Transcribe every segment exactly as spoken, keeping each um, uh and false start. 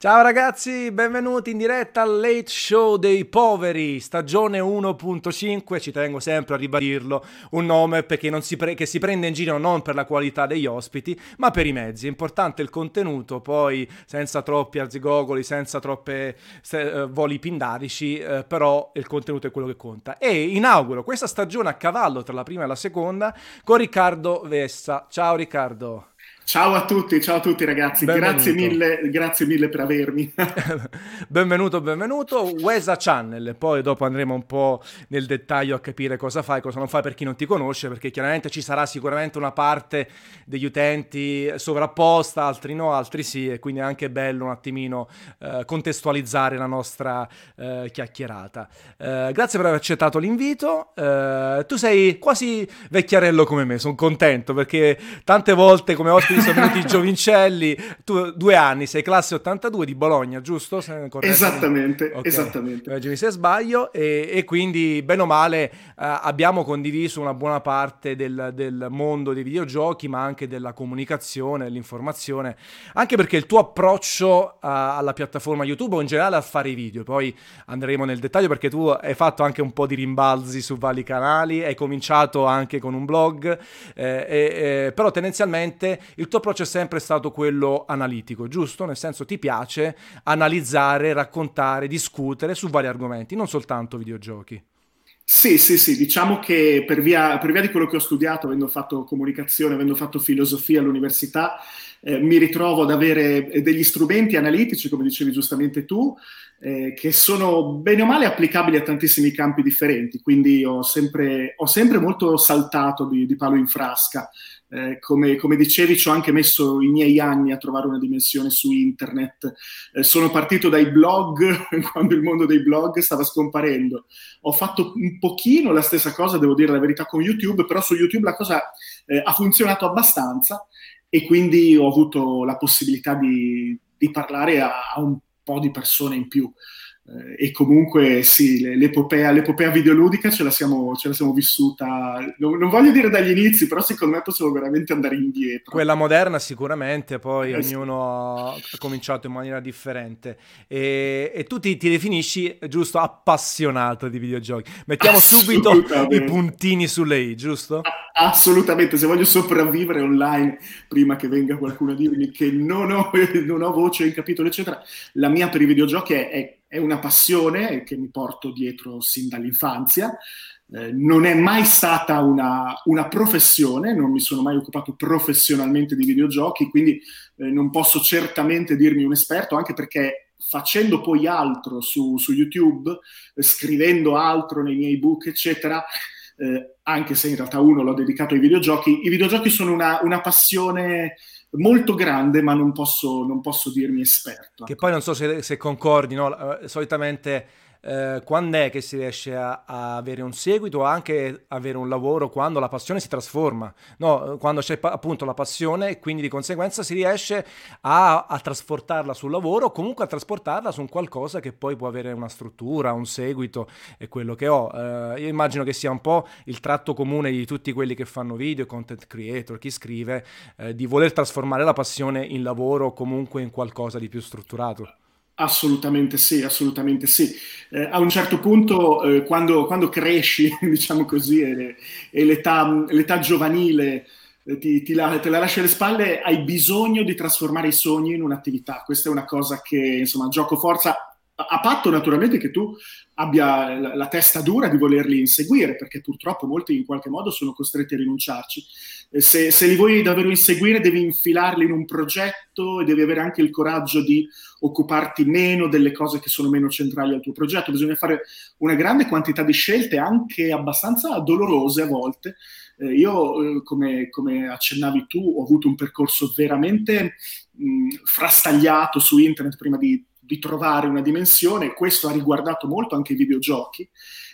Ciao ragazzi, benvenuti in diretta al Late Show dei Poveri, stagione uno punto cinque, ci tengo sempre a ribadirlo, un nome perché non si pre- che si prende in giro non per la qualità degli ospiti, ma per i mezzi. È importante il contenuto, poi senza troppi arzigogoli, senza troppe se- eh, voli pindarici, eh, però il contenuto è quello che conta. E inauguro questa stagione a cavallo tra la prima e la seconda con Riccardo Vessa. Ciao Riccardo. Ciao a tutti, ciao a tutti ragazzi, grazie Benvenuto. mille, grazie mille per avermi. Benvenuto, benvenuto. Wesa Channel, poi dopo andremo un po' nel dettaglio a capire cosa fai, cosa non fai per chi non ti conosce, perché chiaramente ci sarà sicuramente una parte degli utenti sovrapposta, altri no, altri sì, e quindi è anche bello un attimino eh, contestualizzare la nostra eh, chiacchierata. Eh, grazie per aver accettato l'invito. Eh, tu sei quasi vecchiarello come me, sono contento perché tante volte come ospiti sono venuti i giovincelli. Tu due anni, sei classe ottantadue di Bologna, giusto? Se- Correttami. Esattamente, Ok, esattamente. correggimi se sbaglio. E, e quindi, bene o male, eh, abbiamo condiviso una buona parte del, del mondo dei videogiochi, ma anche della comunicazione, dell'informazione. Anche perché il tuo approccio a- alla piattaforma YouTube o in generale a fare i video, poi andremo nel dettaglio perché tu hai fatto anche un po' di rimbalzi su vari canali, hai cominciato anche con un blog, eh, e- e- però tendenzialmente il tuo approccio è sempre stato quello analitico, giusto? Nel senso ti piace analizzare, raccontare, discutere su vari argomenti, non soltanto videogiochi. Sì, sì, sì, diciamo che per via, per via di quello che ho studiato, avendo fatto comunicazione, avendo fatto filosofia all'università, eh, mi ritrovo ad avere degli strumenti analitici, come dicevi giustamente tu, eh, che sono bene o male applicabili a tantissimi campi differenti, quindi ho sempre, ho sempre molto saltato di, di palo in frasca. Eh, come, come dicevi, ci ho anche messo i miei anni a trovare una dimensione su internet. Eh, sono partito dai blog quando il mondo dei blog stava scomparendo. Ho fatto un pochino la stessa cosa, devo dire la verità, con YouTube, però su YouTube la cosa eh, ha funzionato abbastanza e quindi ho avuto la possibilità di, di parlare a, a un po' di persone in più. Eh, e comunque sì, le- l'epopea, l'epopea videoludica ce la siamo, ce la siamo vissuta, non, non voglio dire dagli inizi, però secondo me possiamo veramente andare indietro. Quella moderna sicuramente, poi Eh, sì. ognuno ha cominciato in maniera differente. E, e tu ti, ti definisci, giusto, appassionato di videogiochi. Mettiamo subito i Assolutamente. puntini sulle i, giusto? Assolutamente, se voglio sopravvivere online prima che venga qualcuno a dirmi che non ho, non ho voce in capitolo, eccetera, la mia per i videogiochi è, è- è una passione che mi porto dietro sin dall'infanzia. Eh, non è mai stata una, una professione, non mi sono mai occupato professionalmente di videogiochi, quindi eh, non posso certamente dirmi un esperto, anche perché facendo poi altro su, su YouTube, eh, scrivendo altro nei miei book, eccetera, eh, anche se in realtà uno l'ho dedicato ai videogiochi. I videogiochi sono una, una passione molto grande, ma non posso, non posso dirmi esperto. Che Ecco. poi non so se, se concordi, no? Eh, solitamente eh, quando è che si riesce a, a avere un seguito o anche avere un lavoro quando la passione si trasforma, no? Eh, Quando c'è pa- appunto la passione e quindi di conseguenza si riesce a, a trasportarla sul lavoro o comunque a trasportarla su un qualcosa che poi può avere una struttura, un seguito e quello che ho. Eh, io immagino che sia un po' il tratto comune di tutti quelli che fanno video, content creator, chi scrive, eh, di voler trasformare la passione in lavoro o comunque in qualcosa di più strutturato. Assolutamente sì, assolutamente sì. Eh, a un certo punto, eh, quando, quando cresci, diciamo così, e, e l'età, l'età giovanile eh, ti, ti la, te la lascia alle spalle, hai bisogno di trasformare i sogni in un'attività. Questa è una cosa che, insomma, gioco forza, a a patto naturalmente che tu abbia la, la testa dura di volerli inseguire, perché purtroppo molti in qualche modo sono costretti a rinunciarci. Eh, Se, se li vuoi davvero inseguire, devi infilarli in un progetto e devi avere anche il coraggio di occuparti meno delle cose che sono meno centrali al tuo progetto. Bisogna fare una grande quantità di scelte, anche abbastanza dolorose a volte. Eh, io, eh, come, come accennavi tu, ho avuto un percorso veramente mh, frastagliato su internet prima di, di trovare una dimensione. Questo ha riguardato molto anche i videogiochi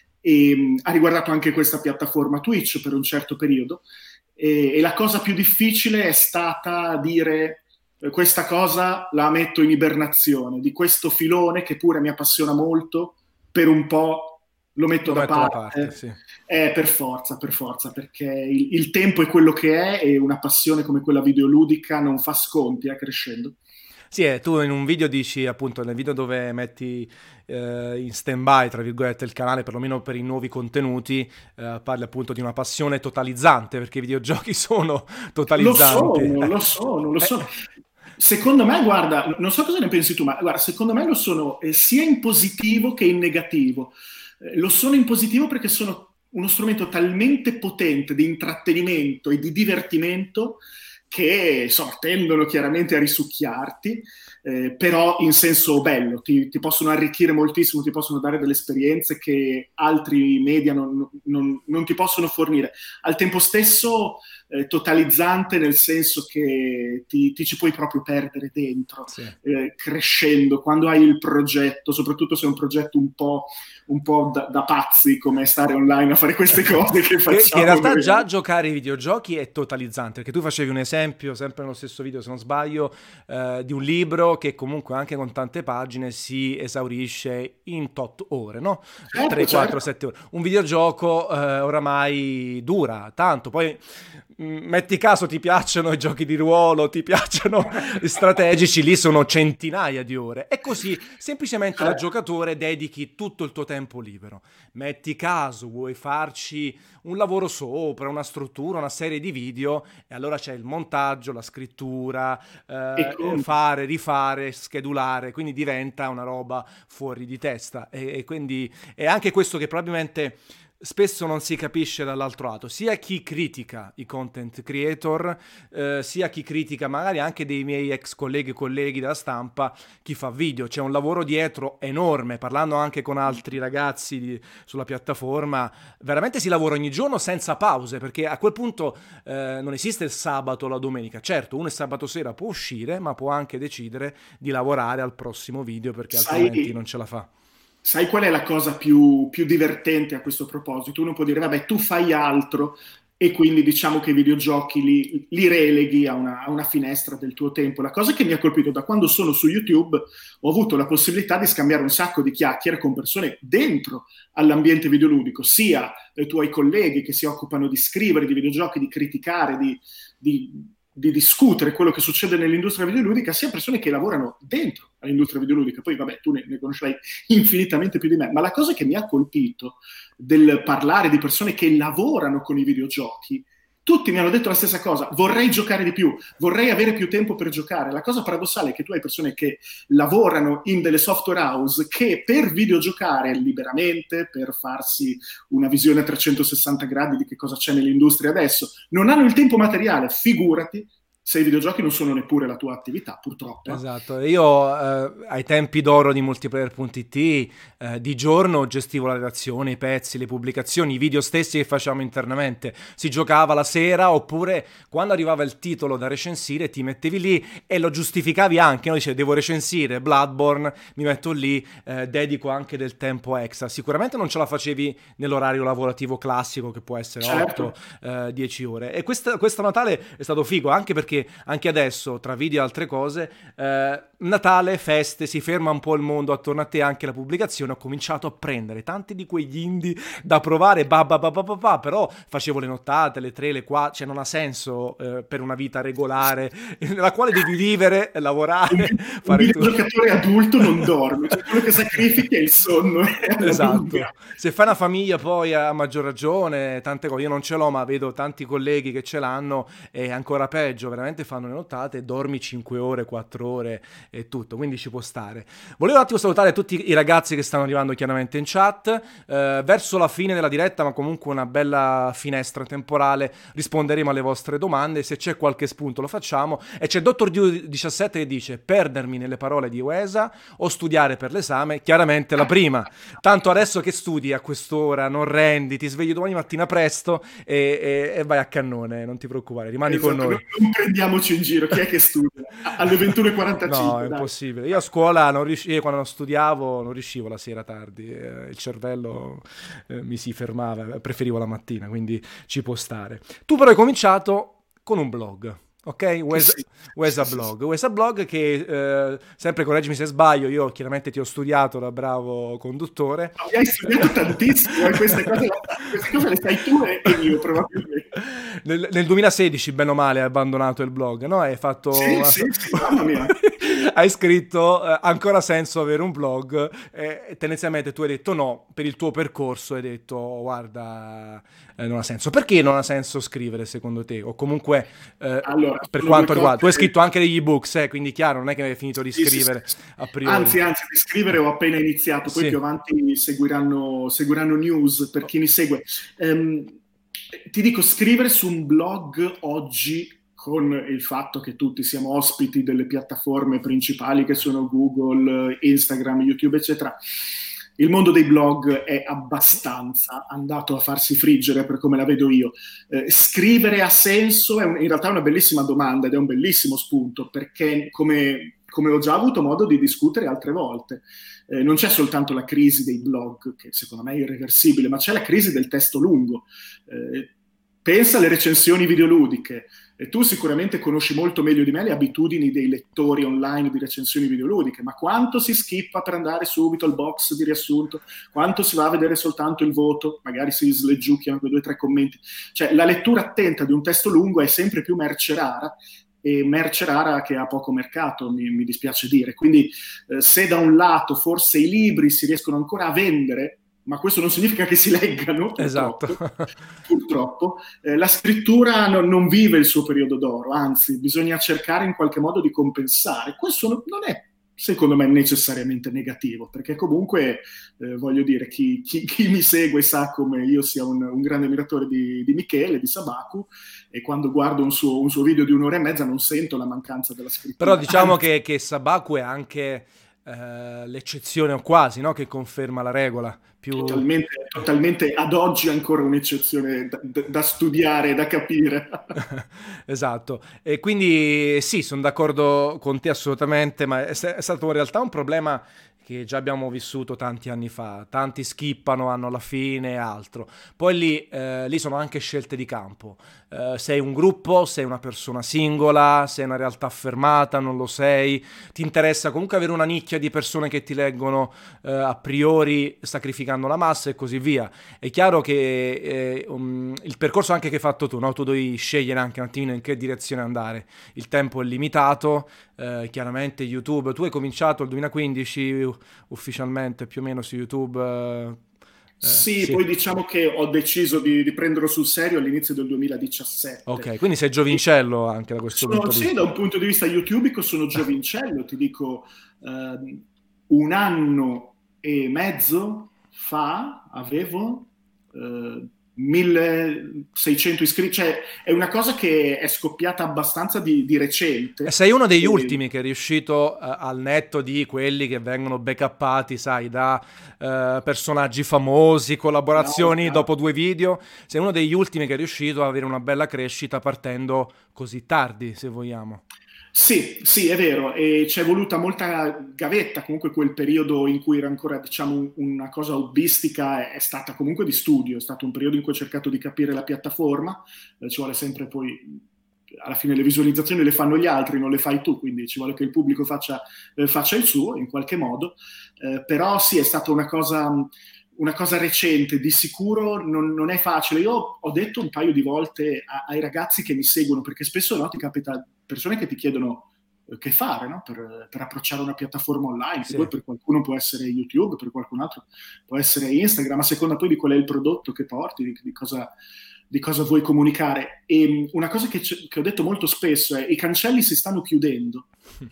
e mh, ha riguardato anche questa piattaforma Twitch per un certo periodo. E, e la cosa più difficile è stata dire eh, questa cosa la metto in ibernazione, di questo filone che pure mi appassiona molto, per un po' lo metto Lo da metto da parte, parte. sì. Eh, per forza, per forza, perché il, il tempo è quello che è e una passione come quella videoludica non fa sconti, eh, crescendo. Sì, eh, tu in un video dici, appunto, nel video dove metti eh, in stand-by, tra virgolette, il canale, perlomeno per i nuovi contenuti, eh, parli appunto di una passione totalizzante, perché i videogiochi sono Lo totalizzanti. sono, lo Eh, sono, lo sono. eh, Secondo me, guarda, non so cosa ne pensi tu, ma guarda, secondo me lo sono eh, sia in positivo che in negativo. Eh, lo sono in positivo perché sono uno strumento talmente potente di intrattenimento e di divertimento che insomma, tendono chiaramente a risucchiarti, eh, però in senso bello, ti, ti possono arricchire moltissimo, ti possono dare delle esperienze che altri media non, non, non ti possono fornire. Al tempo stesso eh, totalizzante nel senso che ti, ti ci puoi proprio perdere dentro, sì. eh, crescendo, quando hai il progetto, soprattutto se è un progetto un po', un po' da, da pazzi, come stare online a fare queste cose che facciamo. Che, che in realtà noi. già giocare ai videogiochi è totalizzante, perché tu facevi un esempio, sempre nello stesso video se non sbaglio, eh, di un libro che comunque anche con tante pagine si esaurisce in tot ore, no? Certo, tre, quattro, certo. sette ore. Un videogioco eh, oramai dura tanto, poi mh, metti caso ti piacciono i giochi di ruolo, ti piacciono i strategici, lì sono centinaia di ore. E così semplicemente da giocatore dedichi tutto il tuo tempo libero. Metti caso vuoi farci un lavoro sopra, una struttura, una serie di video, e allora c'è il montaggio, la scrittura, eh, come? fare, rifare, schedulare, quindi diventa una roba fuori di testa. E, e quindi è anche questo che probabilmente spesso non si capisce dall'altro lato, sia chi critica i content creator, eh, sia chi critica magari anche dei miei ex colleghi e colleghi della stampa, chi fa video. C'è un lavoro dietro enorme, parlando anche con altri ragazzi di, sulla piattaforma, veramente si lavora ogni giorno senza pause, perché a quel punto eh, non esiste il sabato o la domenica. Certo, uno il sabato sera può uscire, ma può anche decidere di lavorare al prossimo video perché Sai, altrimenti non ce la fa. sai qual è la cosa più, più divertente a questo proposito? Uno può dire, vabbè, tu fai altro e quindi diciamo che i videogiochi li, li releghi a una, a una finestra del tuo tempo. La cosa che mi ha colpito da quando sono su YouTube, ho avuto la possibilità di scambiare un sacco di chiacchiere con persone dentro all'ambiente videoludico, sia i tuoi colleghi che si occupano di scrivere di videogiochi, di criticare, di... di di discutere quello che succede nell'industria videoludica, sia persone che lavorano dentro all'industria videoludica. Poi vabbè, tu ne, ne conoscerai infinitamente più di me, ma la cosa che mi ha colpito del parlare di persone che lavorano con i videogiochi, tutti mi hanno detto la stessa cosa: vorrei giocare di più, vorrei avere più tempo per giocare. La cosa paradossale è che tu hai persone che lavorano in delle software house che per videogiocare liberamente, per farsi una visione a trecentosessanta gradi di che cosa c'è nell'industria adesso, non hanno il tempo materiale. Figurati se i videogiochi non sono neppure la tua attività, purtroppo. Esatto, io eh, ai tempi d'oro di multiplayer punto it eh, di giorno gestivo la redazione, i pezzi, le pubblicazioni, i video stessi che facevamo internamente. Si giocava la sera, oppure quando arrivava il titolo da recensire ti mettevi lì e lo giustificavi anche, no? Dicevi, devo recensire Bloodborne, mi metto lì, eh, dedico anche del tempo extra. Sicuramente non ce la facevi nell'orario lavorativo classico, che può essere Certo. otto dieci ore. E questa, questo Natale è stato figo, anche perché anche adesso, tra video e altre cose, eh, Natale, feste, si ferma un po' il mondo attorno a te, anche la pubblicazione. Ho cominciato a prendere tanti di quegli indie da provare, bah, bah, bah, bah, bah, bah, però facevo le nottate, le tre, le quattro, cioè non ha senso eh, per una vita regolare nella quale devi vivere, lavorare, Un, fare un tutto. videogiocatore adulto non dorme, cioè quello che sacrifichi è il sonno. Esatto, se fai una famiglia poi a maggior ragione, tante cose, io non ce l'ho ma vedo tanti colleghi che ce l'hanno, e ancora peggio, veramente fanno le nottate, dormi cinque ore, quattro ore e tutto, quindi ci può stare. Volevo un attimo salutare tutti i ragazzi che stanno arrivando chiaramente in chat, eh, verso la fine della diretta, ma comunque una bella finestra temporale, risponderemo alle vostre domande, se c'è qualche spunto lo facciamo. E c'è Dottor Dio diciassette che dice: perdermi nelle parole di Uesa o studiare per l'esame? Chiaramente la prima. Tanto adesso che studi a quest'ora, non rendi, ti svegli domani mattina presto e, e, e vai a cannone, non ti preoccupare, rimani esatto, con noi. Non, non prendiamoci in giro, chi è che studia? Alle ventuno e quarantacinque. No, è dai. impossibile. Io a scuola non riuscivo, quando studiavo non riuscivo la sera tardi, eh, il cervello eh, mi si fermava, preferivo la mattina, quindi ci può stare. Tu però hai cominciato con un blog. Ok, Uesa, Sì, Uesa sì, Blog, Uesa Blog che eh, sempre, correggimi se sbaglio, io chiaramente ti ho studiato da bravo conduttore. No, mi hai studiato tantissimo, eh, queste, cose, queste cose le sai tu e io probabilmente. Nel, nel duemilasedici, bene o male, hai abbandonato il blog, no? Hai fatto... Sì, sì, sì, mamma mia. hai scritto eh, ancora ha senso avere un blog, eh, e tendenzialmente tu hai detto no, per il tuo percorso hai detto guarda, eh, non ha senso. Perché non ha senso scrivere secondo te? O comunque eh, Allora, per sono quanto due riguarda, tu hai cose. scritto anche degli ebooks, eh, quindi chiaro, non è che hai finito di Sì, sì, sì, scrivere sì. a priori. Anzi, anzi, di scrivere ho appena iniziato, poi Sì. più avanti seguiranno, seguiranno news per chi mi segue. Ehm, ti dico, scrivere su un blog oggi, con il fatto che tutti siamo ospiti delle piattaforme principali che sono Google, Instagram, YouTube, eccetera, il mondo dei blog è abbastanza andato a farsi friggere per come la vedo io. Eh, scrivere ha senso? È un, in realtà è una bellissima domanda ed è un bellissimo spunto, perché come, come ho già avuto modo di discutere altre volte, eh, non c'è soltanto la crisi dei blog, che secondo me è irreversibile, ma c'è la crisi del testo lungo. Eh, pensa alle recensioni videoludiche. E tu sicuramente conosci molto meglio di me le abitudini dei lettori online di recensioni videoludiche, ma quanto si skippa per andare subito al box di riassunto, quanto si va a vedere soltanto il voto, magari si sleggiucchiano quei due o tre commenti. Cioè, la lettura attenta di un testo lungo è sempre più merce rara, e merce rara che ha poco mercato, mi, mi dispiace dire. Quindi eh, se da un lato forse i libri si riescono ancora a vendere, ma questo non significa che si leggano, purtroppo, Esatto. purtroppo. Eh, la scrittura no, non vive il suo periodo d'oro, anzi bisogna cercare in qualche modo di compensare. Questo no, non è, secondo me, necessariamente negativo, perché comunque, eh, voglio dire, chi, chi, chi mi segue sa come io sia un, un grande ammiratore di, di Michele, di Sabaku, e quando guardo un suo, un suo video di un'ora e mezza non sento la mancanza della scrittura. Però diciamo Anzi, che, che Sabaku è anche eh, l'eccezione o quasi, no? Che conferma la regola. Più... Totalmente, totalmente ad oggi ancora un'eccezione da, da studiare, da capire. Esatto, e quindi sì, sono d'accordo con te assolutamente, ma è, è stato in realtà un problema che già abbiamo vissuto tanti anni fa. Tanti skippano, hanno la fine e altro. Poi lì, eh, lì sono anche scelte di campo. Eh, sei un gruppo, sei una persona singola, sei una realtà affermata, non lo sei. Ti interessa comunque avere una nicchia di persone che ti leggono eh, a priori sacrificando la massa e così via. È chiaro che eh, um, il percorso anche che hai fatto tu, no? Tu devi scegliere anche un attimino in che direzione andare. Il tempo è limitato, eh, chiaramente YouTube. Tu hai cominciato il duemilaquindici ufficialmente più o meno su YouTube. Eh, eh, Sì, sì. poi diciamo che ho deciso di, di prenderlo sul serio all'inizio del duemiladiciassette. Ok, quindi sei giovincello anche da questo Sono, punto di sì, vista. da un punto di vista YouTubico sono giovincello, ti dico, ehm, un anno e mezzo fa avevo eh, milleseicento iscritti, cioè è una cosa che è scoppiata abbastanza di, di E recente. sei uno degli E, ultimi che è riuscito, eh, al netto di quelli che vengono backuppati, sai, da eh, personaggi famosi, no, collaborazioni chiaro. dopo due video, sei uno degli ultimi che è riuscito ad avere una bella crescita partendo così tardi, se vogliamo. Sì, sì, è vero, e c'è voluta molta gavetta, comunque quel periodo in cui era ancora, diciamo, una cosa hobbistica è, è stata comunque di studio, è stato un periodo in cui ho cercato di capire la piattaforma, eh, ci vuole sempre poi, alla fine le visualizzazioni le fanno gli altri, non le fai tu, quindi ci vuole che il pubblico faccia, eh, faccia il suo in qualche modo, eh, però sì, è stata una cosa... una cosa recente, di sicuro non, non è facile. Io ho detto un paio di volte a, ai ragazzi che mi seguono, perché spesso no, ti capita persone che ti chiedono eh, che fare, no? per, per approcciare una piattaforma online, che Sì. poi per qualcuno può essere YouTube, per qualcun altro può essere Instagram, a seconda poi di qual è il prodotto che porti, di, di cosa di cosa vuoi comunicare. E una cosa che, che ho detto molto spesso è: i cancelli si stanno chiudendo.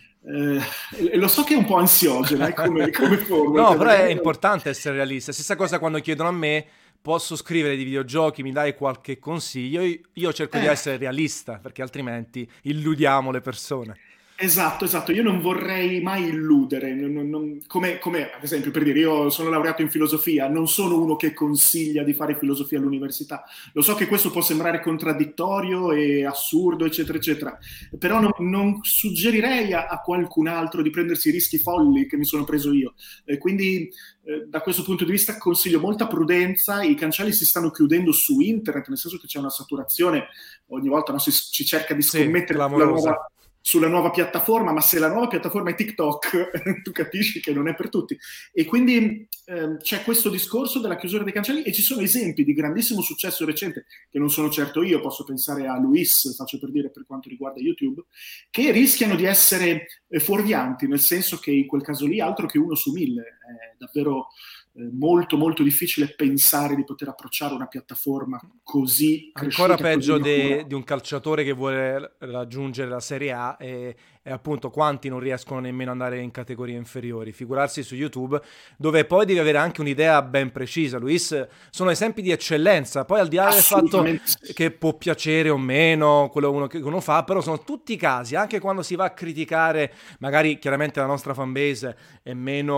Eh, e lo so che è un po' ansiogena eh, come, come formula. No, Cioè, però è magari non... importante essere realista. Stessa cosa quando chiedono a me, posso scrivere di videogiochi, mi dai qualche consiglio? Io, io cerco di eh, essere realista, perché altrimenti illudiamo le persone. Esatto, esatto, io non vorrei mai illudere, non, non, non, come, come ad esempio per dire, io sono laureato in filosofia, non sono uno che consiglia di fare filosofia all'università, lo so che questo può sembrare contraddittorio e assurdo, eccetera, eccetera, però non, non suggerirei a, a qualcun altro di prendersi i rischi folli che mi sono preso io, eh, quindi eh, da questo punto di vista consiglio molta prudenza. I cancelli si stanno chiudendo su internet, nel senso che c'è una saturazione, ogni volta no, si, si cerca di Sì, scommettere sulla clamorosa. nuova sulla nuova piattaforma, ma se la nuova piattaforma è TikTok, tu capisci che non è per tutti. E quindi eh, c'è questo discorso della chiusura dei cancelli e ci sono esempi di grandissimo successo recente, che non sono certo io, posso pensare a Luis, faccio per dire per quanto riguarda YouTube, che rischiano di essere eh, fuorvianti, nel senso che in quel caso lì altro che uno su mille, è davvero eh, molto molto difficile pensare di poter approcciare una piattaforma così ancora cresciuta, peggio così de- di un calciatore che vuole raggiungere la Serie A e, e appunto quanti non riescono nemmeno ad andare in categorie inferiori, figurarsi su YouTube, dove poi devi avere anche un'idea ben precisa. Luis, sono esempi di eccellenza, poi al di là del fatto sì. che può piacere o meno quello uno che uno fa, però sono tutti casi, anche quando si va a criticare, magari chiaramente la nostra fanbase è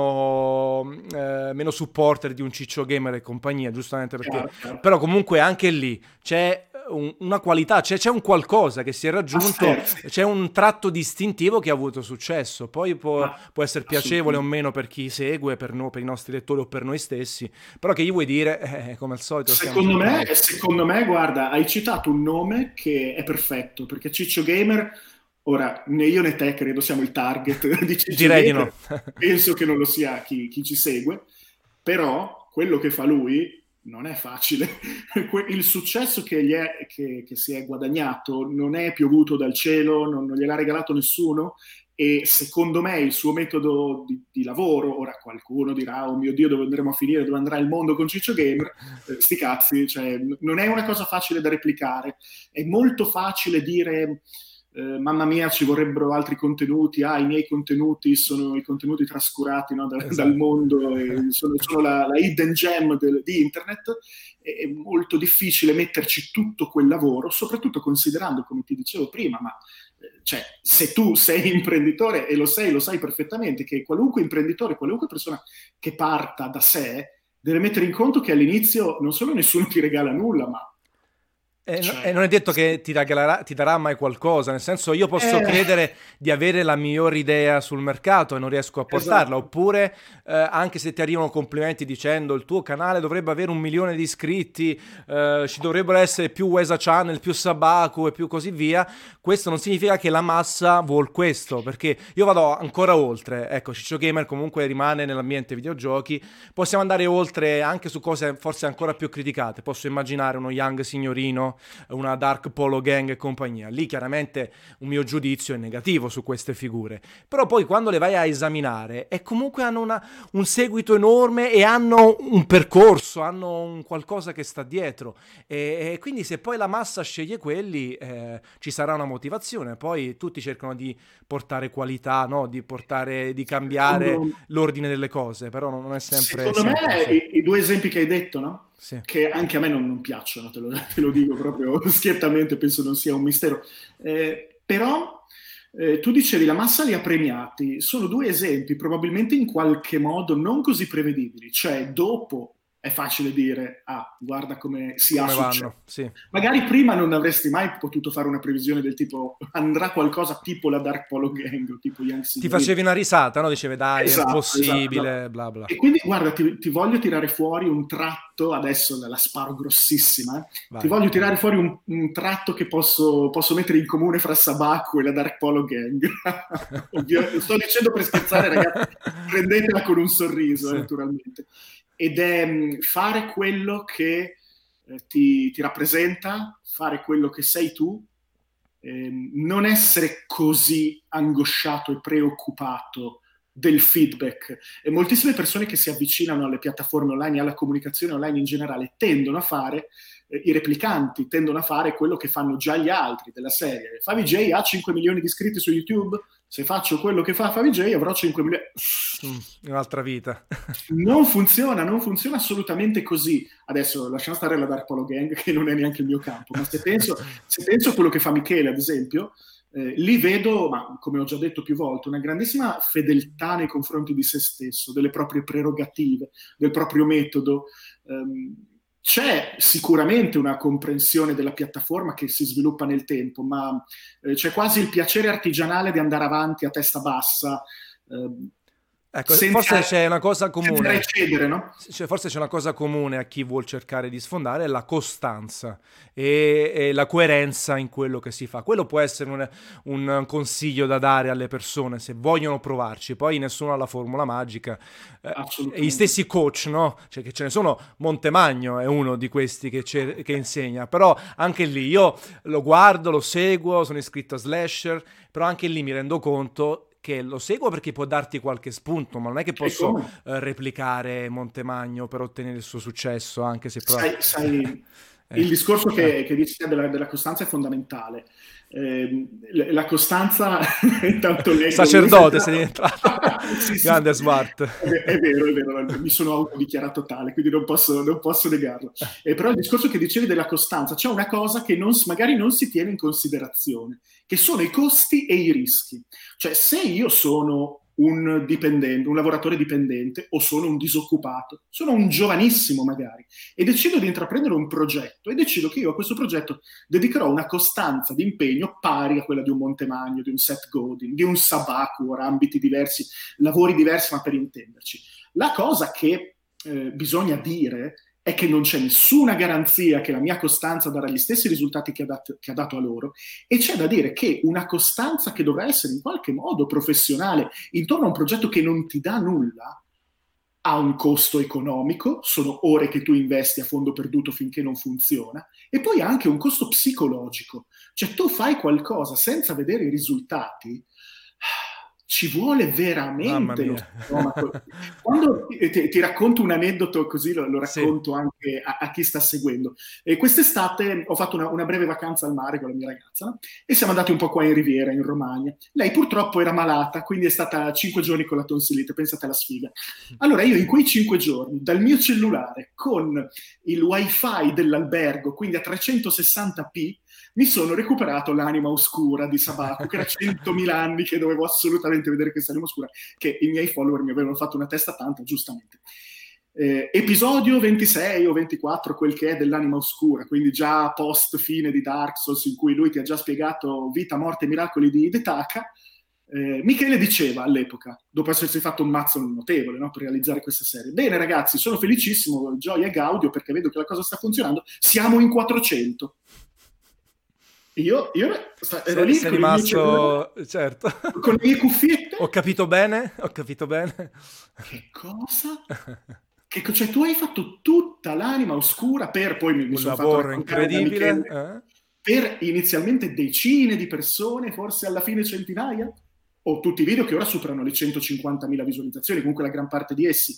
meno, eh, meno supporter di un Ciccio Gamer e compagnia, giustamente perché, Chiaro, chiaro. però comunque anche lì c'è un, una qualità, c'è, c'è un qualcosa che si è raggiunto, Ah, sì. c'è un tratto distintivo che ha avuto successo, poi può, Ah, può essere piacevole o meno per chi segue, per, noi, per i nostri lettori o per noi stessi, però che gli vuoi dire, eh, come al solito secondo me, secondo me, guarda, hai citato un nome che è perfetto, perché Ciccio Gamer, ora né io né te credo siamo il target di Ciccio direi Gamer, di no. penso che non lo sia chi, chi ci segue, però quello che fa lui non è facile. Il successo che, gli è, che, che si è guadagnato non è piovuto dal cielo, non, non gliel'ha regalato nessuno, e secondo me il suo metodo di, di lavoro, ora qualcuno dirà oh mio Dio dove andremo a finire, dove andrà il mondo con Ciccio Gamer, eh, sti cazzi, cioè, non è una cosa facile da replicare, è molto facile dire eh, mamma mia ci vorrebbero altri contenuti, ah i miei contenuti sono i contenuti trascurati, no, da, esatto. dal mondo, e sono, sono la, la hidden gem del, di internet, è molto difficile metterci tutto quel lavoro, soprattutto considerando, come ti dicevo prima, ma cioè, se tu sei imprenditore e lo sei, lo sai perfettamente, che qualunque imprenditore, qualunque persona che parta da sé deve mettere in conto che all'inizio non solo nessuno ti regala nulla, ma E, cioè, e non è detto che ti, regalerà, ti darà mai qualcosa, nel senso io posso eh, credere di avere la migliore idea sul mercato e non riesco a portarla, esatto. Oppure eh, anche se ti arrivano complimenti dicendo il tuo canale dovrebbe avere un milione di iscritti, eh, ci dovrebbero essere più Wesa Channel, più Sabaku e più così via, questo non significa che la massa vuol questo, perché io vado ancora oltre, ecco, Ciccio Gamer comunque rimane nell'ambiente videogiochi, possiamo andare oltre anche su cose forse ancora più criticate, posso immaginare uno Young Signorino, una Dark Polo Gang e compagnia. Lì chiaramente un mio giudizio è negativo su queste figure, però poi quando le vai a esaminare e comunque hanno una, un seguito enorme e hanno un percorso, hanno un qualcosa che sta dietro e, e quindi se poi la massa sceglie quelli eh, ci sarà una motivazione, poi tutti cercano di portare qualità, no? Di portare, di cambiare secondo, l'ordine delle cose, però non è sempre secondo sempre, me sì. i, i due esempi che hai detto, no? Sì. Che anche a me non, non piacciono, te lo, te lo dico proprio schiettamente, penso non sia un mistero. Eh, però eh, tu dicevi la massa li ha premiati, sono due esempi probabilmente in qualche modo non così prevedibili, cioè dopo è facile dire, ah, guarda come si come ha vanno, successo. sì. Magari prima non avresti mai potuto fare una previsione del tipo andrà qualcosa tipo la Dark Polo Gang o tipo Young Ti facevi una risata, no? Dicevi dai, esatto, è impossibile, esatto. bla bla. E quindi guarda, ti, ti voglio tirare fuori un tratto, adesso la sparo grossissima, eh? Vai, ti voglio tirare fuori un, un tratto che posso, posso mettere in comune fra Sabaku e la Dark Polo Gang. Ovvio, sto dicendo per scherzare, ragazzi, prendetela con un sorriso, sì. eh, naturalmente. Ed è mh, fare quello che eh, ti, ti rappresenta, fare quello che sei tu, eh, non essere così angosciato e preoccupato del feedback. E moltissime persone che si avvicinano alle piattaforme online e alla comunicazione online in generale tendono a fare eh, i replicanti, tendono a fare quello che fanno già gli altri della serie. Favij ha cinque milioni di iscritti su YouTube, se faccio quello che fa Favij avrò cinque milioni. Mm, un'altra vita. Non funziona, non funziona assolutamente così. Adesso lasciamo stare la Dark Polo Gang, che non è neanche il mio campo, ma se penso, se penso a quello che fa Michele, ad esempio, eh, lì vedo, ma come ho già detto più volte, una grandissima fedeltà nei confronti di se stesso, delle proprie prerogative, del proprio metodo. Um, c'è sicuramente una comprensione della piattaforma che si sviluppa nel tempo, ma eh, c'è quasi il piacere artigianale di andare avanti a testa bassa, eh, Ecco, senza, forse c'è una cosa senza comune, recedere, no? cioè, forse c'è una cosa comune a chi vuol cercare di sfondare, è la costanza e, e la coerenza in quello che si fa. Quello può essere un, un consiglio da dare alle persone se vogliono provarci. Poi nessuno ha la formula magica. Eh, e gli Assolutamente. stessi coach, no? Cioè che ce ne sono, Montemagno è uno di questi che, ce- che insegna, però anche lì io lo guardo, lo seguo, sono iscritto a Slasher, però anche lì mi rendo conto che lo seguo perché può darti qualche spunto, ma non è che E posso come? eh, replicare Montemagno per ottenere il suo successo, anche se però... Sai, sai, Eh, il discorso eh. che, che dici te della, della costanza è fondamentale. Eh, la costanza, intanto leggo uno Sacerdote sei diventato, sì, sì, grande sì. smart. È ve- è vero, è vero, mi sono autodichiarato tale, quindi non posso, non posso negarlo. Eh, però il discorso che dicevi della costanza, c'è una cosa che non, s- magari non si tiene in considerazione, che sono i costi e i rischi. Cioè, se io sono un dipendente, un lavoratore dipendente o sono un disoccupato, sono un giovanissimo magari, e decido di intraprendere un progetto e decido che io a questo progetto dedicherò una costanza di impegno pari a quella di un Montemagno, di un Seth Godin, di un Sabaku, ora ambiti diversi, lavori diversi, ma per intenderci. La cosa che eh, bisogna dire è che non c'è nessuna garanzia che la mia costanza darà gli stessi risultati che ha, dat- che ha dato a loro, e c'è da dire che una costanza che dovrà essere in qualche modo professionale intorno a un progetto che non ti dà nulla ha un costo economico, sono ore che tu investi a fondo perduto finché non funziona, e poi ha anche un costo psicologico. Cioè tu fai qualcosa senza vedere i risultati, ci vuole Mamma veramente lo mia. stomaco. Quando ti, ti racconto un aneddoto, così lo, lo Sì. racconto anche a, a chi sta seguendo. E quest'estate ho fatto una, una breve vacanza al mare con la mia ragazza, no? E siamo andati un po' qua in Riviera, in Romagna. Lei purtroppo era malata, quindi è stata cinque giorni con la tonsillite, pensate alla sfiga. Allora io in quei cinque giorni, dal mio cellulare, con il wifi dell'albergo, quindi a trecentosessanta p, mi sono recuperato l'anima oscura di Sabaku, che era centomila anni che dovevo assolutamente vedere questa anima oscura, che i miei follower mi avevano fatto una testa tanta, giustamente. Eh, episodio ventisei o ventiquattro, quel che è, dell'anima oscura, quindi già post fine di Dark Souls, in cui lui ti ha già spiegato vita, morte e miracoli di Hidetaka. Eh, Michele diceva all'epoca, dopo essersi fatto un mazzo notevole, no, per realizzare questa serie: bene ragazzi, sono felicissimo, gioia e gaudio, perché vedo che la cosa sta funzionando, siamo in quattrocento. Io, io ero Sei, lì sei con il mio cellulare, rimasto, certo. con le mie cuffiette. Ho capito bene? Ho capito bene. Che cosa? Che, cioè, tu hai fatto tutta l'anima oscura per, poi mi, mi Un sono fatto lavoro raccontare da incredibile. Michele, Eh? per inizialmente decine di persone, forse alla fine centinaia, o tutti i video che ora superano le centocinquantamila visualizzazioni, comunque la gran parte di essi.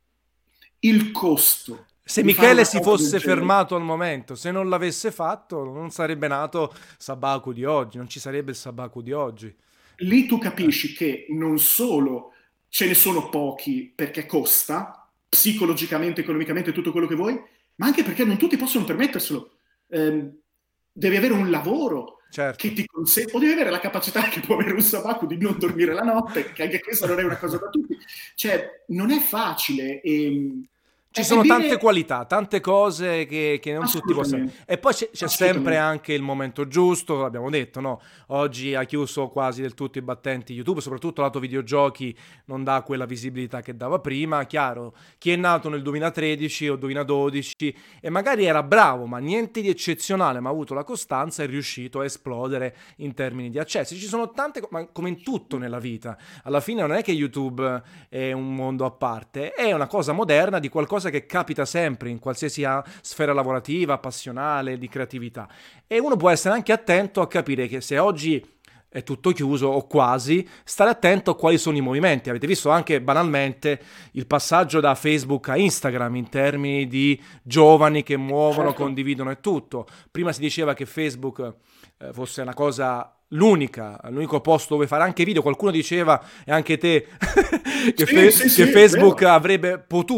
Il costo Se di fare Michele una si cosa del fosse genere, fermato al momento, se non l'avesse fatto, non sarebbe nato Sabaku di oggi, non ci sarebbe il Sabaku di oggi. lì tu Eh. capisci che non solo ce ne sono pochi perché costa, psicologicamente, economicamente, tutto quello che vuoi, ma anche perché non tutti possono permetterselo. Eh, devi avere un lavoro che Certo. ti consente, o devi avere la capacità che può avere un Sabaku di non dormire la notte, che anche questa non è una cosa da tutti. Cioè, non è facile. E, Ci è, è sono tante bene. qualità, tante cose che, che non tutti possono. Assolutamente. E poi c'è, c'è sempre Assolutamente. anche il momento giusto, l'abbiamo detto, no? Oggi ha chiuso quasi del tutto i battenti YouTube, soprattutto lato videogiochi non dà quella visibilità che dava prima. Chiaro, chi è nato nel duemilatredici o duemiladodici e magari era bravo, ma niente di eccezionale, ma ha avuto la costanza, è riuscito a esplodere in termini di accessi. Ci sono tante, ma come in tutto nella vita. Alla fine non è che YouTube è un mondo a parte, è una cosa moderna di qualcosa che capita sempre in qualsiasi sfera lavorativa, passionale, di creatività. E uno può essere anche attento a capire che se oggi è tutto chiuso o quasi, stare attento a quali sono i movimenti. Avete visto anche banalmente il passaggio da Facebook a Instagram in termini di giovani che muovono, Certo. condividono e tutto. Prima si diceva che Facebook eh, fosse una cosa l'unica, l'unico posto dove fare anche video. Qualcuno diceva, e anche te, che, Sì, fe- sì, che sì, Facebook vero. avrebbe potuto, non,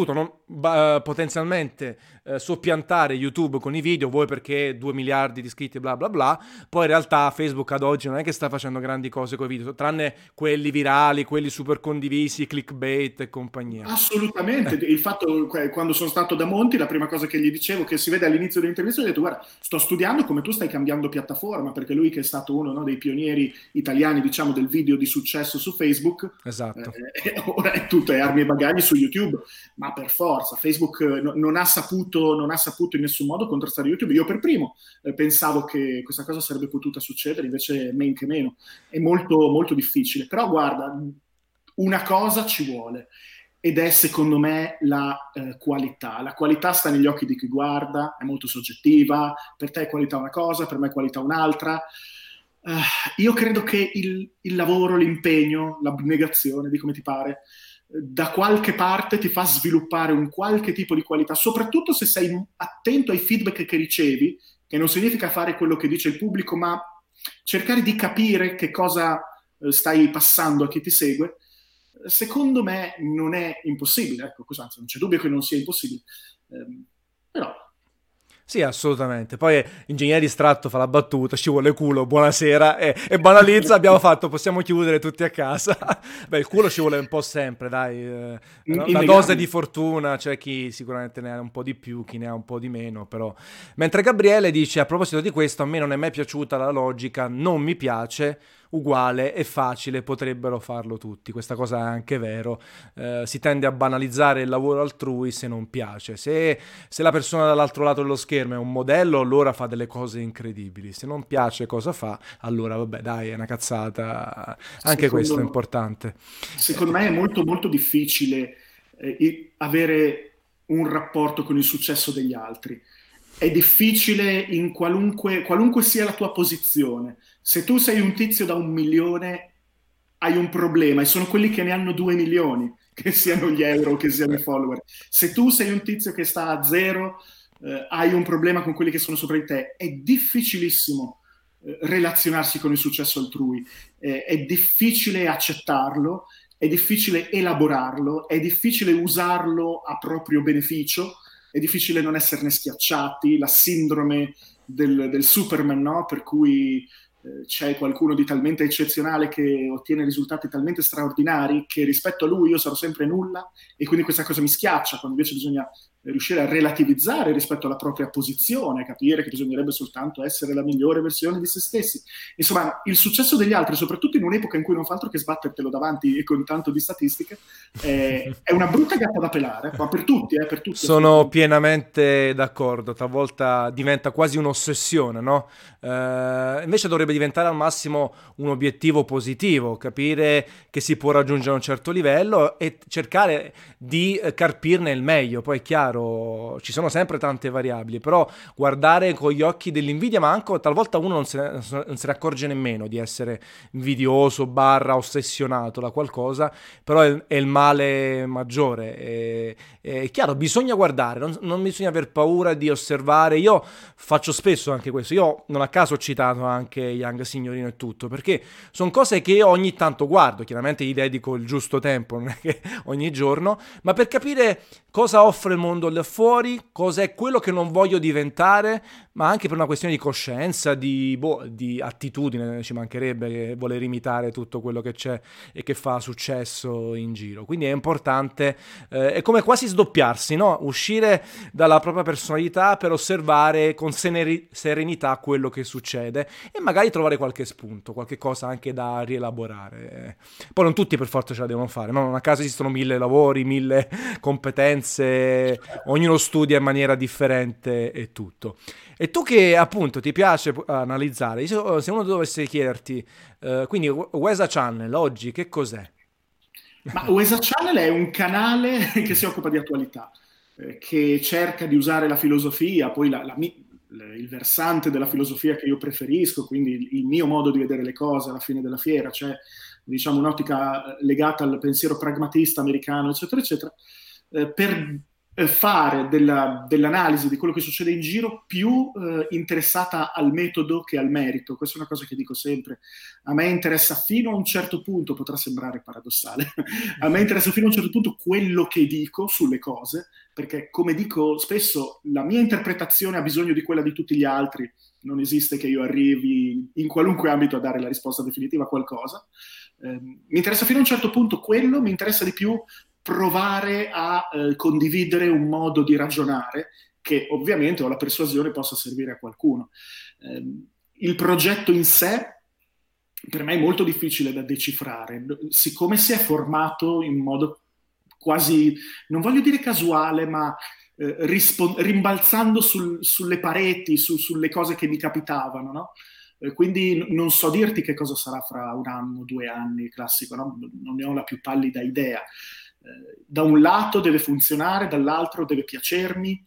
ba- potenzialmente eh, soppiantare YouTube con i video, vuoi perché due miliardi di iscritti bla bla bla, poi in realtà Facebook ad oggi non è che sta facendo grandi cose con i video, tranne quelli virali, quelli super condivisi, clickbait e compagnia. Assolutamente, il fatto que- quando sono stato da Monti, la prima cosa che gli dicevo, che si vede all'inizio dell'intervista, gli ho detto guarda, sto studiando come tu stai cambiando piattaforma, perché lui che è stato uno, no, dei pionieri italiani, diciamo, del video di successo su Facebook, Esatto. eh, ora è tutto, è armi e bagagli su YouTube, ma per forza, Facebook eh, no- non ha saputo, non ha saputo in nessun modo contrastare YouTube. Io per primo eh, pensavo che questa cosa sarebbe potuta succedere, invece men che meno, è molto, molto difficile, però guarda, una cosa ci vuole ed è secondo me la eh, qualità. La qualità sta negli occhi di chi guarda, è molto soggettiva, per te è qualità una cosa, per me è qualità un'altra. Uh, io credo che il, il lavoro, l'impegno, l'abnegazione, di come ti pare, da qualche parte ti fa sviluppare un qualche tipo di qualità, soprattutto se sei attento ai feedback che ricevi, che non significa fare quello che dice il pubblico, ma cercare di capire che cosa eh, stai passando a chi ti segue. Secondo me non è impossibile, ecco, anzi, non c'è dubbio che non sia impossibile, eh, però... Sì, assolutamente. Poi ingegnere distratto fa la battuta, ci vuole culo, buonasera, e, e banalizza, abbiamo fatto, possiamo chiudere tutti a casa. Beh, il culo ci vuole un po' sempre, dai. eh, Una dose di fortuna, c'è chi sicuramente ne ha un po' di più, chi ne ha un po' di meno, però... Mentre Gabriele dice, a proposito di questo, a me non è mai piaciuta la logica, non mi piace, uguale e facile, potrebbero farlo tutti. Questa cosa è anche vero. Eh, si tende a banalizzare il lavoro altrui se non piace. Se, se la persona dall'altro lato dello schermo è un modello, allora fa delle cose incredibili. Se non piace cosa fa, allora vabbè, dai, è una cazzata. Anche secondo, questo è importante. Secondo me è molto molto difficile eh, avere un rapporto con il successo degli altri. È difficile in qualunque, qualunque sia la tua posizione. Se tu sei un tizio da un milione, hai un problema, e sono quelli che ne hanno due milioni, che siano gli euro, che siano i follower. Se tu sei un tizio che sta a zero, eh, hai un problema con quelli che sono sopra di te. È difficilissimo eh, relazionarsi con il successo altrui, eh, è difficile accettarlo, è difficile elaborarlo, è difficile usarlo a proprio beneficio, è difficile non esserne schiacciati, la sindrome del, del Superman, no? Per cui eh, c'è qualcuno di talmente eccezionale che ottiene risultati talmente straordinari che rispetto a lui io sarò sempre nulla, e quindi questa cosa mi schiaccia, quando invece bisogna riuscire a relativizzare rispetto alla propria posizione, capire che bisognerebbe soltanto essere la migliore versione di se stessi. Insomma, il successo degli altri, soprattutto in un'epoca in cui non fa altro che sbattertelo davanti e con tanto di statistiche, eh, è una brutta gatta da pelare, ma per tutti, eh, per tutti. Sono pienamente d'accordo, talvolta diventa quasi un'ossessione, no? Eh, invece dovrebbe diventare al massimo un obiettivo positivo, capire che si può raggiungere un certo livello e cercare di carpirne il meglio. Poi è chiaro, ci sono sempre tante variabili, però guardare con gli occhi dell'invidia, ma anche talvolta uno non se ne, non se ne accorge nemmeno di essere invidioso, barra ossessionato da qualcosa, però è, è il male maggiore. È, è chiaro, bisogna guardare, non, non bisogna aver paura di osservare. Io faccio spesso anche questo, io non a caso ho citato anche Young Signorino e tutto, perché sono cose che io ogni tanto guardo, chiaramente gli dedico il giusto tempo, non è che ogni giorno, ma per capire cosa offre il mondo là fuori, cosa è quello che non voglio diventare, ma anche per una questione di coscienza, di, boh, di attitudine, ci mancherebbe che voler imitare tutto quello che c'è e che fa successo in giro. Quindi è importante, eh, è come quasi sdoppiarsi, no? Uscire dalla propria personalità per osservare con seneri- serenità quello che succede e magari trovare qualche spunto, qualche cosa anche da rielaborare. Poi non tutti per forza ce la devono fare, no? Non a caso esistono mille lavori, mille competenze, ognuno studia in maniera differente e tutto. E tu che appunto ti piace analizzare, se uno dovesse chiederti, uh, quindi Wesa Channel oggi che cos'è? Ma Wesa Channel è un canale che si occupa di attualità, eh, che cerca di usare la filosofia, poi la, la, il versante della filosofia che io preferisco, quindi il, il mio modo di vedere le cose alla fine della fiera, cioè diciamo un'ottica legata al pensiero pragmatista americano, eccetera, eccetera, eh, per eh, fare della, dell'analisi di quello che succede in giro più eh, interessata al metodo che al merito. Questa è una cosa che dico sempre. A me interessa fino a un certo punto, potrà sembrare paradossale, a me interessa fino a un certo punto quello che dico sulle cose, perché come dico spesso, la mia interpretazione ha bisogno di quella di tutti gli altri. Non esiste che io arrivi in qualunque ambito a dare la risposta definitiva a qualcosa. Eh, mi interessa fino a un certo punto quello, mi interessa di più provare a eh, condividere un modo di ragionare che ovviamente ho la persuasione possa servire a qualcuno. Eh, il progetto in sé per me è molto difficile da decifrare, siccome si è formato in modo quasi, non voglio dire casuale, ma eh, rispo- rimbalzando sul, sulle pareti, su, sulle cose che mi capitavano, no? Eh, quindi n- non so dirti che cosa sarà fra un anno, due anni, classico, no? Non ne ho la più pallida idea. Eh, da un lato deve funzionare, dall'altro deve piacermi,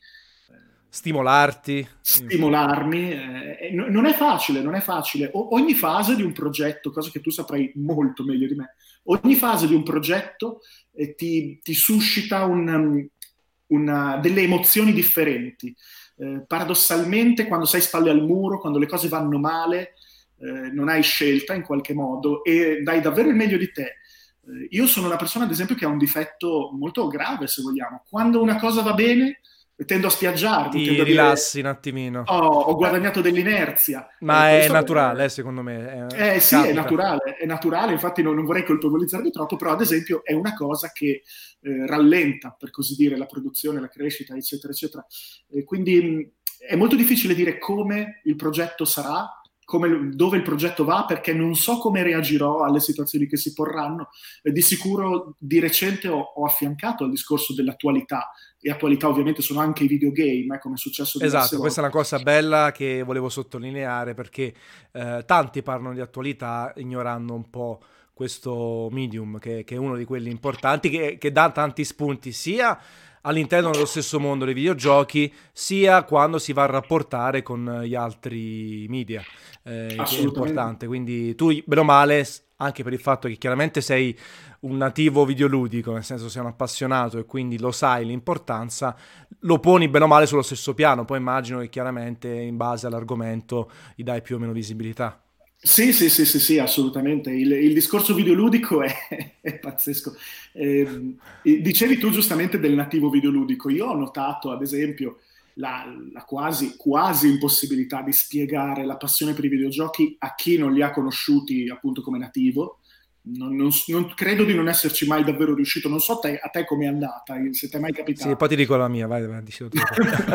stimolarti, stimolarmi. Eh, n- non è facile, non è facile. O- ogni fase di un progetto, cosa che tu saprai molto meglio di me, ogni fase di un progetto eh, ti, ti suscita un, um, una, delle emozioni differenti. Eh, paradossalmente, quando sei spalle al muro, quando le cose vanno male, eh, non hai scelta in qualche modo e dai davvero il meglio di te. Eh, io sono una persona, ad esempio, che ha un difetto molto grave, se vogliamo. Quando una cosa va bene, tendo a spiaggiarmi, ti tendo a rilassi dire, un attimino. oh, ho guadagnato dell'inerzia. Ma Eh, è questo naturale, è, eh, secondo me. È- eh sì, è capita. naturale, è naturale, infatti non, non vorrei colpevolizzarmi troppo, però ad esempio è una cosa che eh, rallenta, per così dire, la produzione, la crescita, eccetera, eccetera. E quindi mh, è molto difficile dire come il progetto sarà, come, dove il progetto va, perché non so come reagirò alle situazioni che si porranno. Eh, di sicuro di recente ho, ho affiancato al discorso dell'attualità, e attualità ovviamente sono anche i videogame, eh, come è successo diverse Esatto, questa è volte. una cosa bella che volevo sottolineare perché eh, tanti parlano di attualità ignorando un po' questo medium che, che è uno di quelli importanti che, che dà tanti spunti sia all'interno dello stesso mondo dei videogiochi sia quando si va a rapportare con gli altri media, eh, che è Assolutamente. importante. Quindi tu, bene o male, s- anche per il fatto che chiaramente sei un nativo videoludico, nel senso sei un appassionato e quindi lo sai l'importanza, lo poni bene o male sullo stesso piano, poi immagino che chiaramente in base all'argomento gli dai più o meno visibilità. Sì, sì, sì, sì, sì, assolutamente. Il, il discorso videoludico è, è pazzesco. Eh, dicevi tu giustamente del nativo videoludico. Io ho notato, ad esempio, la, la quasi, quasi impossibilità di spiegare la passione per i videogiochi a chi non li ha conosciuti appunto come nativo. Non, non- non- credo di non esserci mai davvero riuscito. Non so te, a te com'è andata, se ti è mai Sì, poi capitato. ti dico la mia, vai, vai, dicevo tu.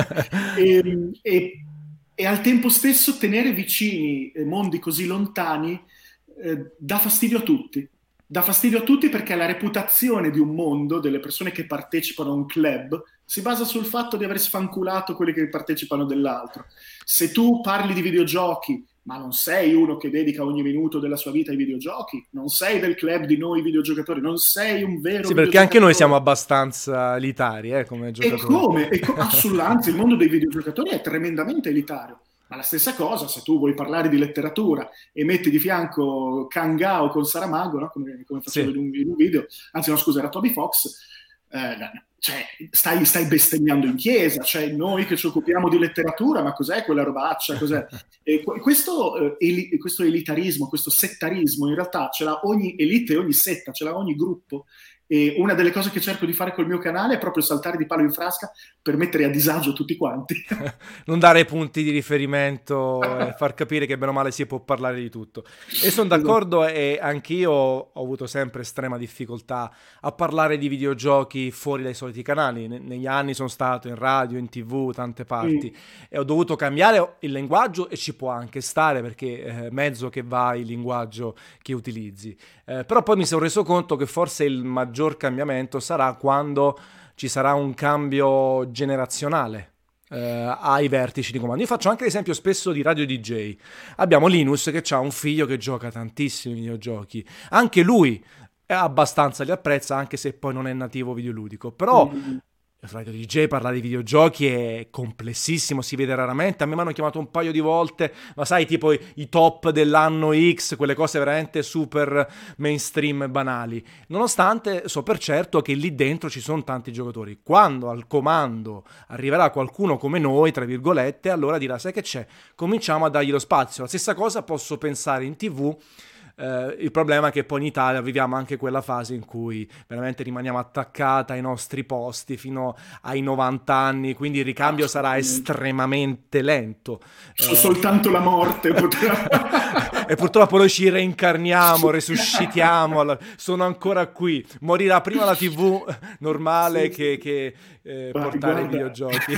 e, e- e al tempo stesso tenere vicini eh, mondi così lontani eh, dà fastidio a tutti. Dà fastidio a tutti perché la reputazione di un mondo, delle persone che partecipano a un club, si basa sul fatto di aver sfanculato quelli che partecipano dell'altro. Se tu parli di videogiochi, ma non sei uno che dedica ogni minuto della sua vita ai videogiochi, non sei del club di noi videogiocatori, non sei un vero Sì, perché anche noi siamo videogiocatore. abbastanza elitari, eh, come E giocatori. come? E co- assolutamente, il mondo dei videogiocatori è tremendamente elitario. Ma la stessa cosa, se tu vuoi parlare di letteratura e metti di fianco Kangao con Saramago, no? come, come facevo Sì. in un, in un video, anzi no scusa, era Toby Fox, eh, cioè, stai, stai bestemmiando in chiesa, cioè noi che ci occupiamo di letteratura, ma cos'è quella robaccia? Cos'è? E questo, eh, eli- questo elitarismo, questo settarismo, in realtà ce l'ha ogni elite, ogni setta, ce l'ha ogni gruppo. E una delle cose che cerco di fare col mio canale è proprio saltare di palo in frasca per mettere a disagio tutti quanti. Non dare punti di riferimento e far capire che bene o male si può parlare di tutto. E sono Esatto. d'accordo e anch'io ho avuto sempre estrema difficoltà a parlare di videogiochi fuori dai soliti canali. Ne- negli anni sono stato in radio, in tv, tante parti Mm. e ho dovuto cambiare il linguaggio e ci può anche stare perché eh, mezzo che va il linguaggio che utilizzi. Eh, però poi mi sono reso conto che forse il maggior cambiamento sarà quando ci sarà un cambio generazionale eh, ai vertici di comando. Io faccio anche l'esempio spesso di Radio D J. Abbiamo Linus che ha un figlio che gioca tantissimi videogiochi. Anche lui è abbastanza li apprezza, anche se poi non è nativo videoludico. Però Mm. Radio D J, parlare di videogiochi è complessissimo, si vede raramente. A me mi hanno chiamato un paio di volte, ma sai, tipo i, i top dell'anno X, quelle cose veramente super mainstream e banali. Nonostante so per certo che lì dentro ci sono tanti giocatori. Quando al comando arriverà qualcuno come noi, tra virgolette, allora dirà: sai che c'è? Cominciamo a dargli lo spazio. La stessa cosa posso pensare in T V. Uh, il problema è che poi in Italia viviamo anche quella fase in cui veramente rimaniamo attaccati ai nostri posti fino ai novanta anni, quindi il ricambio sarà estremamente lento. So, uh, soltanto la morte potrà... E purtroppo noi ci reincarniamo, resuscitiamo, allora, sono ancora qui. Morirà prima la tivù normale sì, che, che eh, portare i videogiochi.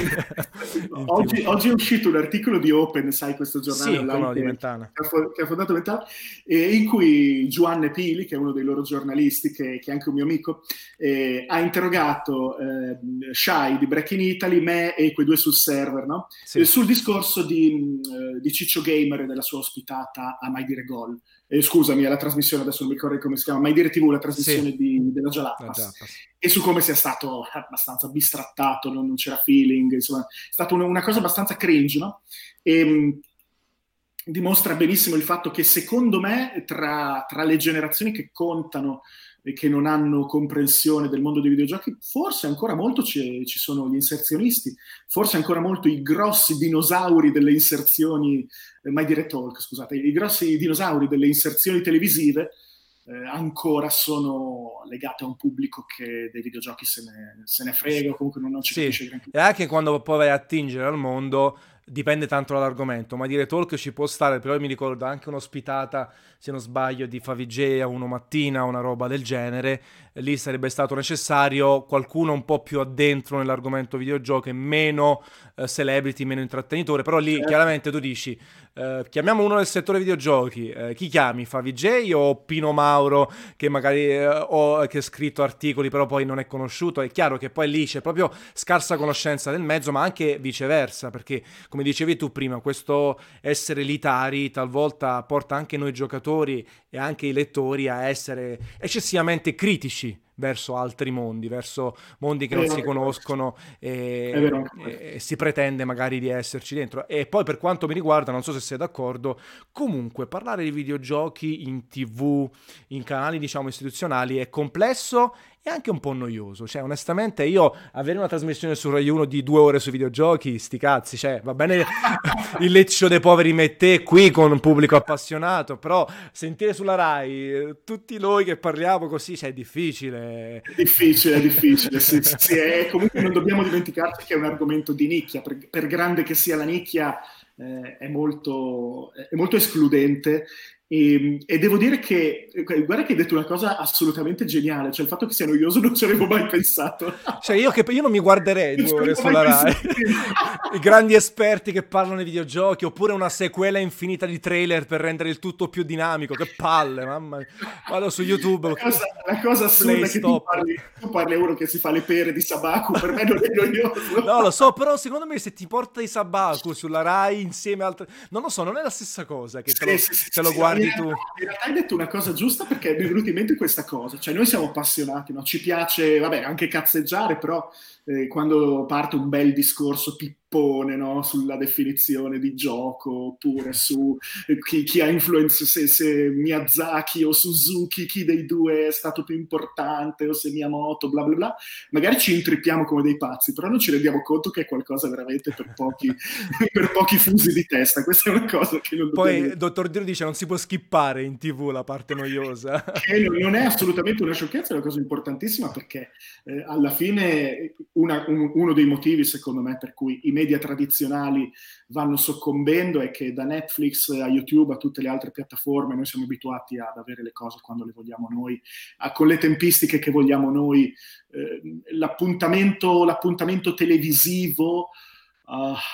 oggi, oggi è uscito un articolo di Open, sai, questo giornale sì, online che, che, che ha fondato Mentana, e in cui Giovanni Pili, che è uno dei loro giornalisti, che, che è anche un mio amico, eh, ha interrogato eh, Shai di Break in Italy, me e quei due sul server, no? Sì. Eh, sul discorso di, uh, di Ciccio Gamer e della sua ospitata a Mai Dire Gol. Eh, scusami, alla trasmissione, adesso non mi ricordo come si chiama, Mai Dire T V, la trasmissione sì. di, della Jalapas. E su come sia stato abbastanza bistrattato, non, non c'era feeling, insomma, è stata una, una cosa abbastanza cringe, no? E mh, dimostra benissimo il fatto che secondo me tra, tra le generazioni che contano e che non hanno comprensione del mondo dei videogiochi, forse ancora molto ci, ci sono gli inserzionisti, forse ancora molto i grossi dinosauri delle inserzioni, eh, Mai Dire Talk, scusate, i grossi dinosauri delle inserzioni televisive eh, ancora sono legate a un pubblico che dei videogiochi se ne, se ne frega, o comunque non, non ci sì. capisce granché. E anche quando poi vai a attingere al mondo dipende tanto dall'argomento. Mai Dire Talk ci può stare, però mi ricordo anche un'ospitata, se non sbaglio, di Favij a Uno Mattina, una roba del genere. Lì sarebbe stato necessario qualcuno un po' più addentro nell'argomento videogiochi e meno eh, celebrity, meno intrattenitore, però lì certo. Chiaramente tu dici eh, chiamiamo uno del settore videogiochi, eh, chi chiami? Favij o Pino Mauro che magari eh, o che ha scritto articoli però poi non è conosciuto? È chiaro che poi lì c'è proprio scarsa conoscenza del mezzo, ma anche viceversa, perché come dicevi tu prima, questo essere elitari talvolta porta anche noi giocatori e anche i lettori a essere eccessivamente critici verso altri mondi, verso mondi che non si conoscono e, e, e si pretende magari di esserci dentro. E poi per quanto mi riguarda, non so se sei d'accordo, comunque parlare di videogiochi in tivù, in canali diciamo istituzionali è complesso e anche un po' noioso, cioè onestamente io avere una trasmissione su Rai uno di due ore sui videogiochi, sti cazzi, cioè va bene il leccio dei poveri me e te qui con un pubblico appassionato, però sentire sulla Rai eh, tutti noi che parliamo così, cioè è difficile. È difficile, è difficile, sì, sì, sì, è, comunque non dobbiamo dimenticarci che è un argomento di nicchia, per, per grande che sia la nicchia eh, è, molto, è molto escludente. E, e devo dire che, guarda che hai detto una cosa assolutamente geniale, cioè il fatto che sia noioso non ci avevo mai pensato. Cioè io, che, io non mi guarderei due ore sulla Rai. I grandi esperti che parlano di videogiochi, oppure una sequela infinita di trailer per rendere il tutto più dinamico, che palle, mamma mia. Vado su YouTube. La cosa, la cosa assurda è che tu parli, tu parli a uno che si fa le pere di Sabaku, per me non è noioso. No, lo so, però secondo me se ti porta i Sabaku sulla Rai insieme a altre... Non lo so, non è la stessa cosa che te lo, sì, sì, te lo sì, guardi. In realtà, in realtà hai detto una cosa giusta, perché mi è venuta in mente questa cosa, cioè noi siamo appassionati, no? Ci piace, vabbè, anche cazzeggiare, però eh, quando parte un bel discorso pippone, no? Sulla definizione di gioco, oppure su eh, chi, chi ha influenza, se, se Miyazaki o Suzuki, chi dei due è stato più importante, o se Miyamoto, bla bla bla, magari ci intrippiamo come dei pazzi, però non ci rendiamo conto che è qualcosa veramente per pochi, per pochi fusi di testa. Questa è una cosa che non Poi dobbiamo... il dottor Dio dice non si può skippare in tivù la parte noiosa. Che non è assolutamente una sciocchezza, è una cosa importantissima, perché eh, alla fine una, un, uno dei motivi secondo me per cui i media tradizionali vanno soccombendo è che da Netflix a YouTube a tutte le altre piattaforme noi siamo abituati ad avere le cose quando le vogliamo noi, a, con le tempistiche che vogliamo noi, eh, l'appuntamento, l'appuntamento televisivo uh,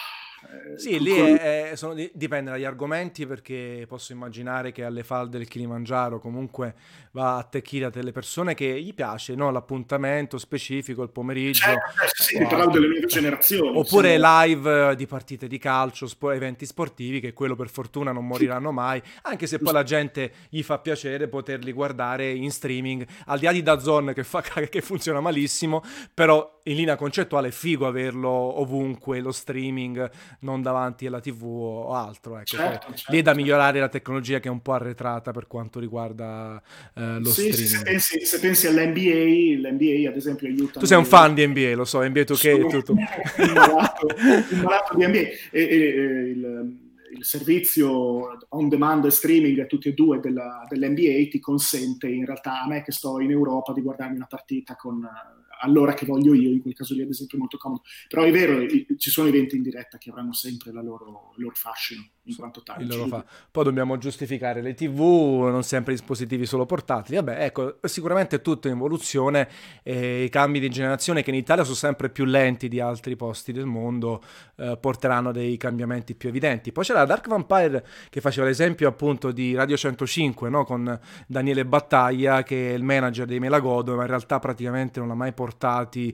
Eh, Sì, con- lì con- è- è- sono- di- dipende dagli argomenti, perché posso immaginare che alle falde del Kilimangiaro comunque va a attecchire a delle persone che gli piace, no? L'appuntamento specifico, il pomeriggio Certo, certo, sì, o ti parlavo altro. delle nuove generazioni. Oppure Siamo... live eh, di partite di calcio, spo- eventi sportivi, che quello per fortuna non moriranno mai, anche se poi la gente gli fa piacere poterli guardare in streaming, al di là di DAZN che, fa, che funziona malissimo, però in linea concettuale è figo averlo ovunque, lo streaming, non davanti alla tivù o altro. Ecco. Poi, Certo, lì è da certo, certo. migliorare la tecnologia, che è un po' arretrata per quanto riguarda eh, lo Sì, sì, se streaming. pensi, se pensi all'N B A, l'N B A ad esempio aiuta Tu sei un nelle... fan di N B A, lo so, N B A due K e Sono tutto. un malato, un malato di N B A. E, e- e il, il servizio on demand e streaming, tutti e due della, dell'N B A, ti consente in realtà, a me che sto in Europa, di guardarmi una partita con, eh, all'ora che voglio io. In quel caso lì ad esempio è molto comodo. Però è vero, i- ci sono eventi in diretta che avranno sempre la loro, il loro fascino in quanto tali. Il c'è loro fa. dubbio. Poi dobbiamo giustificare le tivù, non sempre dispositivi solo portatili. Vabbè, ecco, sicuramente è tutto in evoluzione, e i cambi di generazione, che in Italia sono sempre più lenti di altri posti del mondo, eh, porteranno dei cambiamenti più evidenti. Poi c'era Dark Vampire che faceva l'esempio appunto di Radio centocinque, no? Con Daniele Battaglia, che è il manager dei Melagodo, ma in realtà praticamente non l'ha mai portati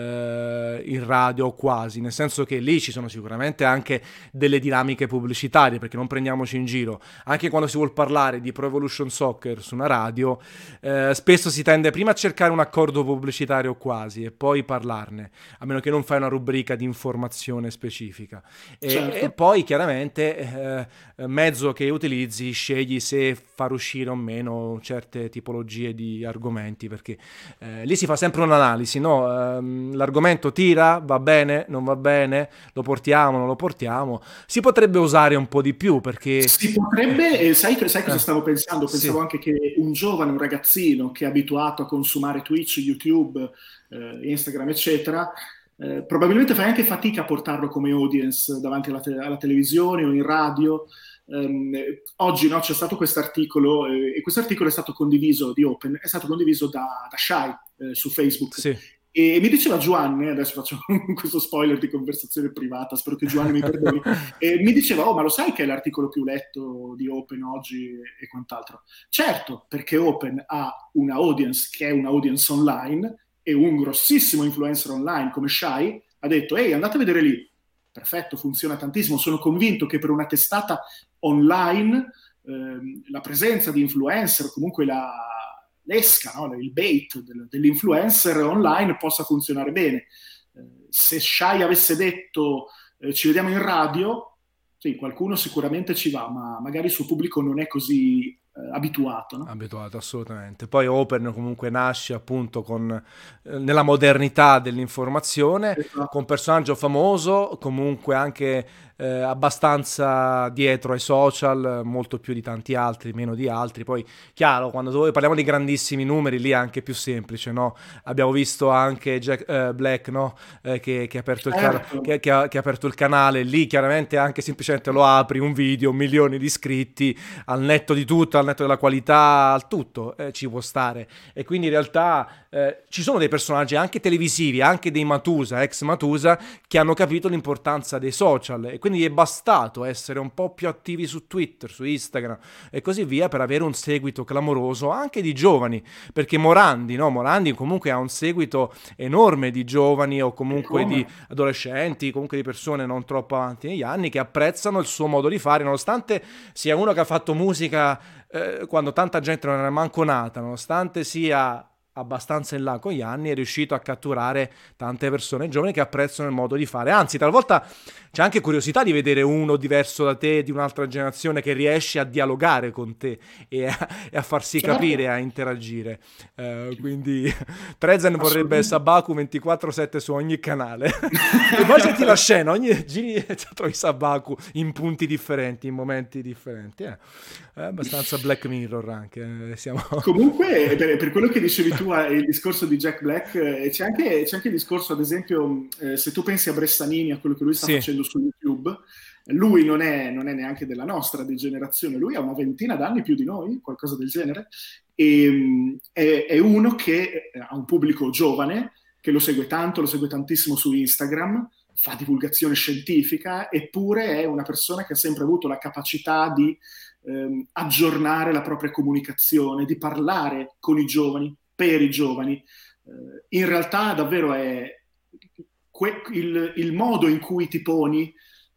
eh, in radio o quasi, nel senso che lì ci sono sicuramente anche delle dinamiche pubblicitarie, perché non prendiamoci in giro, anche quando si vuol parlare di Pro Evolution Soccer su una radio, eh, spesso si tende prima a cercare un accordo pubblicitario quasi e poi parlarne, a meno che non fai una rubrica di informazione specifica. E, e Certo. poi chiaramente eh, mezzo che utilizzi, scegli se far uscire o meno certe tipologie di argomenti, perché eh, lì si fa sempre un'analisi, no? Ehm, l'argomento tira, va bene, non va bene, lo portiamo, non lo portiamo. Si potrebbe usare un po' di più, perché... Si potrebbe, e sai, sai cosa Eh, stavo pensando? sì, Pensavo anche che un giovane, un ragazzino che è abituato a consumare Twitch, YouTube, eh, Instagram, eccetera, eh, probabilmente fai anche fatica a portarlo come audience davanti alla, te- alla televisione o in radio. Um, oggi no, c'è stato questo articolo eh, e questo articolo è stato condiviso di Open, è stato condiviso da, da Shai eh, su Facebook. sì. E mi diceva Giovanni, adesso faccio questo spoiler di conversazione privata, spero che Giovanni mi perdoni, e mi diceva, oh, ma lo sai che è l'articolo più letto di Open oggi e, e quant'altro? Certo, perché Open ha una audience che è una audience online, e un grossissimo influencer online come Shai ha detto, ehi, andate a vedere lì. Perfetto, funziona tantissimo. Sono convinto che per una testata online ehm, la presenza di influencer, comunque la l'esca, no? Il bait del, dell'influencer online possa funzionare bene. Eh, se Shai avesse detto eh, ci vediamo in radio, sì, qualcuno sicuramente ci va, ma magari il suo pubblico non è così eh, abituato, no? Abituato, assolutamente. Poi Open comunque nasce appunto con, eh, nella modernità dell'informazione, Esatto. con personaggio famoso, comunque anche eh, abbastanza dietro ai social, molto più di tanti altri, meno di altri. Poi, chiaro, quando noi parliamo di grandissimi numeri, lì è anche più semplice, no? Abbiamo visto anche Jack eh, Black, no? Eh, che, che ha aperto il can- Certo. che, che ha, che ha aperto il canale, lì chiaramente anche semplicemente lo apri, un video, milioni di iscritti, al netto di tutto, al netto della qualità, al tutto, eh, ci può stare. E quindi in realtà eh, ci sono dei personaggi anche televisivi, anche dei Matusa, ex Matusa, che hanno capito l'importanza dei social, e quindi è bastato essere un po' più attivi su Twitter, su Instagram e così via, per avere un seguito clamoroso anche di giovani, perché Morandi, no? Morandi comunque ha un seguito enorme di giovani, o E comunque di come? adolescenti, comunque di persone non troppo avanti negli anni, che apprezzano il suo modo di fare, nonostante sia uno che ha fatto musica eh, quando tanta gente non era manco nata, nonostante sia abbastanza in là con gli anni, è riuscito a catturare tante persone giovani che apprezzano il modo di fare. Anzi, talvolta c'è anche curiosità di vedere uno diverso da te, di un'altra generazione, che riesce a dialogare con te e a, e a farsi Certo. capire, a interagire. Eh, quindi Trezen vorrebbe Assolutamente. Sabaku ventiquattro sette su ogni canale. Immaginati la scena, ogni giri trovi Sabaku in punti differenti, in momenti differenti. Eh. È abbastanza Black Mirror anche. eh, Siamo... Comunque, per, per quello che dicevi tu, eh, il discorso di Jack Black, eh, c'è anche, c'è anche il discorso, ad esempio, eh, se tu pensi a Bressanini, a quello che lui sta Sì, facendo su YouTube, lui non è, non è neanche della nostra di generazione, lui ha una ventina d'anni più di noi, qualcosa del genere, e mh, è, è uno che ha un pubblico giovane, che lo segue tanto, lo segue tantissimo su Instagram, fa divulgazione scientifica, eppure è una persona che ha sempre avuto la capacità di ehm, aggiornare la propria comunicazione, di parlare con i giovani, per i giovani. Eh, in realtà davvero è que- il, il modo in cui ti poni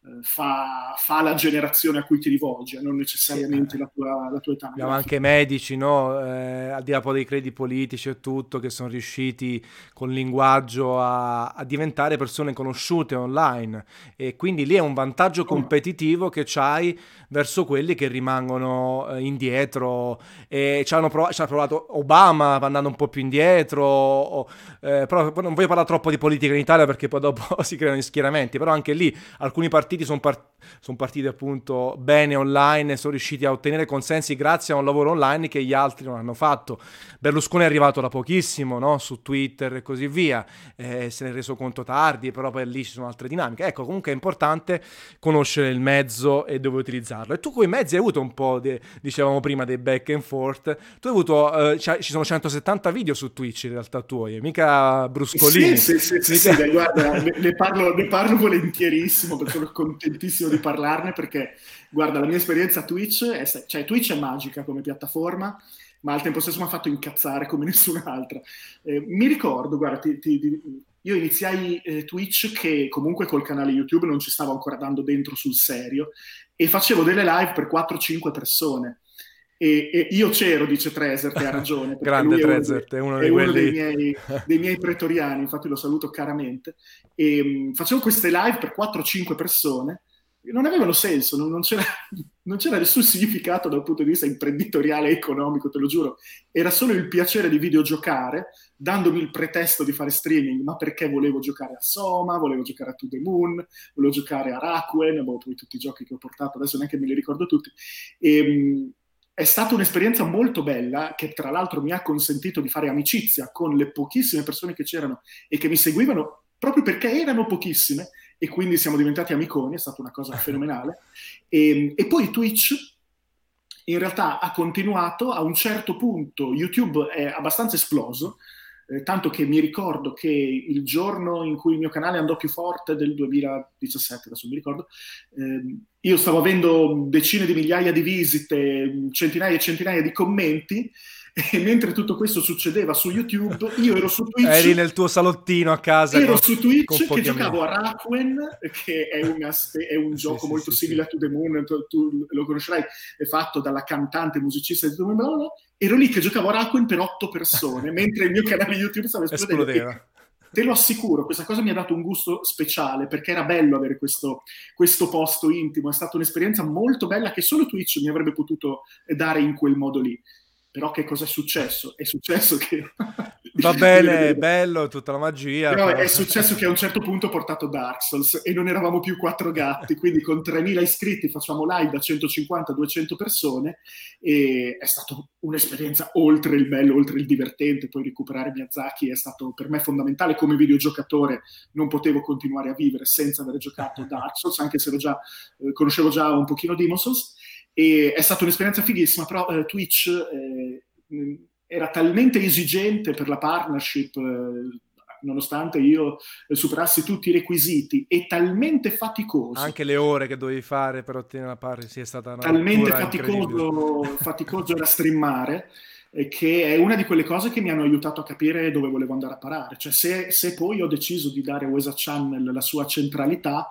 Fa, fa la generazione a cui ti rivolgi, non necessariamente la tua, la tua età. Abbiamo anche medici, no? Eh, al di là poi dei credi politici e tutto, che sono riusciti con il linguaggio a, a diventare persone conosciute online, e quindi lì è un vantaggio competitivo che c'hai verso quelli che rimangono eh, indietro. E ci hanno prov- ci ha provato Obama andando un po' più indietro, o, eh, però non voglio parlare troppo di politica in Italia perché poi dopo si creano gli schieramenti, però anche lì alcuni partiti sono part- son partiti appunto bene online e sono riusciti a ottenere consensi grazie a un lavoro online che gli altri non hanno fatto. Berlusconi è arrivato da pochissimo, no? Su Twitter e così via, eh, se ne è reso conto tardi, però poi lì ci sono altre dinamiche. Ecco, comunque è importante conoscere il mezzo e dove utilizzarlo. E tu con i mezzi hai avuto un po', de, dicevamo prima, dei back and forth. Tu hai avuto, eh, ci sono centosettanta video su Twitch in realtà tuoi, mica bruscolini. Sì, sì, sì, sì, sì, guarda, ne, ne, parlo, ne parlo volentierissimo, perché sono contentissimo di parlarne, perché guarda, la mia esperienza Twitch è, cioè Twitch è magica come piattaforma, ma al tempo stesso mi ha fatto incazzare come nessun'altra. Eh, mi ricordo, guarda, ti, ti, ti, io iniziai eh, Twitch che comunque col canale YouTube non ci stavo ancora dando dentro sul serio, e facevo delle live per quattro cinque persone. E, e io c'ero, dice Treser, che ha ragione. Grande Treser, è uno, è di uno quelli... dei, miei, dei miei pretoriani, infatti lo saluto caramente. E um, facevo queste live per quattro cinque persone, non avevano senso, non, non, c'era, non c'era nessun significato dal punto di vista imprenditoriale e economico, te lo giuro. Era solo il piacere di videogiocare, dandomi il pretesto di fare streaming, ma perché volevo giocare a Soma, volevo giocare a To The Moon, volevo giocare a Rakuen, boh, poi tutti i giochi che ho portato, adesso neanche me li ricordo tutti. E, um, è stata un'esperienza molto bella, che tra l'altro mi ha consentito di fare amicizia con le pochissime persone che c'erano e che mi seguivano proprio perché erano pochissime, e quindi siamo diventati amiconi, è stata una cosa fenomenale. E, e poi Twitch in realtà ha continuato, a un certo punto YouTube è abbastanza esploso, eh, tanto che mi ricordo che il giorno in cui il mio canale andò più forte, del duemiladiciassette, adesso mi ricordo, eh, io stavo avendo decine di migliaia di visite, centinaia e centinaia di commenti, e mentre tutto questo succedeva su YouTube, io ero su Twitch. Eri nel tuo salottino a casa. Ero con, su Twitch con che giocavo a Rakuen, che è, una, è un gioco sì, molto sì, simile sì. a To The Moon, tu, tu lo conoscerai, è fatto dalla cantante musicista di To The Moon. Ero lì che giocavo a Rakuen per otto persone, mentre il mio canale YouTube stava esplodendo. Esplodeva. Te lo assicuro, questa cosa mi ha dato un gusto speciale, perché era bello avere questo, questo posto intimo, è stata un'esperienza molto bella che solo Twitch mi avrebbe potuto dare in quel modo lì. Però che cosa è successo? È successo che... Va bene, è bello, tutta la magia. Però, però è successo che a un certo punto ho portato Dark Souls e non eravamo più quattro gatti, quindi con tremila iscritti facciamo live da centocinquanta a duecento persone, e è stata un'esperienza oltre il bello, oltre il divertente. Poi recuperare Miyazaki è stato per me fondamentale. Come videogiocatore non potevo continuare a vivere senza aver giocato Dark Souls, anche se già, eh, conoscevo già un pochino Demon's Souls. E è stata un'esperienza fighissima, però eh, Twitch eh, era talmente esigente per la partnership, eh, nonostante io eh, superassi tutti i requisiti, e talmente faticoso. Anche le ore che dovevi fare per ottenere la partnership, sì, è stata una talmente faticoso, faticoso era streamare, eh, che è una di quelle cose che mi hanno aiutato a capire dove volevo andare a parare. Cioè, se, se poi ho deciso di dare a Wesa Channel la sua centralità,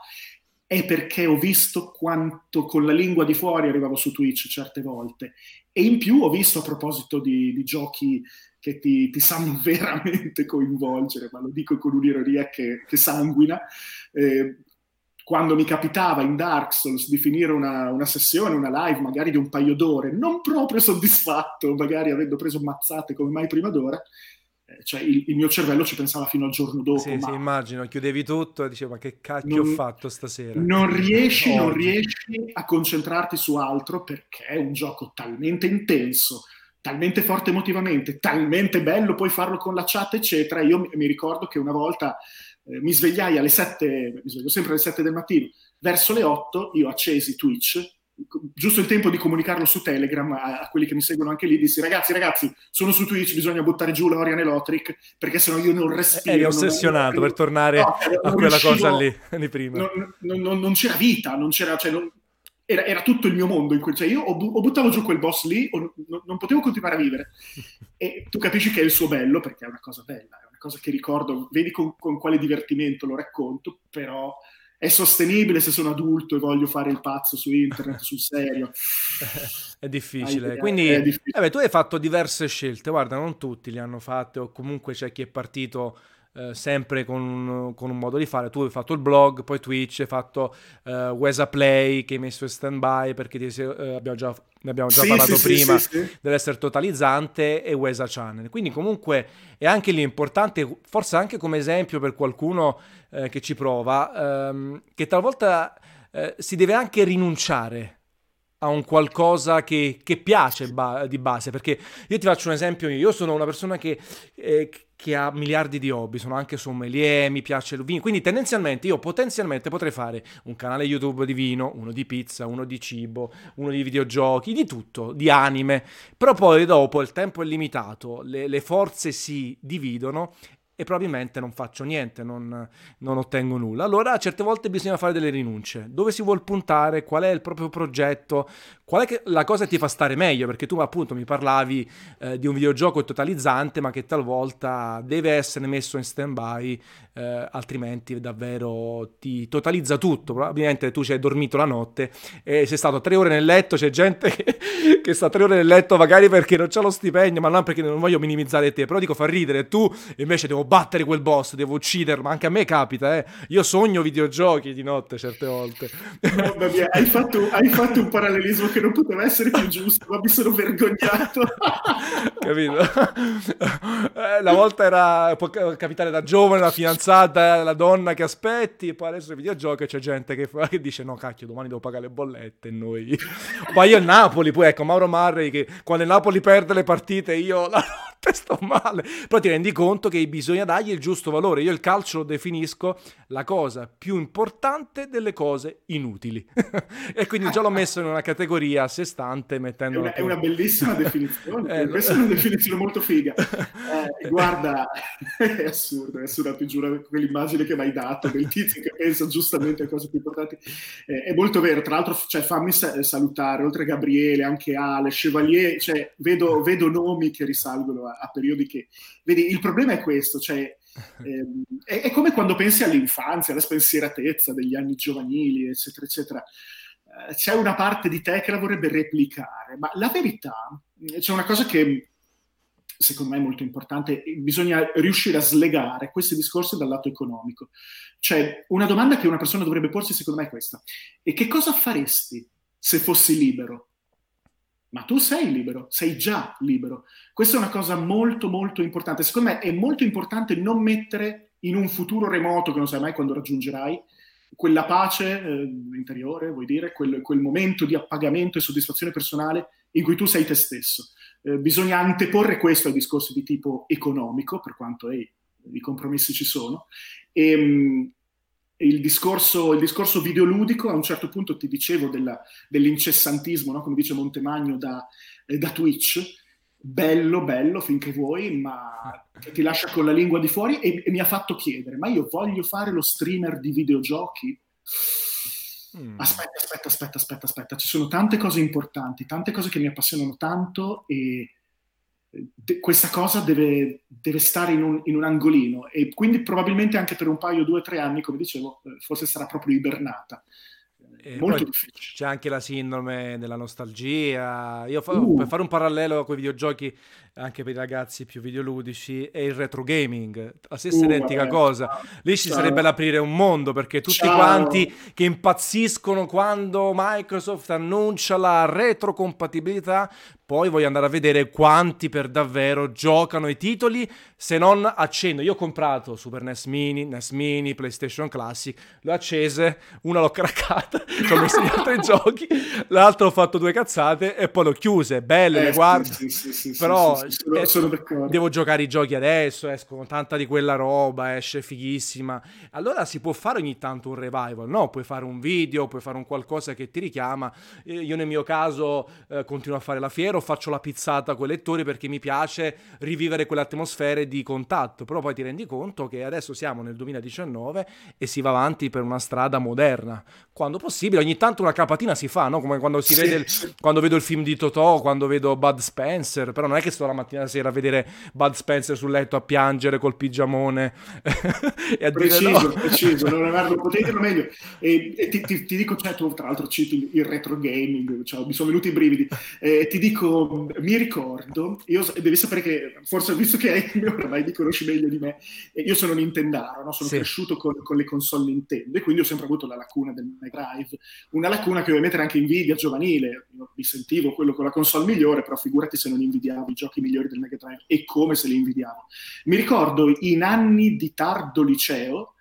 è perché ho visto quanto con la lingua di fuori arrivavo su Twitch certe volte, e in più ho visto, a proposito di, di giochi che ti, ti sanno veramente coinvolgere, ma lo dico con un'ironia che, che sanguina, eh, quando mi capitava in Dark Souls di finire una, una sessione, una live magari di un paio d'ore, non proprio soddisfatto, magari avendo preso mazzate come mai prima d'ora, cioè il, il mio cervello ci pensava fino al giorno dopo. Sì, ma sì, immagino, chiudevi tutto e dicevo, ma che cacchio non, ho fatto stasera? Non riesci, Oggi. non riesci a concentrarti su altro, perché è un gioco talmente intenso, talmente forte emotivamente, talmente bello poi farlo con la chat, eccetera. Io mi, mi ricordo che una volta eh, mi svegliai alle sette, mi sveglio sempre alle sette del mattino, verso le otto io accesi Twitch, giusto il tempo di comunicarlo su Telegram a, a quelli che mi seguono anche lì, dissi ragazzi, ragazzi, sono su Twitch, bisogna buttare giù Lorian e Lothric, perché sennò io non respiro. Eri ossessionato non... per tornare no, a quella riuscivo, cosa lì di prima. Non, non, non, non c'era vita, non c'era... Cioè, non, Era, era tutto il mio mondo in quel, cioè io o, bu- o buttavo giù quel boss lì o n- non potevo continuare a vivere. E tu capisci che è il suo bello, perché è una cosa bella, è una cosa che ricordo, vedi con, con quale divertimento lo racconto, però è sostenibile se sono adulto e voglio fare il pazzo su internet, sul serio. È difficile. Quindi è difficile. Eh beh, tu hai fatto diverse scelte, guarda, non tutti le hanno fatte, o comunque c'è chi è partito Uh, sempre con un, con un modo di fare. Tu hai fatto il blog, poi Twitch, hai fatto uh, Wesa Play che hai messo in stand by perché ti sei, uh, abbiamo già, ne abbiamo già sì, parlato sì, prima sì, sì, sì. dell'essere totalizzante, e Wesa Channel. Quindi comunque è anche lì importante, forse anche come esempio per qualcuno uh, che ci prova, um, che talvolta uh, si deve anche rinunciare a un qualcosa che, che piace ba- di base, perché io ti faccio un esempio, io sono una persona che, eh, che ha miliardi di hobby, sono anche sommelier, mi piace il vino, quindi tendenzialmente io potenzialmente potrei fare un canale YouTube di vino, uno di pizza, uno di cibo, uno di videogiochi, di tutto, di anime, però poi dopo il tempo è limitato, le, le forze si dividono e probabilmente non faccio niente, non, non ottengo nulla. Allora certe volte bisogna fare delle rinunce. Dove si vuol puntare? Qual è il proprio progetto? Qual è che la cosa che ti fa stare meglio? Perché tu appunto mi parlavi eh, di un videogioco totalizzante, ma che talvolta deve essere messo in stand-by, eh, altrimenti davvero ti totalizza tutto. Probabilmente tu ci hai dormito la notte e sei stato tre ore nel letto, c'è gente che, che sta tre ore nel letto magari perché non c'ha lo stipendio, ma non perché non voglio minimizzare te, però dico fa ridere, tu invece devo battere quel boss, devo ucciderlo, ma anche a me capita, eh. Io sogno videogiochi di notte certe volte. Mamma mia, hai fatto, hai fatto un parallelismo che non poteva essere più giusto, ma mi sono vergognato. Capito? Eh, la volta era, può capitare da giovane, la fidanzata, la donna che aspetti, e poi adesso i videogiochi c'è gente che, fa, che dice no cacchio, domani devo pagare le bollette e noi... Poi io il Napoli, poi ecco Mauro Marri che quando il Napoli perde le partite io la notte sto male, però ti rendi conto che bisogna dargli il giusto valore. Io il calcio lo definisco la cosa più importante delle cose inutili e quindi già l'ho messo in una categoria a sé stante, mettendo è una, è una bellissima definizione. Eh, questa è una definizione molto figa. Eh, guarda, è assurdo, è assurdo, ti giuro, quell'immagine che mi hai dato del tizio che pensa giustamente a cose più importanti eh, è molto vero. Tra l'altro, cioè, fammi sa- salutare oltre a Gabriele anche Ale, Chevalier, cioè vedo, vedo nomi che risalgono a, a periodi che vedi, il problema è questo, cioè ehm, è, è come quando pensi all'infanzia, alla spensieratezza degli anni giovanili, eccetera eccetera. Eh, c'è una parte di te che la vorrebbe replicare, ma la verità, c'è una cosa che secondo me è molto importante, bisogna riuscire a slegare questi discorsi dal lato economico. Cioè, una domanda che una persona dovrebbe porsi secondo me è questa: e che cosa faresti se fossi libero? Ma tu sei libero, sei già libero. Questa è una cosa molto molto importante. Secondo me è molto importante non mettere in un futuro remoto, che non sai mai quando raggiungerai, quella pace eh, interiore, vuoi dire, quel, quel momento di appagamento e soddisfazione personale in cui tu sei te stesso. Eh, bisogna anteporre questo ai discorsi di tipo economico, per quanto eh, i compromessi ci sono, e mh, il discorso, il discorso videoludico, a un certo punto ti dicevo della, dell'incessantismo, no? Come dice Montemagno da, eh, da Twitch, bello, bello finché vuoi, ma che ti lascia con la lingua di fuori, e, e mi ha fatto chiedere, ma io voglio fare lo streamer di videogiochi? Mm. Aspetta, aspetta, aspetta, aspetta, aspetta, ci sono tante cose importanti, tante cose che mi appassionano tanto, e de- questa cosa deve, deve stare in un, in un angolino, e quindi probabilmente anche per un paio, due, tre anni, come dicevo, forse sarà proprio ibernata. E molto difficile. C'è anche la sindrome della nostalgia. Io fa- uh. per fare un parallelo con i videogiochi, anche per i ragazzi più videoludici, è il retro gaming, la stessa uh, identica vabbè, cosa. Ciao. Lì ci ciao. Sarebbe l'aprire un mondo, perché tutti ciao. Quanti che impazziscono quando Microsoft annuncia la retrocompatibilità, poi voglio andare a vedere quanti per davvero giocano i titoli, se non accendo. Io ho comprato Super N E S Mini, N E S Mini, PlayStation Classic, l'ho accese, una l'ho craccata, ho messo gli altri giochi, l'altro ho fatto due cazzate e poi l'ho chiuse, belle, eh, le guardo, sì, sì, sì, però sono, eh, sono d'accordo. Devo giocare i giochi adesso, escono tanta di quella roba, esce fighissima. Allora si può fare ogni tanto un revival, no? Puoi fare un video, puoi fare un qualcosa che ti richiama. Eh, Io nel mio caso eh, continuo a fare la fiera, o faccio la pizzata con i lettori perché mi piace rivivere quelle atmosfere di contatto, però poi ti rendi conto che adesso siamo nel duemiladiciannove e si va avanti per una strada moderna. Quando possibile, ogni tanto una capatina si fa, no? Come quando si Sì, vede il- sì. quando vedo il film di Totò, quando vedo Bud Spencer, però non è che sto la mattina e la sera a vedere Bud Spencer sul letto a piangere col pigiamone e a dire no. Preciso, preciso, non Leonardo, potevi dirlo meglio. E, e ti, ti- ti dico, cioè, tu tra l'altro citi il, il retro gaming, cioè, mi sono venuti i brividi. Eh, ti dico, mi ricordo, io, devi sapere che, forse visto che hai, ormai mi conosci meglio di me, eh, io sono nintendaro, no? Sono Sì. cresciuto con, con le console Nintendo e quindi ho sempre avuto la lacuna del Mega Drive, una lacuna che ovviamente era anche invidia giovanile. Io mi sentivo quello con la console migliore, però figurati se non invidiavo i giochi migliori del Mega Drive e come se li invidiavo. Mi ricordo in anni di tardo liceo,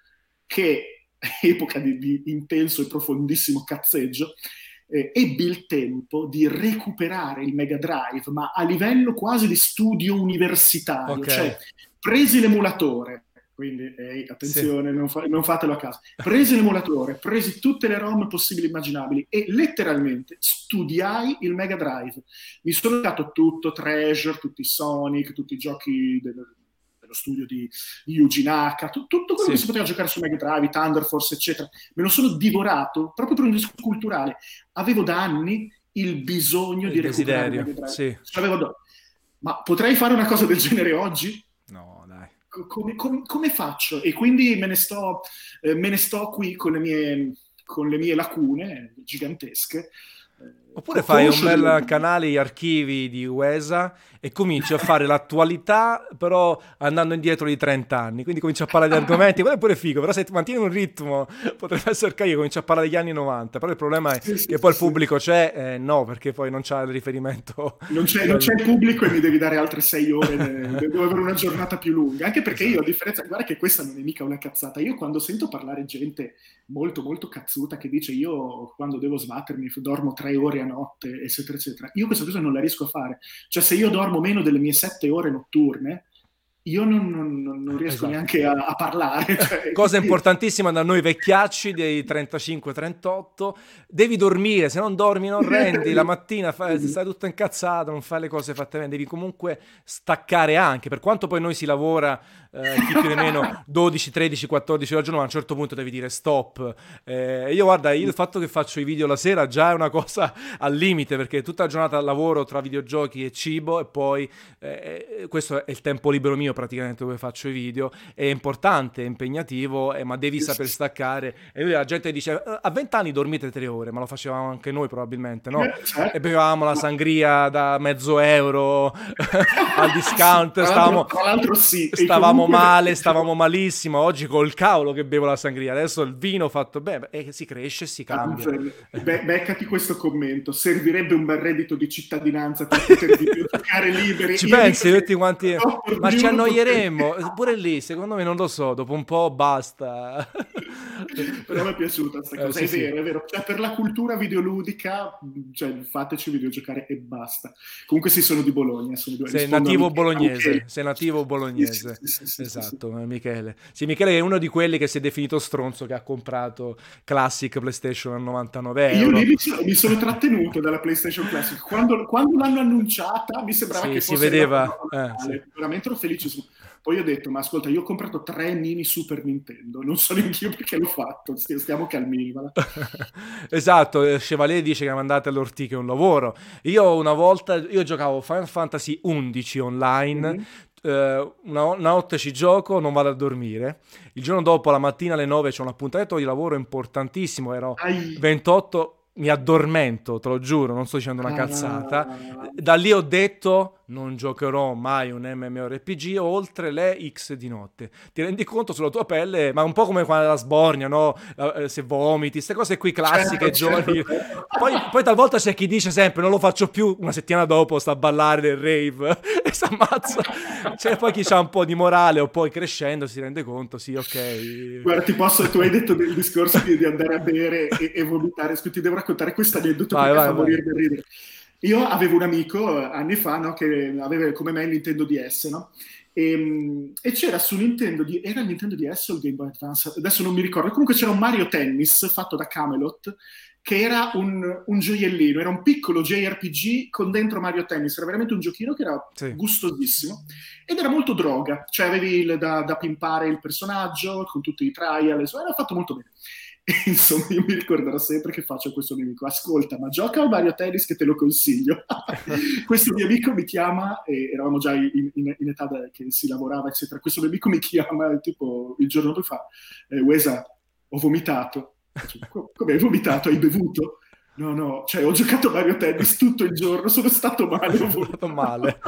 che epoca di, di intenso e profondissimo cazzeggio, eh, ebbi il tempo di recuperare il Mega Drive, ma a livello quasi di studio universitario, Ok. cioè presi l'emulatore, quindi ehi, attenzione, non, fa- non fatelo a casa, presi l'emulatore, presi tutte le ROM possibili e immaginabili e letteralmente studiai il Mega Drive. Mi sono dato tutto, Treasure, tutti i Sonic, tutti i giochi del, dello studio di, di Yuji Naka, tu- tutto quello Sì. che si poteva giocare su Mega Drive, Thunder Force, eccetera. Me lo sono divorato proprio per un discorso culturale. Avevo da anni il bisogno Il di recuperare il desiderio, Mega Drive. sì. Ce l'avevo da- Ma potrei fare una cosa del genere oggi? No, dai. Co- Come, come- come faccio? E quindi me ne sto, eh, me ne sto qui con le mie, con le mie lacune gigantesche. Eh, Oppure co- fai un conosco bel delle- canale archivi di U E S A e cominci a fare l'attualità, però andando indietro di trenta anni. Quindi cominci a parlare di argomenti, quello è pure figo, però se ti mantieni un ritmo potrebbe essere carino, cominci a parlare degli anni novanta, però il problema è Sì, sì, che sì, poi il sì. pubblico c'è, eh, no, perché poi non c'ha il riferimento. Non c'è, non c'è il pubblico e mi devi dare altre sei ore, ne- devo avere una giornata più lunga, anche perché io a differenza, guarda che questa non è mica una cazzata, io quando sento parlare gente molto molto cazzuta che dice io quando devo sbattermi dormo tre ore a notte, eccetera eccetera, io questa cosa non la riesco a fare, cioè se io dormo meno delle mie sette ore notturne, io non, non- non- non riesco Esatto. neanche a, a parlare. Cioè, Cosa quindi- importantissima da noi vecchiacci dei trentacinque trentotto, devi dormire, se non dormi non rendi, la mattina fai, stai tutto incazzato, non fai le cose fatte bene, devi comunque staccare anche, per quanto poi noi si lavora, eh, chi più ne meno, dodici, tredici, quattordici ore al giorno, ma a un certo punto devi dire stop. Eh, io guarda, io il fatto che faccio i video la sera già è una cosa al limite, perché tutta la giornata lavoro tra videogiochi e cibo e poi eh, questo è il tempo libero mio praticamente dove faccio i video, è importante, è impegnativo, eh, ma devi saper staccare. E lui, la gente dice "Eh, a venti anni dormite tre ore", ma lo facevamo anche noi probabilmente, no? Eh, certo. E bevevamo la sangria da mezzo euro al discount, Tra l'altro- stavamo, tra l'altro sì, e stavamo comunque- male, stavamo malissimo. Oggi col cavolo che bevo la sangria, adesso il vino fatto bene, e si cresce e si cambia. Be- beccati questo commento, servirebbe un bel reddito di cittadinanza per poter giocare liberi. Ci Io pensi dico tutti che- quanti? no, per Ma ci ognuno annoieremmo potrebbe- pure lì, secondo me non lo so, dopo un po' basta. Però mi è piaciuta questa Eh, cosa, sì, è sì. vero, è vero. Cioè, per la cultura videoludica, cioè, fateci videogiocare e basta. Comunque sì, sono di Bologna. Sono di... Sei rispondo a nativo Michele- bolognese, a Michele. sei nativo bolognese. Sì, sì, sì, sì, sì, Esatto, eh, Michele. Sì, Michele è uno di quelli che si è definito stronzo, che ha comprato Classic PlayStation a novantanove E io euro. lì mi sono, mi sono trattenuto dalla PlayStation Classic. Quando, quando l'hanno annunciata mi sembrava Sì, che si fosse vedeva, arrivato eh, Natale. Veramente ero felicissimo. Poi ho detto, ma ascolta, io ho comprato tre mini Super Nintendo, non so neanche io perché l'ho fatto, sti- stiamo calmini. va là. Esatto, eh, Chevalier dice che mandate all'orti che è un lavoro. Io una volta, io giocavo Final Fantasy undici online, Mhm. eh, una, una notte ci gioco, non vado a dormire. Il giorno dopo, la mattina alle nove, c'è un appuntamento di lavoro importantissimo, ero Ai. ventotto, mi addormento, te lo giuro, non sto dicendo una Ah. cazzata. Da lì ho detto non giocherò mai un MMORPG oltre le X di notte. Ti rendi conto sulla tua pelle, ma un po' come quando la sbornia, no? Eh, se vomiti, queste cose qui classiche, Certo, giovani. certo, certo. Poi, poi talvolta c'è chi dice sempre non lo faccio più, una settimana dopo sta a ballare del rave e si ammazza. C'è poi chi ha un po' di morale o poi crescendo si rende conto, sì, ok. Guarda, ti posso, tu hai detto del discorso di, di andare a bere e, e vomitare, scusi, ti devo raccontare questo aneddoto Vai, perché vai, fa vai. morire da ridere. io avevo un amico eh, anni fa, no, che aveva come me il Nintendo D S, no? E, e c'era su Nintendo, di, era il Nintendo D S o il Game Boy Advance? Adesso non mi ricordo. Comunque c'era un Mario Tennis fatto da Camelot, che era un, un gioiellino, era un piccolo J R P G con dentro Mario Tennis. Era veramente un giochino che era Sì. gustosissimo ed era molto droga, cioè avevi il, da, da pimpare il personaggio con tutti i trial, insomma, era fatto molto bene. E, insomma, io mi ricorderò sempre che faccio a questo mio amico: ascolta, ma gioca a Mario Tennis che te lo consiglio. Questo mio amico mi chiama, e eravamo già in, in, in età da, che si lavorava, eccetera. Questo mio amico mi chiama, tipo, il giorno dopo fa: eh, Wesa, ho vomitato. Faccio, come hai vomitato? Hai bevuto? No, no, cioè ho giocato a Mario Tennis tutto il giorno, sono stato male, ho È stato vomitato. male.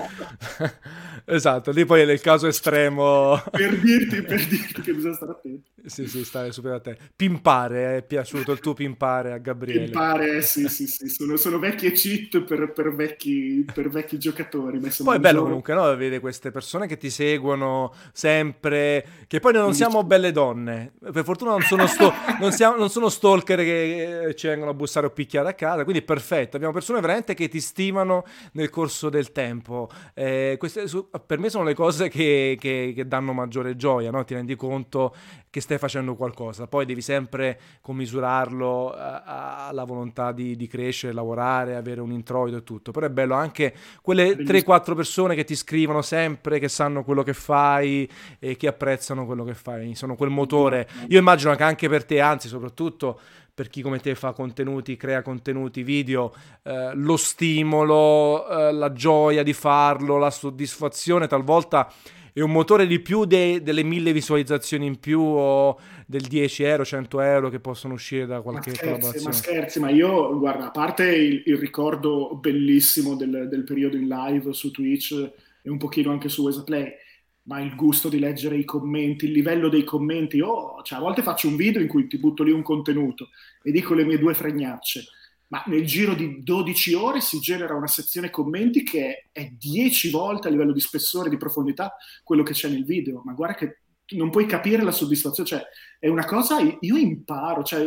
Esatto, lì poi è il caso estremo. Per dirti, per dirti che bisogna stare attenti. Sì, sì, stai super a te. Pimpare, è piaciuto il tuo pimpare a Mi Gabriele. pare, sì, sì, sì, sono, sono vecchie cheat per, per vecchi, per vecchi giocatori. Ma insomma, Poi è un bello giorno... comunque, no? Vedere queste persone che ti seguono sempre, che poi noi non siamo Bellissimo. belle donne. Per fortuna non sono, sto- non siamo- non sono stalker che eh, ci vengono a bussare o picchiare a casa, quindi è perfetto. Abbiamo persone veramente che ti stimano nel corso del tempo. Eh, queste su- per me sono le cose che, che- che danno maggiore gioia, no? Ti rendi conto che stai facendo qualcosa. Poi devi sempre commisurarlo a- a- alla volontà di, di crescere, lavorare, avere un introito e tutto. Però è bello anche quelle Bellissimo. tre quattro persone che ti scrivono sempre, che sanno quello che fai e che apprezzano quello che fai. Sono quel motore. Io immagino che anche per te, anzi, soprattutto per chi come te fa contenuti, crea contenuti video, eh, lo stimolo, eh, la gioia di farlo, la soddisfazione talvolta è un motore di più de- delle mille visualizzazioni in più o del dieci euro, cento euro che possono uscire da Ma qualche scherzi, ma collaborazione. scherzi, ma io, guarda, a parte il, il ricordo bellissimo del, del periodo in live su Twitch e un pochino anche su Wesaplay, ma il gusto di leggere i commenti, il livello dei commenti, io, cioè, a volte faccio un video in cui ti butto lì un contenuto e dico le mie due fregnacce, ma nel giro di dodici ore si genera una sezione commenti che è, è dieci volte a livello di spessore, di profondità, quello che c'è nel video. Ma guarda che non puoi capire la soddisfazione, cioè è una cosa, io imparo, cioè,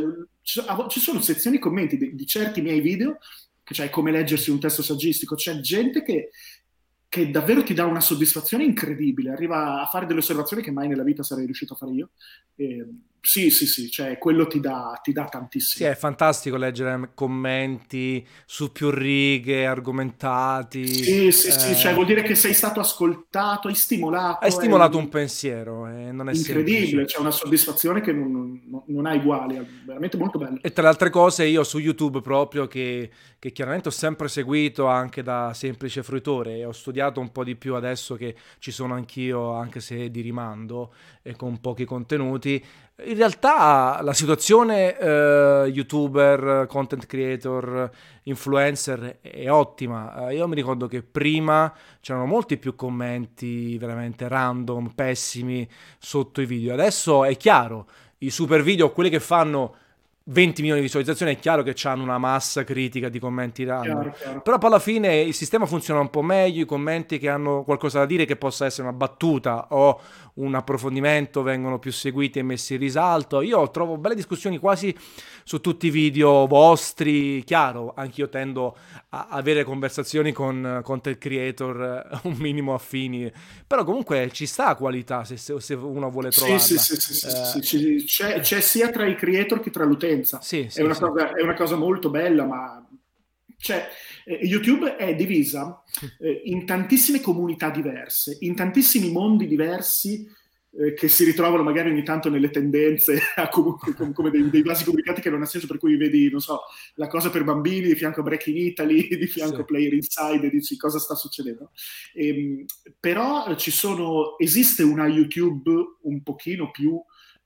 ci sono sezioni commenti di, di certi miei video, che cioè come leggersi un testo saggistico, c'è gente che, che davvero ti dà una soddisfazione incredibile, arriva a fare delle osservazioni che mai nella vita sarei riuscito a fare io. E, sì, sì, sì, cioè quello ti dà, ti dà Sì, tantissimo. è fantastico leggere commenti su più righe, argomentati. Sì, sì, sì, cioè eh, vuol dire che sei stato ascoltato, hai Hai stimolato, è stimolato un un- pensiero e non è semplice. incredibile, c'è una soddisfazione che non, non- non ha uguali, è veramente molto bello. E tra le altre cose io su YouTube proprio che, che chiaramente ho sempre seguito anche da semplice fruitore e ho studiato un po' di più adesso che ci sono anch'io, anche se di rimando e con pochi contenuti. In realtà la situazione eh, YouTuber, content creator, influencer è ottima. Eh, io mi ricordo che prima c'erano molti più commenti veramente random, pessimi sotto i video. Adesso è chiaro, i super video, quelli che fanno venti milioni di visualizzazioni, è chiaro che hanno una massa critica di commenti random. Chiaro, chiaro. Però poi alla fine il sistema funziona un po' meglio, i commenti che hanno qualcosa da dire, che possa essere una battuta o un approfondimento, vengono più seguiti e messi in risalto. Io trovo belle discussioni quasi su tutti i video vostri. Chiaro, anch'io tendo a avere conversazioni con content creator eh, un minimo affini, però comunque ci sta qualità se, se- se uno vuole Sì, sì, trovarla. sì, sì, sì, sì, Eh, sì, ci- c'è, c'è sia tra i creator che tra l'utenza. sì, È sì, una sì. cosa, è una cosa molto bella, ma cioè, eh, YouTube è divisa eh, in tantissime comunità diverse, in tantissimi mondi diversi eh, che si ritrovano magari ogni tanto nelle tendenze a comunque, com- come dei, dei vasi comunicati che non ha senso, per cui vedi, non so, la cosa per bambini di fianco a Breaking Italy, di fianco Sì. a Player Inside e dici cosa sta succedendo. Ehm, però ci sono, esiste una YouTube un pochino più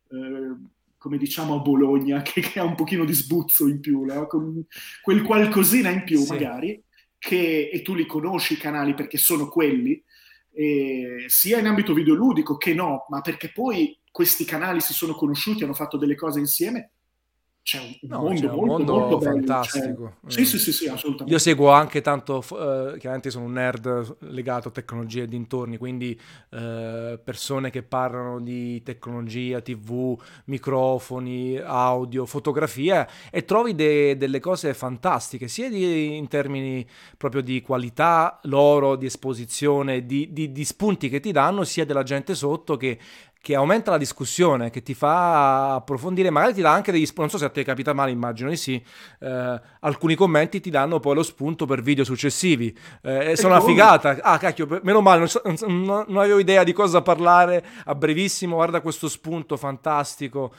eh, come diciamo a Bologna, che, che ha un pochino di sbuzzo in più, no? Con quel qualcosina in più Sì. magari, che, e tu li conosci i canali perché sono quelli, eh, sia in ambito videoludico che no, ma perché poi questi canali si sono conosciuti, hanno fatto delle cose insieme c'è un No, c'è mondo un molto molto mondo bello. Cioè, fantastico. sì, Mm. sì, sì, sì, Io assolutamente. seguo anche tanto, f- eh, chiaramente sono un nerd legato a tecnologia e dintorni, quindi eh, persone che parlano di tecnologia, T V, microfoni, audio, fotografia e trovi de- delle cose fantastiche, sia di- in termini proprio di qualità loro, di esposizione, di, di- di spunti che ti danno, sia della gente sotto che che aumenta la discussione, che ti fa approfondire, magari ti dà anche degli spunti, non so se a te capita male, immagino di sì, eh, alcuni commenti ti danno poi lo spunto per video successivi, eh, e E sono una come? figata, ah cacchio, meno male, non, so- non so- non- non avevo idea di cosa parlare, a brevissimo, guarda questo spunto fantastico,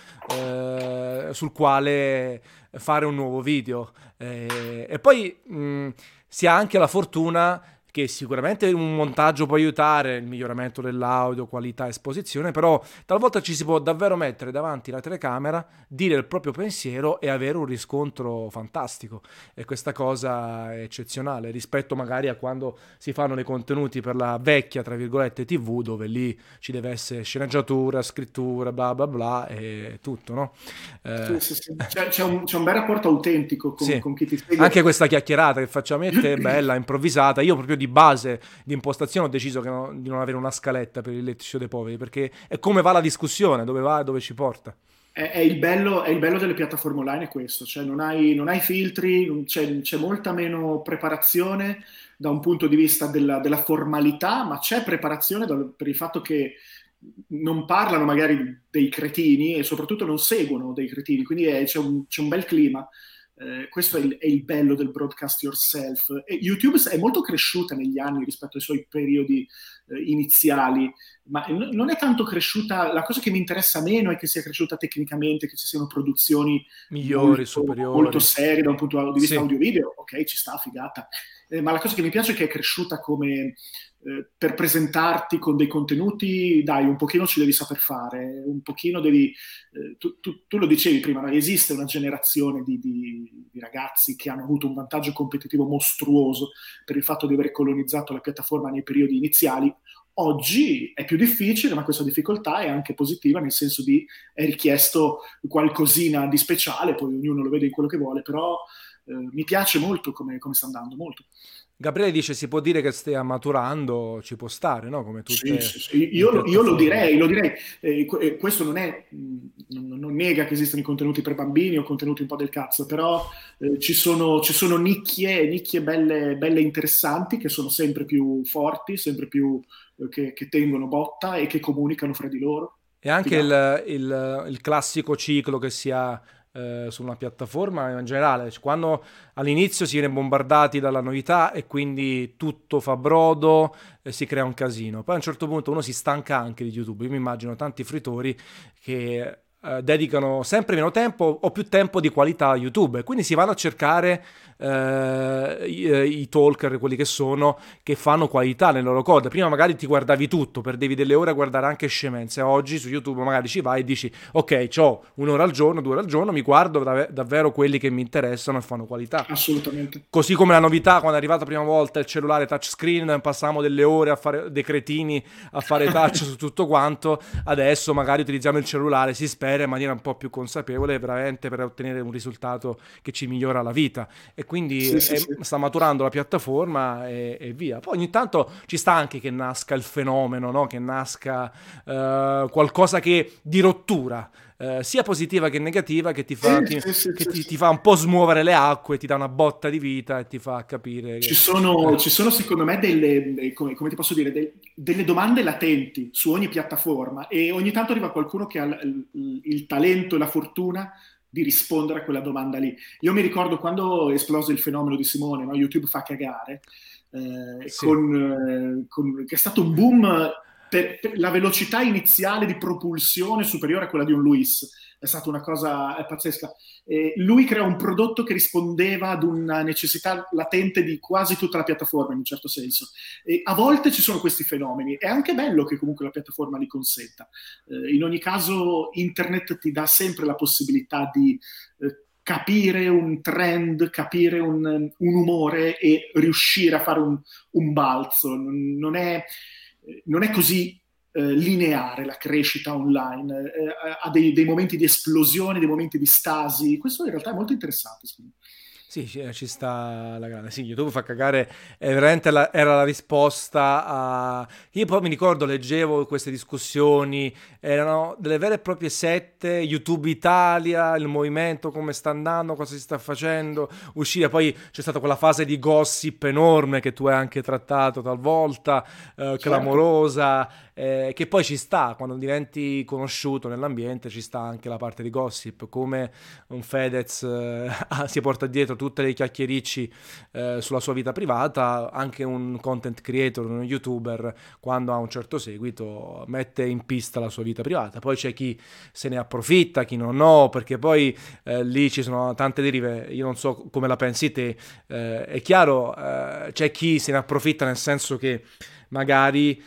eh, sul quale fare un nuovo video. Eh, e poi mh, si ha anche la fortuna che sicuramente un montaggio può aiutare il miglioramento dell'audio, qualità, esposizione, però talvolta ci si può davvero mettere davanti la telecamera, dire il proprio pensiero e avere un riscontro fantastico. E questa cosa è eccezionale rispetto magari a quando si fanno dei contenuti per la vecchia, tra virgolette, T V, dove lì ci deve essere sceneggiatura, scrittura, bla bla bla e tutto, no? Sì, Eh, sì, sì. C'è, c'è un, c'è un bel rapporto autentico con, sì, con chi ti segue. anche questa chiacchierata che facciamo io e te è bella, improvvisata. Io proprio di base, di impostazione, ho deciso che no- di non avere una scaletta per il Lettiscio dei Poveri, perché è come va la discussione, dove va e dove ci porta. È, è il bello, è il bello delle piattaforme online, è questo, cioè non hai, non hai filtri, non- c'è, c'è molta meno preparazione da un punto di vista della, della formalità, ma c'è preparazione dal- per il fatto che non parlano magari dei cretini e soprattutto non seguono dei cretini, quindi è- c'è un, c'è un bel clima. Eh, questo è il, è il bello del broadcast yourself. E YouTube è molto cresciuta negli anni rispetto ai suoi periodi eh, iniziali, ma n- non è tanto cresciuta, la cosa che mi interessa meno è che sia cresciuta tecnicamente, che ci siano produzioni Migliori, molto, molto superiori. serie da un punto di vista Sì. audio-video, ok, ci sta, figata. Eh, ma la cosa che mi piace è che è cresciuta come eh, per presentarti con dei contenuti, dai, un pochino ci devi saper fare, un pochino devi... eh, tu, tu- tu lo dicevi prima, no? Esiste una generazione di, di- di ragazzi che hanno avuto un vantaggio competitivo mostruoso per il fatto di aver colonizzato la piattaforma nei periodi iniziali. Oggi è più difficile, ma questa difficoltà è anche positiva, nel senso di è richiesto qualcosina di speciale, poi ognuno lo vede in quello che vuole, però eh, mi piace molto come, come sta andando, molto. Gabriele dice si può dire che stia maturando, ci può stare, no? Come Sì, tutte sì, sì. le Io, lo, io lo piattaforme. direi, lo direi. Eh, que- eh, questo non è, mh, non, non nega che esistano i contenuti per bambini o contenuti un po' del cazzo, però eh, ci sono, ci sono nicchie, nicchie belle, belle interessanti che sono sempre più forti, sempre più eh, che, che tengono botta e che comunicano fra di loro. E anche Figata. il, il- il classico ciclo che si ha eh, su una piattaforma in generale, cioè, quando all'inizio si viene bombardati dalla novità e quindi tutto fa brodo e si crea un casino. Poi a un certo punto uno si stanca anche di YouTube. Io mi immagino tanti fruitori che eh, dedicano sempre meno tempo o più tempo di qualità a YouTube e quindi si vanno a cercare eh, i, eh, i talker, quelli che sono, che fanno qualità nel loro code. Prima magari ti guardavi tutto, perdevi delle ore a guardare anche scemenze. Oggi su YouTube magari ci vai e dici ok, ho un'ora al giorno, due ore al giorno, mi guardo dav- davvero quelli che mi interessano e fanno qualità. Assolutamente. Così come la novità, quando è arrivata la prima volta il cellulare touchscreen, passavamo delle ore a fare dei cretini a fare touch su tutto quanto. Adesso magari utilizziamo il cellulare, si spera in maniera un po' più consapevole, veramente per ottenere un risultato che ci migliora la vita. E quindi Sì, sì, eh, sì. sta maturando la piattaforma e, e via. Poi ogni tanto ci sta anche che nasca il fenomeno, no? Che nasca eh, qualcosa che di rottura. Eh, sia positiva che negativa, che ti fa, Sì, ti, sì, sì, che sì, ti, sì. ti fa un po' smuovere le acque, ti dà una botta di vita e ti fa capire Ci che... sono, eh, ci sono secondo me delle, eh, come, come ti posso dire, de- delle domande latenti su ogni piattaforma e ogni tanto arriva qualcuno che ha il, il- il talento e la fortuna di rispondere a quella domanda lì. Io mi ricordo quando esplose il fenomeno di Simone, no? YouTube fa cagare, eh, sì. con, eh, con- che è stato un boom per, per la velocità iniziale di propulsione superiore a quella di un Luis. È stata una cosa eh, pazzesca. Eh, lui crea un prodotto che rispondeva ad una necessità latente di quasi tutta la piattaforma, in un certo senso. E a volte ci sono questi fenomeni. È anche bello che comunque la piattaforma li consenta. Eh, in ogni caso, internet ti dà sempre la possibilità di eh, capire un trend, capire un, un umore e riuscire a fare un, un balzo. Non, non, è, non è così eh, lineare la crescita online, eh, ha dei, dei momenti di esplosione, dei momenti di stasi. Questo in realtà è molto interessante, secondo me. Sì, ci ci sta la grande. Sì, YouTube fa cagare, è veramente la- era la risposta a... Io poi mi ricordo, leggevo queste discussioni, erano delle vere e proprie sette, YouTube Italia, il movimento come sta andando, cosa si sta facendo, uscire. Poi c'è stata quella fase di gossip enorme che tu hai anche trattato talvolta, eh, Certo. clamorosa, eh, che poi ci sta, quando diventi conosciuto nell'ambiente, ci sta anche la parte di gossip, come un Fedez eh, si porta dietro tutte le chiacchiericci eh, sulla sua vita privata, anche un content creator, un youtuber, quando ha un certo seguito, mette in pista la sua vita privata. Poi c'è chi se ne approfitta, chi non no, perché poi eh, lì ci sono tante derive, io non so come la pensi te, eh, è chiaro, eh, c'è chi se ne approfitta nel senso che magari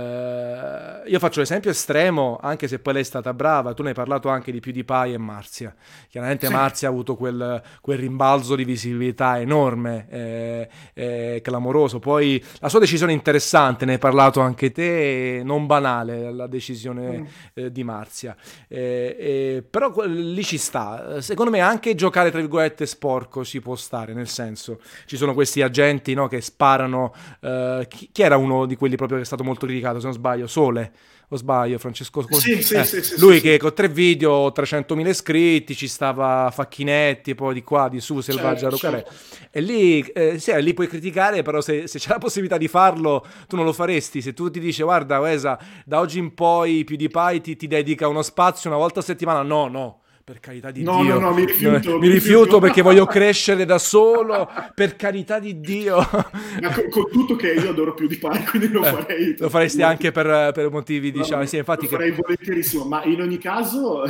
eh, io faccio l'esempio estremo, anche se poi lei è stata brava, tu ne hai parlato anche di PewDiePie e Marzia. Chiaramente Sì. Marzia ha avuto quel, quel rimbalzo di visibilità enorme, eh, eh, clamoroso. Poi la sua decisione interessante, ne hai parlato anche te, non banale la decisione Mm. eh, di Marzia. Eh, eh, però que- lì ci sta. Secondo me anche giocare tra virgolette sporco ci può stare, nel senso ci sono questi agenti, no, che sparano. eh, chi, chi era uno di quelli proprio che è stato molto criticato, se non sbaglio? Sole. O sbaglio, Francesco? Sì, sì, Eh, sì, sì, sì, lui che sì. con tre video, trecentomila iscritti, ci stava Facchinetti, poi di qua, di su, Selvaggia Certo, Rocarè. certo. E lì, eh, sì, lì puoi criticare, però se, se c'è la possibilità di farlo, tu non lo faresti. Se tu ti dici, guarda, Wesa, da oggi in poi PewDiePie ti, ti dedica uno spazio una volta a settimana, no, no. Per carità di No, no, Dio, no, mi no, rifiuto, mi mi rifiuto rifiuto. perché voglio crescere da solo, per carità di Dio. Ma con, con tutto che io adoro PewDiePie, quindi lo Eh, farei, lo faresti figurati. anche per, per motivi, No, diciamo, sì, lo infatti che... farei volentierissimo, ma in ogni caso,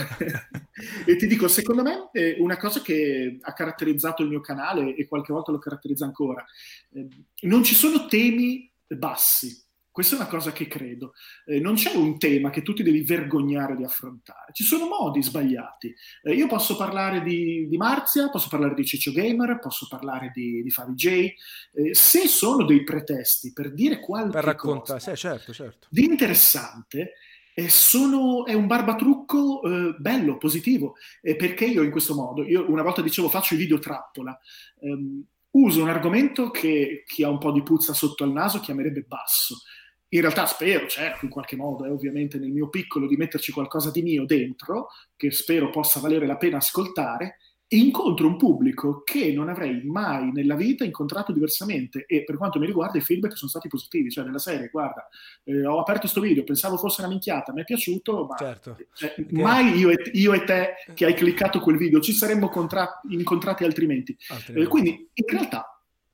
e ti dico, secondo me eh, una cosa che ha caratterizzato il mio canale e qualche volta lo caratterizza ancora, eh, non ci sono temi bassi. Questa è una cosa che credo. Eh, non c'è un tema che tu ti devi vergognare di affrontare. Ci sono modi sbagliati. Eh, io posso parlare di, di Marzia, posso parlare di Ciccio Gamer, posso parlare di, di Favi J. Eh, se sono dei pretesti per dire Per qualche raccontare, cosa sì, certo, certo. di interessante, eh, sono, è un barbatrucco eh, bello, positivo, eh, perché io in questo modo, io una volta dicevo faccio i video trappola, ehm, uso un argomento che chi ha un po' di puzza sotto al naso chiamerebbe basso. In realtà spero, certo, in qualche modo, è ovviamente nel mio piccolo, di metterci qualcosa di mio dentro, che spero possa valere la pena ascoltare, e incontro un pubblico che non avrei mai nella vita incontrato diversamente, e per quanto mi riguarda i feedback sono stati positivi, cioè nella serie, guarda, eh, ho aperto sto video, pensavo fosse una minchiata, mi è piaciuto, ma Certo, cioè, perché mai io e, io e te che hai cliccato quel video ci saremmo contra- incontrati altrimenti. Eh, altrimenti. quindi in realtà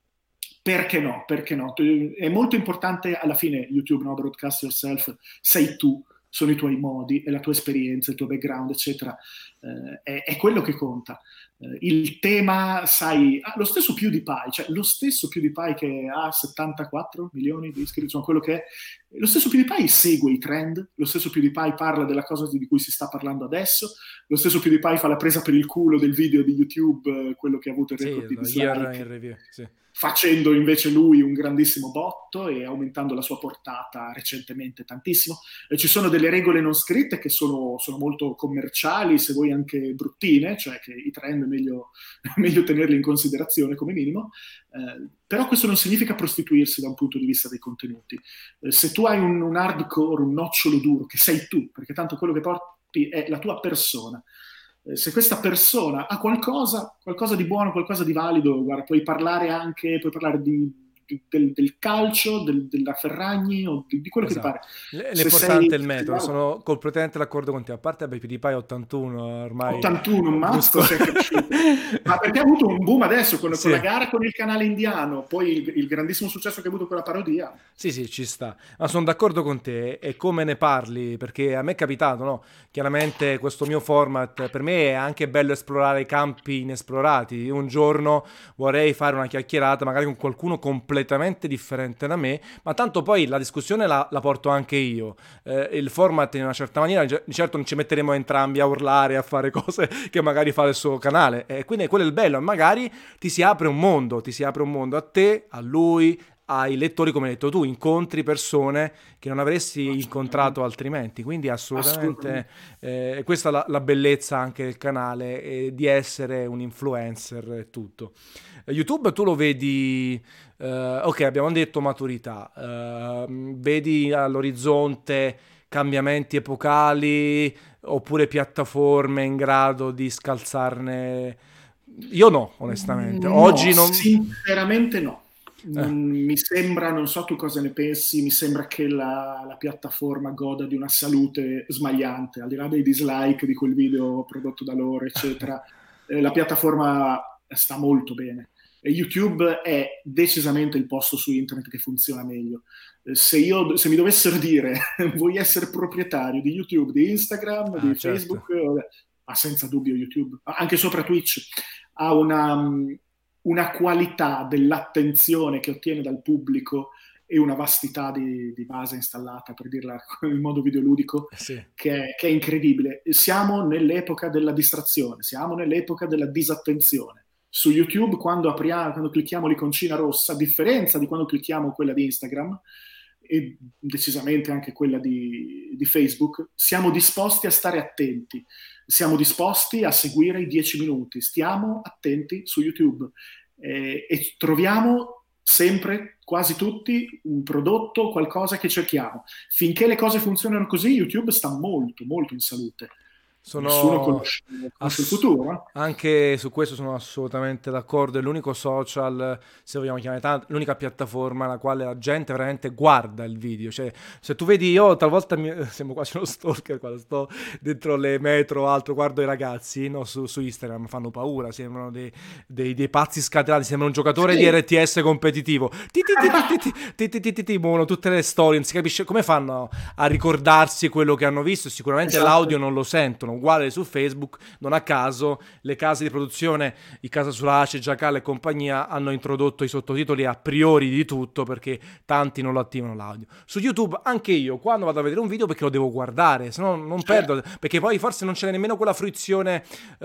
perché no? Perché no? È molto importante alla fine YouTube, no? Broadcast yourself, sei tu, sono i tuoi modi, è la tua esperienza, il tuo background, eccetera. Eh, è, è quello che conta. Eh, il tema, sai, ah, lo stesso PewDiePie, cioè lo stesso PewDiePie che ha settantaquattro milioni di iscritti, insomma quello che è, lo stesso PewDiePie segue i trend, lo stesso PewDiePie parla della cosa di cui si sta parlando adesso, lo stesso PewDiePie fa la presa per il culo del video di YouTube, eh, quello che ha avuto il Sì, record di lo year dislike, in review, sì. facendo invece lui un grandissimo botto e aumentando la sua portata recentemente tantissimo. E ci sono delle regole non scritte che sono, sono molto commerciali, se vuoi anche bruttine, cioè che i trend è meglio, meglio tenerli in considerazione come minimo, eh, però questo non significa prostituirsi da un punto di vista dei contenuti. Eh, se tu hai un, un hardcore, un nocciolo duro, che sei tu, perché tanto quello che porti è la tua persona, se questa persona ha qualcosa, qualcosa di buono, qualcosa di valido, guarda, puoi parlare anche, puoi parlare di, di, del, del calcio, del, della Ferragni o di, di quello che ti Esatto. pare. L- Se sei, L'importante è il se sei metodo, bravo, sono completamente d'accordo con te. A parte vabbè, PewDiePie ottantuno ormai, ottantuno, eh, mazza giusto? se è cresciuto. Ma perché ha avuto un boom adesso con, con Sì. la gara con il canale indiano, poi il, il grandissimo successo che ha avuto con la parodia. Sì, sì, ci sta. Ma sono d'accordo con te e come ne parli, perché a me è capitato, no? Chiaramente questo mio format, per me è anche bello esplorare i campi inesplorati. Io un giorno vorrei fare una chiacchierata magari con qualcuno completamente differente da me, ma tanto poi la discussione la, la porto anche io. Eh, il format in una certa maniera, di certo non ci metteremo entrambi a urlare, a fare cose che magari fa il suo canale. E quindi quello è il bello, magari ti si apre un mondo, ti si apre un mondo a te, a lui, ai lettori, come hai detto tu, incontri persone che non avresti incontrato altrimenti, quindi assolutamente, assolutamente. Eh, questa è la, la bellezza anche del canale, eh, di essere un influencer e tutto. Eh, YouTube tu lo vedi, eh, ok, abbiamo detto maturità, eh, vedi all'orizzonte cambiamenti epocali oppure piattaforme in grado di scalzarne? Io no, onestamente. No, Oggi non... sinceramente no. Eh. Non, mi sembra, non so tu cosa ne pensi, mi sembra che la, la piattaforma goda di una salute smagliante, al di là dei dislike di quel video prodotto da loro, eccetera. Eh, la piattaforma sta molto bene. E YouTube è decisamente il posto su internet che funziona meglio. Eh, se, io, se mi dovessero dire vuoi essere proprietario di YouTube, di Instagram, Ah, di certo. Facebook, ma senza dubbio YouTube, anche sopra Twitch, ha una, una qualità dell'attenzione che ottiene dal pubblico e una vastità di, di base installata, per dirla in modo videoludico, sì. che, è, che è incredibile. Siamo nell'epoca della distrazione, siamo nell'epoca della disattenzione. Su YouTube, quando, apriamo, quando clicchiamo l'iconcina rossa, a differenza di quando clicchiamo quella di Instagram, e decisamente anche quella di, di Facebook, siamo disposti a stare attenti, siamo disposti a seguire i dieci minuti, stiamo attenti su YouTube eh, e troviamo sempre, quasi tutti, un prodotto, qualcosa che cerchiamo. Finché le cose funzionano così, YouTube sta molto, molto in salute. Sono Nessuno conosce, conosce ass- il futuro, eh? Anche su questo sono assolutamente d'accordo. È l'unico social, se vogliamo chiamare tanto, l'unica piattaforma alla quale la gente veramente guarda il video. Cioè, se tu vedi, io talvolta mi, sembro quasi uno stalker quando sto dentro le metro o altro, guardo i ragazzi, no, su, su Instagram, fanno paura, sembrano dei, dei, dei pazzi scatenati, sembra un giocatore sì. di R T S competitivo. Ti ti ti ti ti ti ti ti ti ti muovono tutte le storie, non si capisce come fanno a ricordarsi quello che hanno visto. Sicuramente Esatto. l'audio non lo sentono. Uguale su Facebook, non a caso le case di produzione, i Casa Sulace, Giacal e compagnia hanno introdotto i sottotitoli a priori di tutto perché tanti non lo attivano l'audio. Su YouTube anche io quando vado a vedere un video perché lo devo guardare, se no non perdo, perché poi forse non c'è nemmeno quella fruizione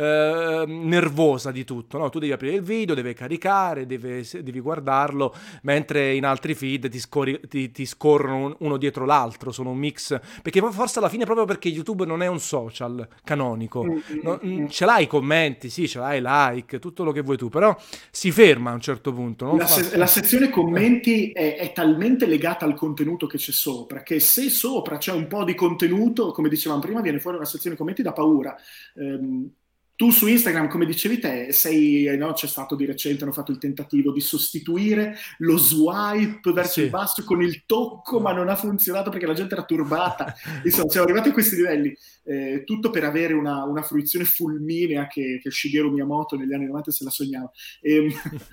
eh, nervosa di tutto, no? Tu devi aprire il video, devi caricare, devi, devi guardarlo, mentre in altri feed ti, scori, ti, ti scorrono uno dietro l'altro, sono un mix, perché poi forse alla fine proprio perché YouTube non è un social canonico, no, ce l'hai i commenti, sì, ce l'hai like, tutto lo che vuoi tu, però si ferma a un certo punto. Non la, fa... se- la sezione commenti è, è talmente legata al contenuto che c'è sopra, che se sopra c'è un po' di contenuto, come dicevamo prima, viene fuori una sezione commenti da paura. Ehm, tu su Instagram, come dicevi te, sei, no, c'è stato di recente, hanno fatto il tentativo di sostituire lo swipe verso Sì. il basso con il tocco, ma non ha funzionato perché la gente era turbata. Insomma, siamo arrivati a questi livelli, eh, tutto per avere una, una fruizione fulminea che, che Shigeru Miyamoto negli anni novanta se la sognava. E,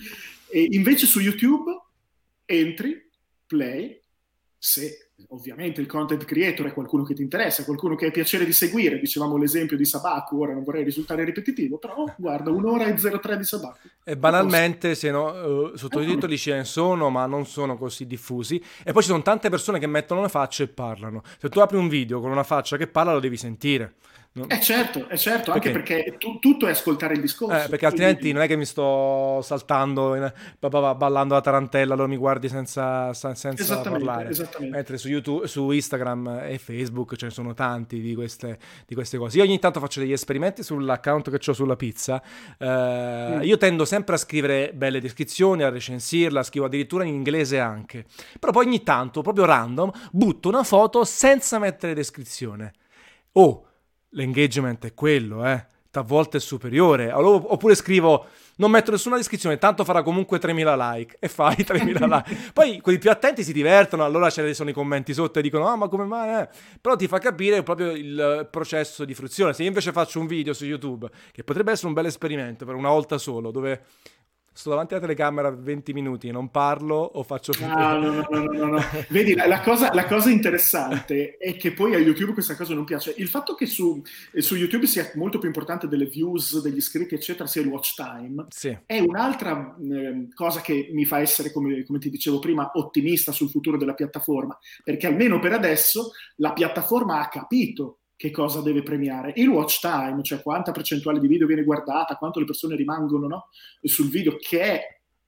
e invece su YouTube entri, play, se ovviamente il content creator è qualcuno che ti interessa, qualcuno che hai piacere di seguire, dicevamo l'esempio di Sabaku, ora non vorrei risultare ripetitivo, però guarda, un'ora e zero tre di Sabaku. E banalmente, se no, uh, sottotitoli ce ne sono, ma non sono così diffusi. E poi ci sono tante persone che mettono una faccia e parlano. Se tu apri un video con una faccia che parla, lo devi sentire. No? Eh certo, è certo, anche perché, perché tu, tutto è ascoltare il discorso. Eh, perché altrimenti non è che mi sto saltando, in, ballando la tarantella, allora mi guardi senza, senza esattamente, parlare. Esattamente. Mentre su YouTube, su Instagram e Facebook ce ne sono tanti di queste, di queste cose. Io ogni tanto faccio degli esperimenti sull'account che ho sulla pizza. Eh, mm. Io tendo sempre a scrivere belle descrizioni, a recensirla, scrivo addirittura in inglese anche. Però poi ogni tanto, proprio random, butto una foto senza mettere descrizione. Oh, l'engagement è quello, eh. A volte è superiore. Oppure scrivo, non metto nessuna descrizione, tanto farà comunque tremila like. E fai tremila like. Poi quelli più attenti si divertono, allora ce ne sono i commenti sotto e dicono, ah, ma come mai? Eh? Però ti fa capire proprio il processo di fruizione. Se io invece faccio un video su YouTube, che potrebbe essere un bel esperimento per una volta solo, dove sto davanti alla telecamera venti minuti e non parlo o faccio no, no, no, no, no, no. Vedi, la, la, cosa, la cosa interessante è che poi a YouTube questa cosa non piace. Il fatto che su, su YouTube sia molto più importante delle views, degli iscritti, eccetera, sia il watch time, sì. È un'altra eh, cosa che mi fa essere, come, come ti dicevo prima, ottimista sul futuro della piattaforma, perché almeno per adesso la piattaforma ha capito che cosa deve premiare. Il watch time, cioè quanta percentuale di video viene guardata, quanto le persone rimangono, no, sul video, che è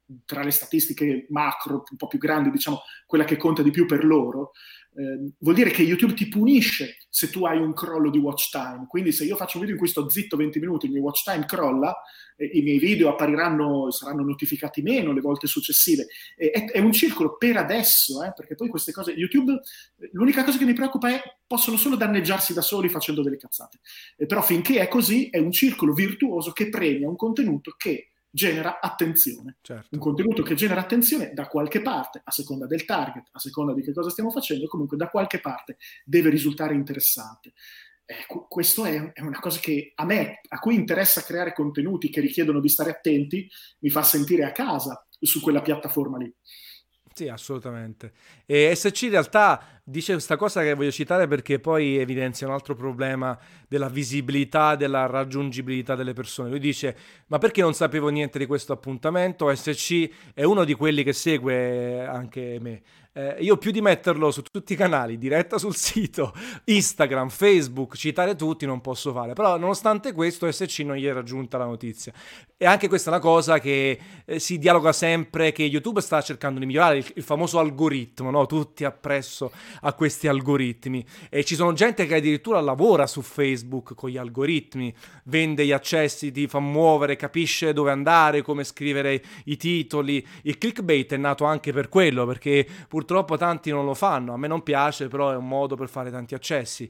tra le statistiche macro, un po' più grandi, diciamo, quella che conta di più per loro, eh, vuol dire che YouTube ti punisce se tu hai un crollo di watch time. Quindi se io faccio un video in cui sto zitto venti minuti, il mio watch time crolla, eh, i miei video appariranno, saranno notificati meno le volte successive. Eh, è, è un circolo per adesso, eh, perché poi queste cose, YouTube, l'unica cosa che mi preoccupa è possono solo danneggiarsi da soli facendo delle cazzate. Eh, però finché è così, è un circolo virtuoso che premia un contenuto che genera attenzione. Certo. Un contenuto che genera attenzione da qualche parte, a seconda del target, a seconda di che cosa stiamo facendo, comunque da qualche parte deve risultare interessante. Eh, questo è, è una cosa che a me, a cui interessa creare contenuti che richiedono di stare attenti, mi fa sentire a casa su quella piattaforma lì. Sì, assolutamente. E S C in realtà dice questa cosa che voglio citare perché poi evidenzia un altro problema della visibilità, della raggiungibilità delle persone. Lui dice, ma perché non sapevo niente di questo appuntamento? S C è uno di quelli che segue anche me. Eh, io più di metterlo su tutti i canali, diretta sul sito, Instagram, Facebook, citare tutti non posso fare, però nonostante questo S C non gli è raggiunta la notizia. E anche questa è una cosa che eh, si dialoga sempre, che YouTube sta cercando di migliorare, il, il famoso algoritmo, no? Tutti appresso a questi algoritmi, e ci sono gente che addirittura lavora su Facebook con gli algoritmi, vende gli accessi, ti fa muovere, capisce dove andare, come scrivere i titoli. Il clickbait è nato anche per quello, perché purtroppo tanti non lo fanno, a me non piace, però è un modo per fare tanti accessi,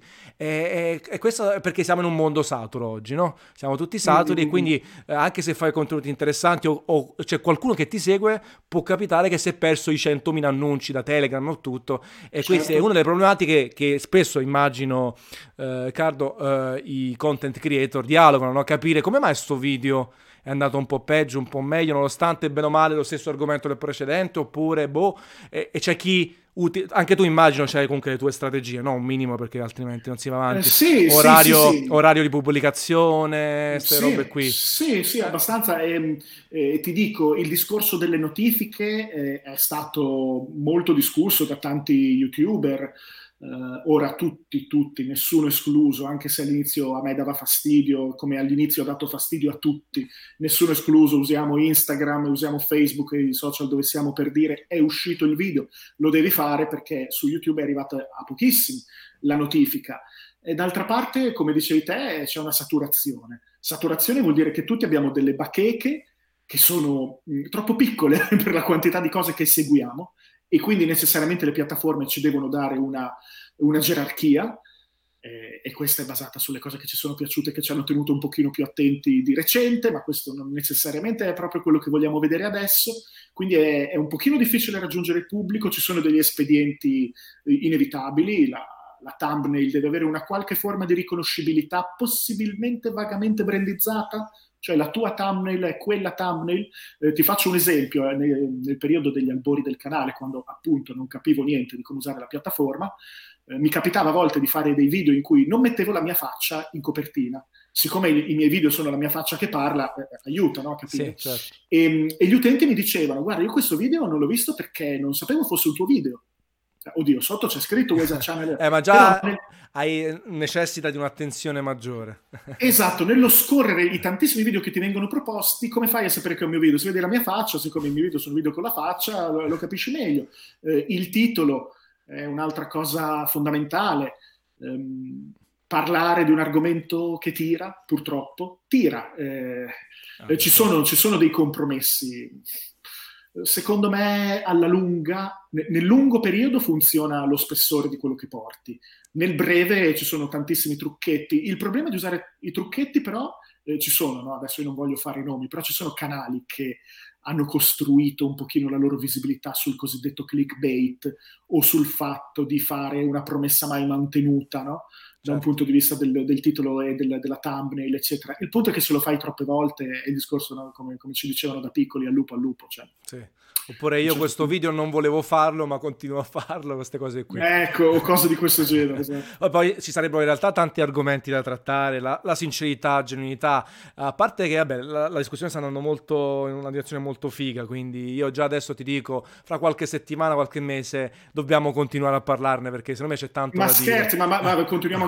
e, e, e questo è perché siamo in un mondo saturo oggi, no? Siamo tutti saturi, mm-hmm. E quindi eh, anche se fai contenuti interessanti o, o c'è qualcuno che ti segue, può capitare che si è perso i centomila annunci da Telegram o tutto, e certo. Questa è una delle problematiche che spesso immagino, eh, Riccardo, eh, i content creator dialogano, no? Capire come mai sto video è andato un po' peggio, un po' meglio, nonostante bene o male lo stesso argomento del precedente, oppure boh, e, e c'è chi uti- anche tu immagino c'hai comunque le tue strategie, no? Un minimo, perché altrimenti non si va avanti. Eh, sì, orario, sì, sì, sì. orario di pubblicazione, queste sì, robe qui. Sì, sì, abbastanza. E, e, ti dico, il discorso delle notifiche eh, è stato molto discusso da tanti YouTuber. Uh, ora tutti, tutti, nessuno escluso, anche se all'inizio a me dava fastidio, come all'inizio ha dato fastidio a tutti, nessuno escluso, usiamo Instagram, usiamo Facebook, i social dove siamo per dire è uscito il video, lo devi fare perché su YouTube è arrivata a pochissimi la notifica. E d'altra parte, come dicevi te, c'è una saturazione. Saturazione vuol dire che tutti abbiamo delle bacheche che sono mh, troppo piccole per la quantità di cose che seguiamo, e quindi necessariamente le piattaforme ci devono dare una, una gerarchia, eh, e questa è basata sulle cose che ci sono piaciute, che ci hanno tenuto un pochino più attenti di recente, ma questo non necessariamente è proprio quello che vogliamo vedere adesso, quindi è, è un pochino difficile raggiungere il pubblico, ci sono degli espedienti inevitabili, la, la thumbnail deve avere una qualche forma di riconoscibilità, possibilmente vagamente brandizzata, cioè la tua thumbnail è quella thumbnail. Eh, ti faccio un esempio, eh, nel, nel periodo degli albori del canale, quando appunto non capivo niente di come usare la piattaforma, eh, mi capitava a volte di fare dei video in cui non mettevo la mia faccia in copertina. Siccome i, i miei video sono la mia faccia che parla, eh, aiuta, no, a capire? Sì, certo. e, e gli utenti mi dicevano, guarda, io questo video non l'ho visto perché non sapevo fosse un tuo video. Oddio, sotto c'è scritto Wesa Channel. eh, ma già Però, hai, necessita di un'attenzione maggiore. Esatto, nello scorrere i tantissimi video che ti vengono proposti, come fai a sapere che è un mio video? Se vedi la mia faccia, siccome i miei video sono video con la faccia, lo, lo capisci meglio. Eh, il titolo è un'altra cosa fondamentale. Um, parlare di un argomento che tira, purtroppo, tira. Eh, ah, eh, ci, sono, ci sono dei compromessi. Secondo me alla lunga, nel lungo periodo funziona lo spessore di quello che porti, nel breve ci sono tantissimi trucchetti. Il problema di usare i trucchetti però eh, ci sono, no? Adesso io non voglio fare i nomi, però ci sono canali che hanno costruito un pochino la loro visibilità sul cosiddetto clickbait o sul fatto di fare una promessa mai mantenuta, no? Da un punto di vista del, del titolo e del, della thumbnail, eccetera. Il punto è che se lo fai troppe volte è il discorso, no? come, come ci dicevano da piccoli, al lupo al lupo. Cioè. Sì. Oppure io questo video non volevo farlo, ma continuo a farlo, queste cose qui. Ecco, o cose di questo genere. Esatto. Poi ci sarebbero in realtà tanti argomenti da trattare, la, la sincerità, la genuinità, a parte che vabbè, la, la discussione sta andando molto in una direzione molto figa, quindi io già adesso ti dico, fra qualche settimana, qualche mese, dobbiamo continuare a parlarne, perché secondo me c'è tanto ma da scherzi, dire. Ma scherzi, ma, ma continuiamo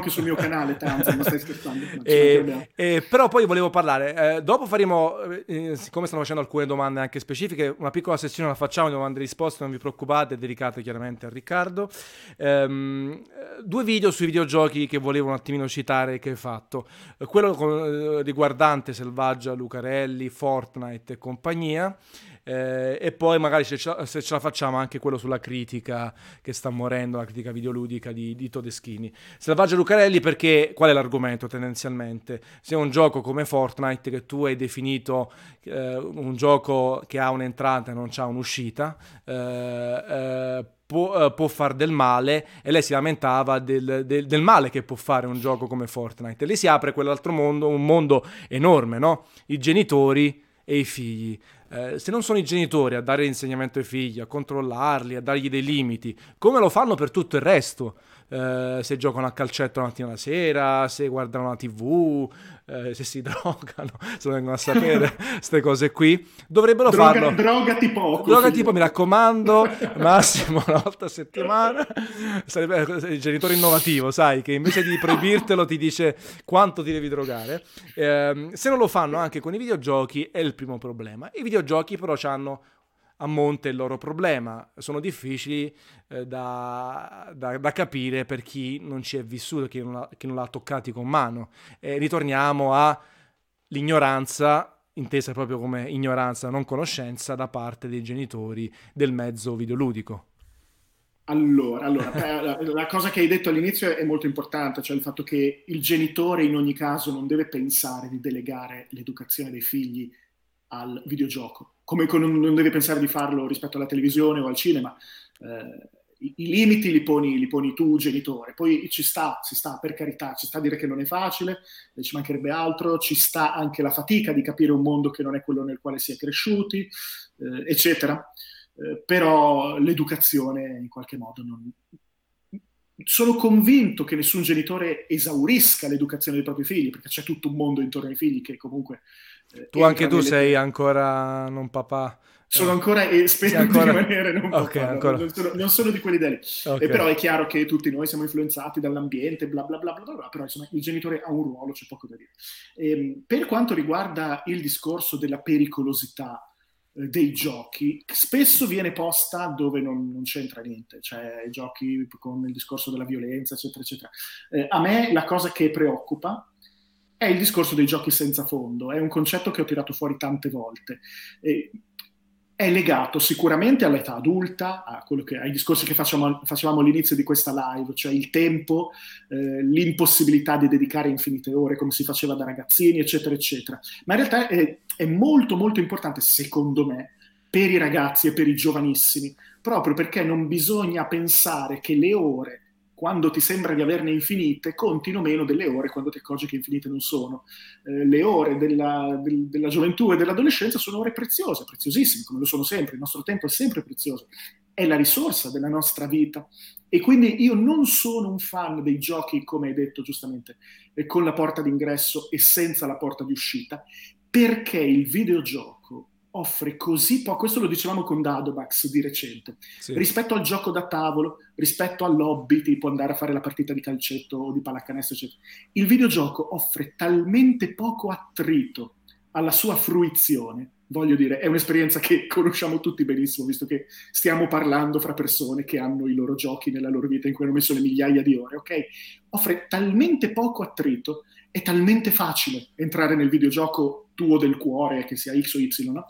anche sul mio canale, Tanzan, ma stai scherzando? Ma e, e, però poi volevo parlare, eh, dopo faremo, eh, siccome stanno facendo alcune domande anche specifiche, una piccola sessione la facciamo, domande e risposte, non vi preoccupate, dedicate chiaramente a Riccardo. Ehm, due video sui videogiochi che volevo un attimino citare che hai fatto, quello con, eh, riguardante Selvaggia, Lucarelli, Fortnite e compagnia. Eh, e poi magari se ce, la, se ce la facciamo anche quello sulla critica che sta morendo, la critica videoludica di, di Todeschini. Selvaggia Lucarelli perché qual è l'argomento tendenzialmente? Se è un gioco come Fortnite che tu hai definito eh, un gioco che ha un'entrata e non c'ha un'uscita, eh, eh, può, eh, può far del male, e lei si lamentava del, del, del male che può fare un gioco come Fortnite, e lì si apre quell'altro mondo, un mondo enorme, no? I genitori e i figli. Eh, se non sono i genitori a dare l'insegnamento ai figli, a controllarli, a dargli dei limiti, come lo fanno per tutto il resto, eh, se giocano a calcetto la mattina e la sera, se guardano la tivù, eh, se si drogano, se vengono a sapere queste cose qui, dovrebbero Droga, farlo. Drogati poco. Drogati poco, mi raccomando, massimo una volta a settimana. Sarebbe il genitore innovativo, sai, che invece di proibirtelo ti dice quanto ti devi drogare. Eh, se non lo fanno anche con i videogiochi è il primo problema. I videogiochi però hanno a monte il loro problema, sono difficili eh, da, da, da capire per chi non ci è vissuto, chi non, ha, chi non l'ha toccati con mano. E ritorniamo all'ignoranza, intesa proprio come ignoranza, non conoscenza da parte dei genitori del mezzo videoludico. Allora, allora la, la cosa che hai detto all'inizio è molto importante, cioè il fatto che il genitore in ogni caso non deve pensare di delegare l'educazione dei figli al videogioco, come non deve pensare di farlo rispetto alla televisione o al cinema. Eh, i, i limiti li poni, li poni tu, genitore. Poi ci sta, si sta, per carità, ci sta a dire che non è facile, ci mancherebbe altro, ci sta anche la fatica di capire un mondo che non è quello nel quale si è cresciuti, eh, eccetera. Eh, però l'educazione in qualche modo non... Sono convinto che nessun genitore esaurisca l'educazione dei propri figli, perché c'è tutto un mondo intorno ai figli che comunque... Eh, tu anche tu nelle... sei ancora non papà. Sono ancora e spero ancora... di rimanere non okay, papà, ancora... non, sono, non sono di quelli lì. Okay. E però è chiaro che tutti noi siamo influenzati dall'ambiente, bla bla bla bla, bla, bla, però insomma il genitore ha un ruolo, c'è poco da dire. E, per quanto riguarda il discorso della pericolosità dei giochi, spesso viene posta dove non, non c'entra niente, cioè giochi con il discorso della violenza, eccetera, eccetera. Eh, a me la cosa che preoccupa è il discorso dei giochi senza fondo, è un concetto che ho tirato fuori tante volte. Eh, è legato sicuramente all'età adulta, a quello che, ai discorsi che facciamo, facevamo all'inizio di questa live, cioè il tempo, eh, l'impossibilità di dedicare infinite ore come si faceva da ragazzini, eccetera, eccetera. Ma in realtà è, è molto, molto importante, secondo me, per i ragazzi e per i giovanissimi, proprio perché non bisogna pensare che le ore, quando ti sembra di averne infinite, contino meno delle ore quando ti accorgi che infinite non sono. Eh, le ore della, del, della gioventù e dell'adolescenza sono ore preziose, preziosissime, come lo sono sempre. Il nostro tempo è sempre prezioso, è la risorsa della nostra vita. E quindi io non sono un fan dei giochi, come hai detto giustamente, eh, con la porta d'ingresso e senza la porta di uscita, perché il videogioco offre così poco, questo lo dicevamo con Dadobax di recente, sì, rispetto al gioco da tavolo, rispetto all'hobby, tipo andare a fare la partita di calcetto o di pallacanestro, eccetera. Il videogioco offre talmente poco attrito alla sua fruizione, voglio dire, è un'esperienza che conosciamo tutti benissimo, visto che stiamo parlando fra persone che hanno i loro giochi nella loro vita in cui hanno messo le migliaia di ore, ok? Offre talmente poco attrito, è talmente facile entrare nel videogioco tuo del cuore, che sia X o Y, no?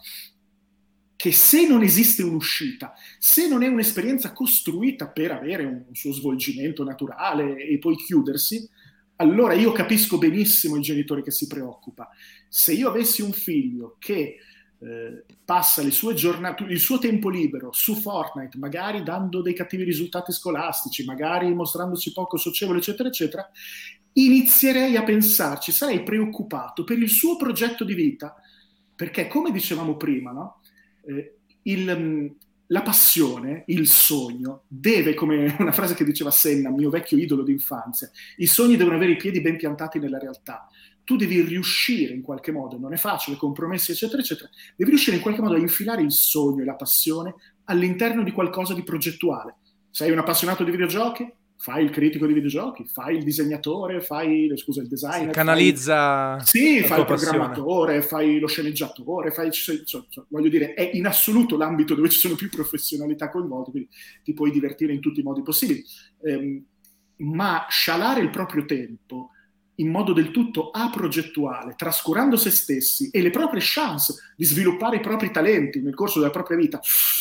Che se non esiste un'uscita, se non è un'esperienza costruita per avere un suo svolgimento naturale e poi chiudersi, allora io capisco benissimo il genitore che si preoccupa. Se io avessi un figlio che eh, passa le sue giornate, il suo tempo libero su Fortnite, magari dando dei cattivi risultati scolastici, magari mostrandosi poco socievole, eccetera, eccetera, inizierei a pensarci, sarei preoccupato per il suo progetto di vita, perché come dicevamo prima, no? eh, il, la passione, il sogno, deve, come una frase che diceva Senna, mio vecchio idolo d'infanzia, i sogni devono avere i piedi ben piantati nella realtà. Tu devi riuscire in qualche modo, non è facile, compromessi, eccetera, eccetera, devi riuscire in qualche modo a infilare il sogno e la passione all'interno di qualcosa di progettuale. Sei un appassionato di videogiochi? fai il critico di videogiochi, fai il disegnatore, fai, scusa, il designer. Si canalizza. Fai, sì, fai il passione. programmatore, fai lo sceneggiatore, fai, cioè, cioè, voglio dire, è in assoluto l'ambito dove ci sono più professionalità coinvolte, quindi ti puoi divertire in tutti i modi possibili. Um, ma scialare il proprio tempo in modo del tutto aprogettuale, trascurando se stessi e le proprie chance di sviluppare i propri talenti nel corso della propria vita,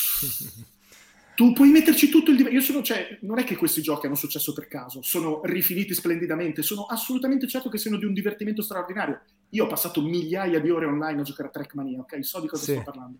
tu puoi metterci tutto il... Io sono, cioè, non è che questi giochi hanno successo per caso, sono rifiniti splendidamente, sono assolutamente certo che siano di un divertimento straordinario. Io ho passato migliaia di ore online a giocare a Trackmania, ok? So di cosa sì. sto parlando.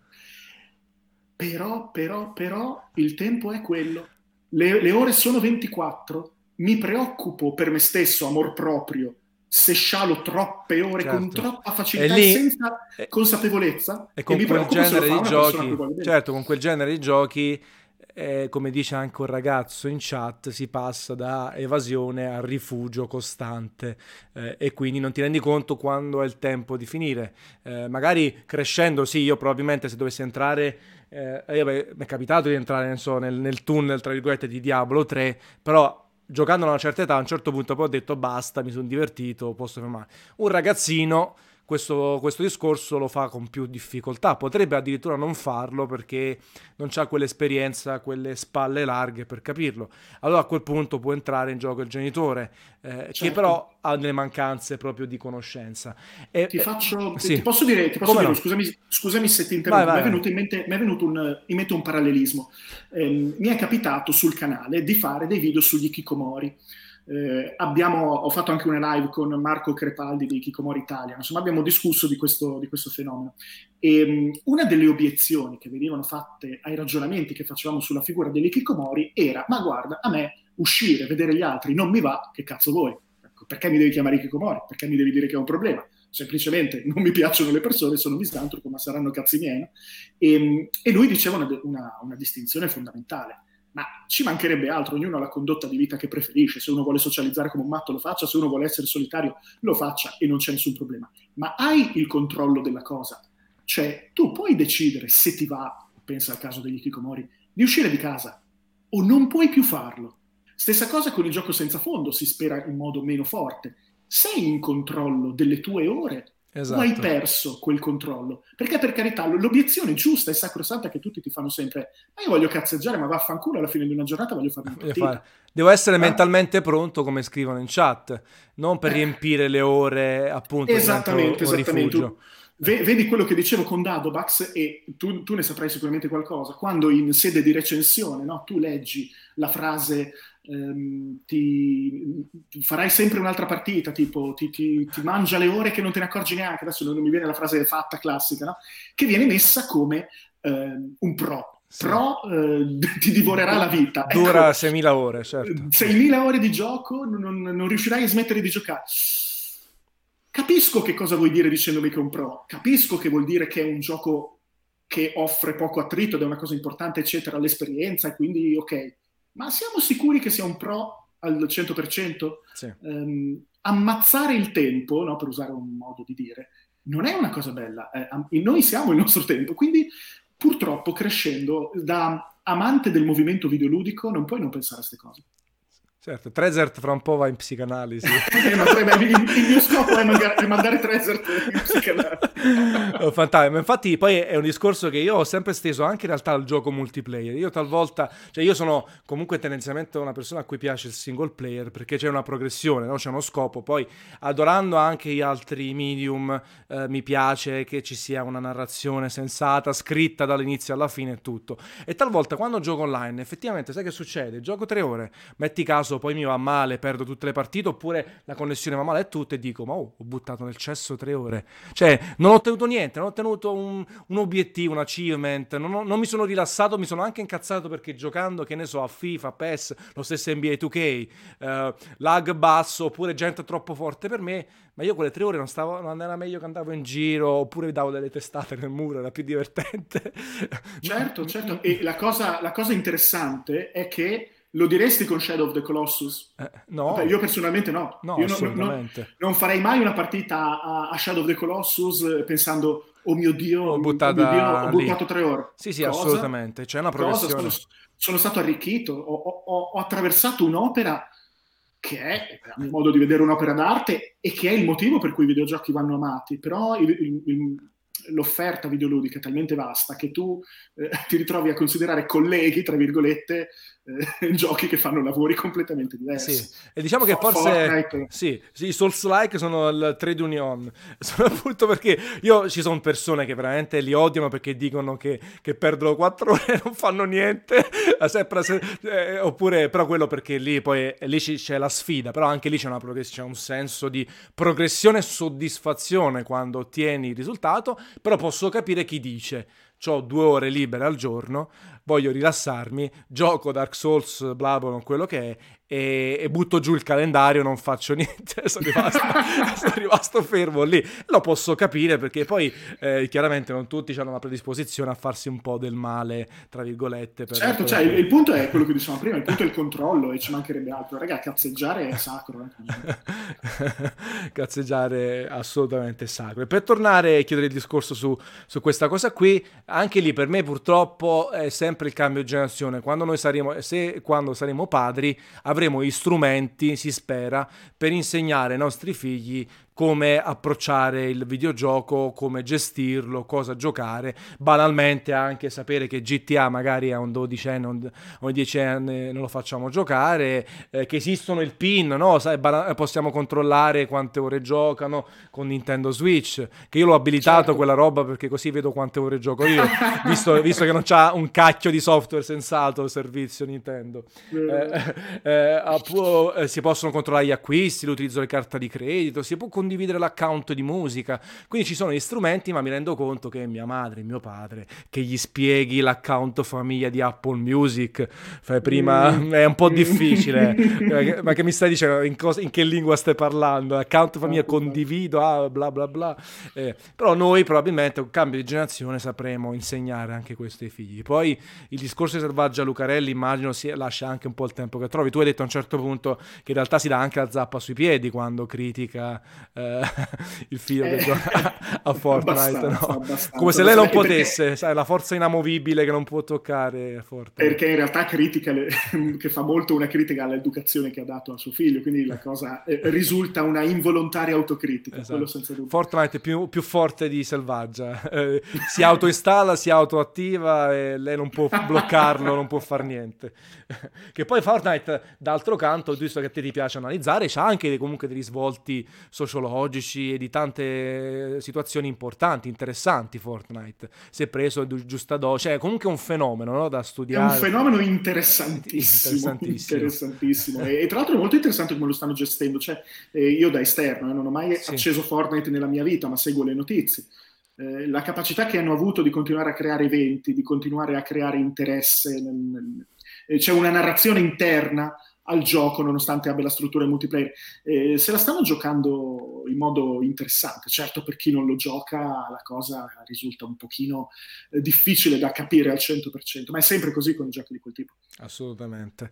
Però, però, però, il tempo è quello. Le, le ore sono ventiquattro, mi preoccupo per me stesso, amor proprio, se scialo troppe ore certo. con troppa facilità e, lì, e senza e, consapevolezza. E con e mi quel genere di giochi, probabilmente. certo, con quel genere di giochi, eh, come dice anche un ragazzo in chat, si passa da evasione a rifugio costante, eh, e quindi non ti rendi conto quando è il tempo di finire. Eh, magari crescendo, sì, io probabilmente se dovessi entrare, eh, io, beh, mi è capitato di entrare, non so, nel, nel tunnel, tra virgolette, di Diablo tre, però giocando a una certa età, a un certo punto poi ho detto basta, mi sono divertito, posso fermare. Un ragazzino questo, questo discorso lo fa con più difficoltà, potrebbe addirittura non farlo perché non c'ha quell'esperienza, quelle spalle larghe per capirlo. Allora a quel punto può entrare in gioco il genitore, eh, certo. che però ha delle mancanze proprio di conoscenza. E, ti faccio, eh, sì. ti posso dire, ti posso dire no? scusami, scusami se ti interrompo, mi è venuto in mente, mi è venuto un, in mente un parallelismo. Eh, mi è capitato sul canale di fare dei video sugli hikikomori. Eh, abbiamo, ho fatto anche una live con Marco Crepaldi di Hikikomori Italia, insomma abbiamo discusso di questo, di questo fenomeno e um, una delle obiezioni che venivano fatte ai ragionamenti che facevamo sulla figura degli hikikomori era: ma guarda, a me uscire, vedere gli altri non mi va, che cazzo vuoi? Ecco, perché mi devi chiamare hikikomori? Perché mi devi dire che è un problema? Semplicemente non mi piacciono le persone, sono misantropo, ma saranno cazzi miei, no? e, e lui diceva una, una, una distinzione fondamentale. Ma ci mancherebbe altro, ognuno ha la condotta di vita che preferisce, se uno vuole socializzare come un matto lo faccia, se uno vuole essere solitario lo faccia e non c'è nessun problema. Ma hai il controllo della cosa, cioè tu puoi decidere se ti va, pensa al caso degli hikikomori, di uscire di casa o non puoi più farlo. Stessa cosa con il gioco senza fondo, si spera in modo meno forte. Sei in controllo delle tue ore. Esatto. O hai perso quel controllo? Perché per carità, l'obiezione giusta e sacrosanta che tutti ti fanno sempre: ma io voglio cazzeggiare, ma vaffanculo, alla fine di una giornata voglio fare una partita. Fare. Devo essere eh? mentalmente pronto, come scrivono in chat, non per eh. riempire le ore, appunto, esattamente, un esattamente. rifugio. Vedi quello che dicevo con Dadobax, e tu, tu ne saprai sicuramente qualcosa. Quando in sede di recensione, no, tu leggi la frase ehm, ti, ti farai sempre un'altra partita, tipo ti, ti, ti mangia le ore che non te ne accorgi neanche, adesso non mi viene la frase fatta classica, no? Che viene messa come ehm, un pro. Sì. Pro eh, ti divorerà la vita. Dura ecco, seimila ore, certo. seimila ore di gioco, non, non riuscirai a smettere di giocare. Capisco che cosa vuoi dire dicendomi che è un pro, capisco che vuol dire che è un gioco che offre poco attrito ed è una cosa importante, eccetera, l'esperienza, e quindi ok. Ma siamo sicuri che sia un pro al cento per cento? Sì. Um, ammazzare il tempo, no, per usare un modo di dire, non è una cosa bella. Eh, noi siamo il nostro tempo, quindi purtroppo crescendo da amante del movimento videoludico non puoi non pensare a queste cose. Certo, Trezert fra un po' va in psicanalisi. eh, ma tre, il, il mio scopo è mandare, è mandare Trezert in psicanalisi. Oh, fantastico, infatti poi è un discorso che io ho sempre steso anche in realtà al gioco multiplayer. Io talvolta, cioè io sono comunque tendenzialmente una persona a cui piace il single player perché c'è una progressione, no? C'è uno scopo. Poi adorando anche gli altri medium, eh, mi piace che ci sia una narrazione sensata, scritta dall'inizio alla fine e tutto. E talvolta quando gioco online, effettivamente sai che succede? Gioco tre ore, metti caso poi mi va male, perdo tutte le partite, oppure la connessione va male e tutto, e dico ma oh, ho buttato nel cesso tre ore, cioè non ho ottenuto niente, non ho ottenuto un, un obiettivo, un achievement, non, ho, non mi sono rilassato, mi sono anche incazzato perché giocando, che ne so, a FIFA, P E S, lo stesso N B A due K, uh, lag basso, oppure gente troppo forte per me, ma io quelle tre ore non stavo, non era meglio che andavo in giro, oppure davo delle testate nel muro, era più divertente. Certo, certo, e la cosa, la cosa interessante è che Lo diresti con Shadow of the Colossus? Eh, no. Vabbè, io personalmente no. No, io assolutamente. Non, non, non farei mai una partita a, a Shadow of the Colossus pensando oh mio Dio, Ho oh buttato, mio Dio, ho buttato tre ore. Sì, sì, Cosa? assolutamente. C'è una progressione. Cosa? Sono, sono stato arricchito, ho, ho, ho attraversato un'opera che è, a mio modo di vedere, un'opera d'arte e che è il motivo per cui i videogiochi vanno amati. Però il, il, il, l'offerta videoludica è talmente vasta che tu eh, ti ritrovi a considerare colleghi, tra virgolette, eh, giochi che fanno lavori completamente diversi. Sì, e diciamo che forse sì, sì, i Souls-like sono il trade union, soprattutto perché io ci sono persone che veramente li odiano perché dicono che, che perdono quattro ore e non fanno niente, sempre, eh, oppure però quello perché lì poi lì c'è la sfida, però anche lì c'è, una c'è un senso di progressione e soddisfazione quando ottieni il risultato, però posso capire chi dice c'ho due ore libere al giorno, voglio rilassarmi, gioco Dark Souls, Bloodborne, quello che è, e, e butto giù il calendario, non faccio niente, sono rimasto, sono rimasto fermo lì. Lo posso capire perché poi eh, chiaramente non tutti hanno la predisposizione a farsi un po' del male, tra virgolette. Per certo, cioè, il, il punto è quello che dicevamo prima, il punto è il controllo e ci mancherebbe altro. Raga, cazzeggiare è sacro. Eh. Cazzeggiare assolutamente sacro. E per tornare e chiudere il discorso su, su questa cosa qui, anche lì per me purtroppo è sempre il cambio di generazione. Quando noi saremo, se quando saremo padri avremo gli strumenti, si spera, per insegnare ai nostri figli come approcciare il videogioco, come gestirlo, cosa giocare, banalmente anche sapere che G T A magari a un dodicenne o un diecenne non lo facciamo giocare, eh, che esistono il PIN, no? Sai, possiamo controllare quante ore giocano con Nintendo Switch, che io l'ho abilitato certo. Quella roba perché così vedo quante ore gioco io, visto, visto che non c'ha un cacchio di software sensato il servizio Nintendo. Eh, eh, può, eh, si possono controllare gli acquisti, l'utilizzo di carta di credito, si può condividere l'account di musica, quindi ci sono gli strumenti, ma mi rendo conto che mia madre e mio padre che gli spieghi l'account famiglia di Apple Music fai prima mm. è un po' difficile. Ma che mi stai dicendo, in, cosa, in che lingua stai parlando, account famiglia oh, condivido ah, bla bla bla eh, però noi probabilmente un cambio di generazione sapremo insegnare anche questo ai figli. Poi il discorso di Selvaggia Lucarelli immagino si lascia anche un po' il tempo che trovi. Tu hai detto a un certo punto che in realtà si dà anche la zappa sui piedi quando critica eh, il figlio eh, che gioca a Fortnite, abbastanza, no? abbastanza, come se lei non perché, potesse, sai, la forza inamovibile che non può toccare Fortnite. Perché in realtà critica le, che fa molto una critica all'educazione che ha dato a suo figlio, quindi la cosa eh, risulta una involontaria autocritica. Esatto. Quello senza dubbio. Fortnite è più, più forte di Selvaggia, eh, si autoinstalla, si autoattiva e lei non può bloccarlo, non può far niente. Che poi Fortnite, d'altro canto, visto che a te ti piace analizzare, c'ha anche comunque dei risvolti sociologici e di tante situazioni importanti, interessanti. Fortnite si è preso giusta dose, cioè comunque è un fenomeno, no, da studiare. È un fenomeno interessantissimo, interessantissimo, interessantissimo. E, e tra l'altro è molto interessante come lo stanno gestendo, cioè eh, io da esterno eh, non ho mai sì. acceso Fortnite nella mia vita, ma seguo le notizie. Eh, la capacità che hanno avuto di continuare a creare eventi, di continuare a creare interesse, nel, nel, eh, c'è una narrazione interna al gioco nonostante abbia la struttura multiplayer, eh, se la stanno giocando in modo interessante. Certo, per chi non lo gioca la cosa risulta un pochino eh, difficile da capire al cento per cento, ma è sempre così con i giochi di quel tipo. Assolutamente.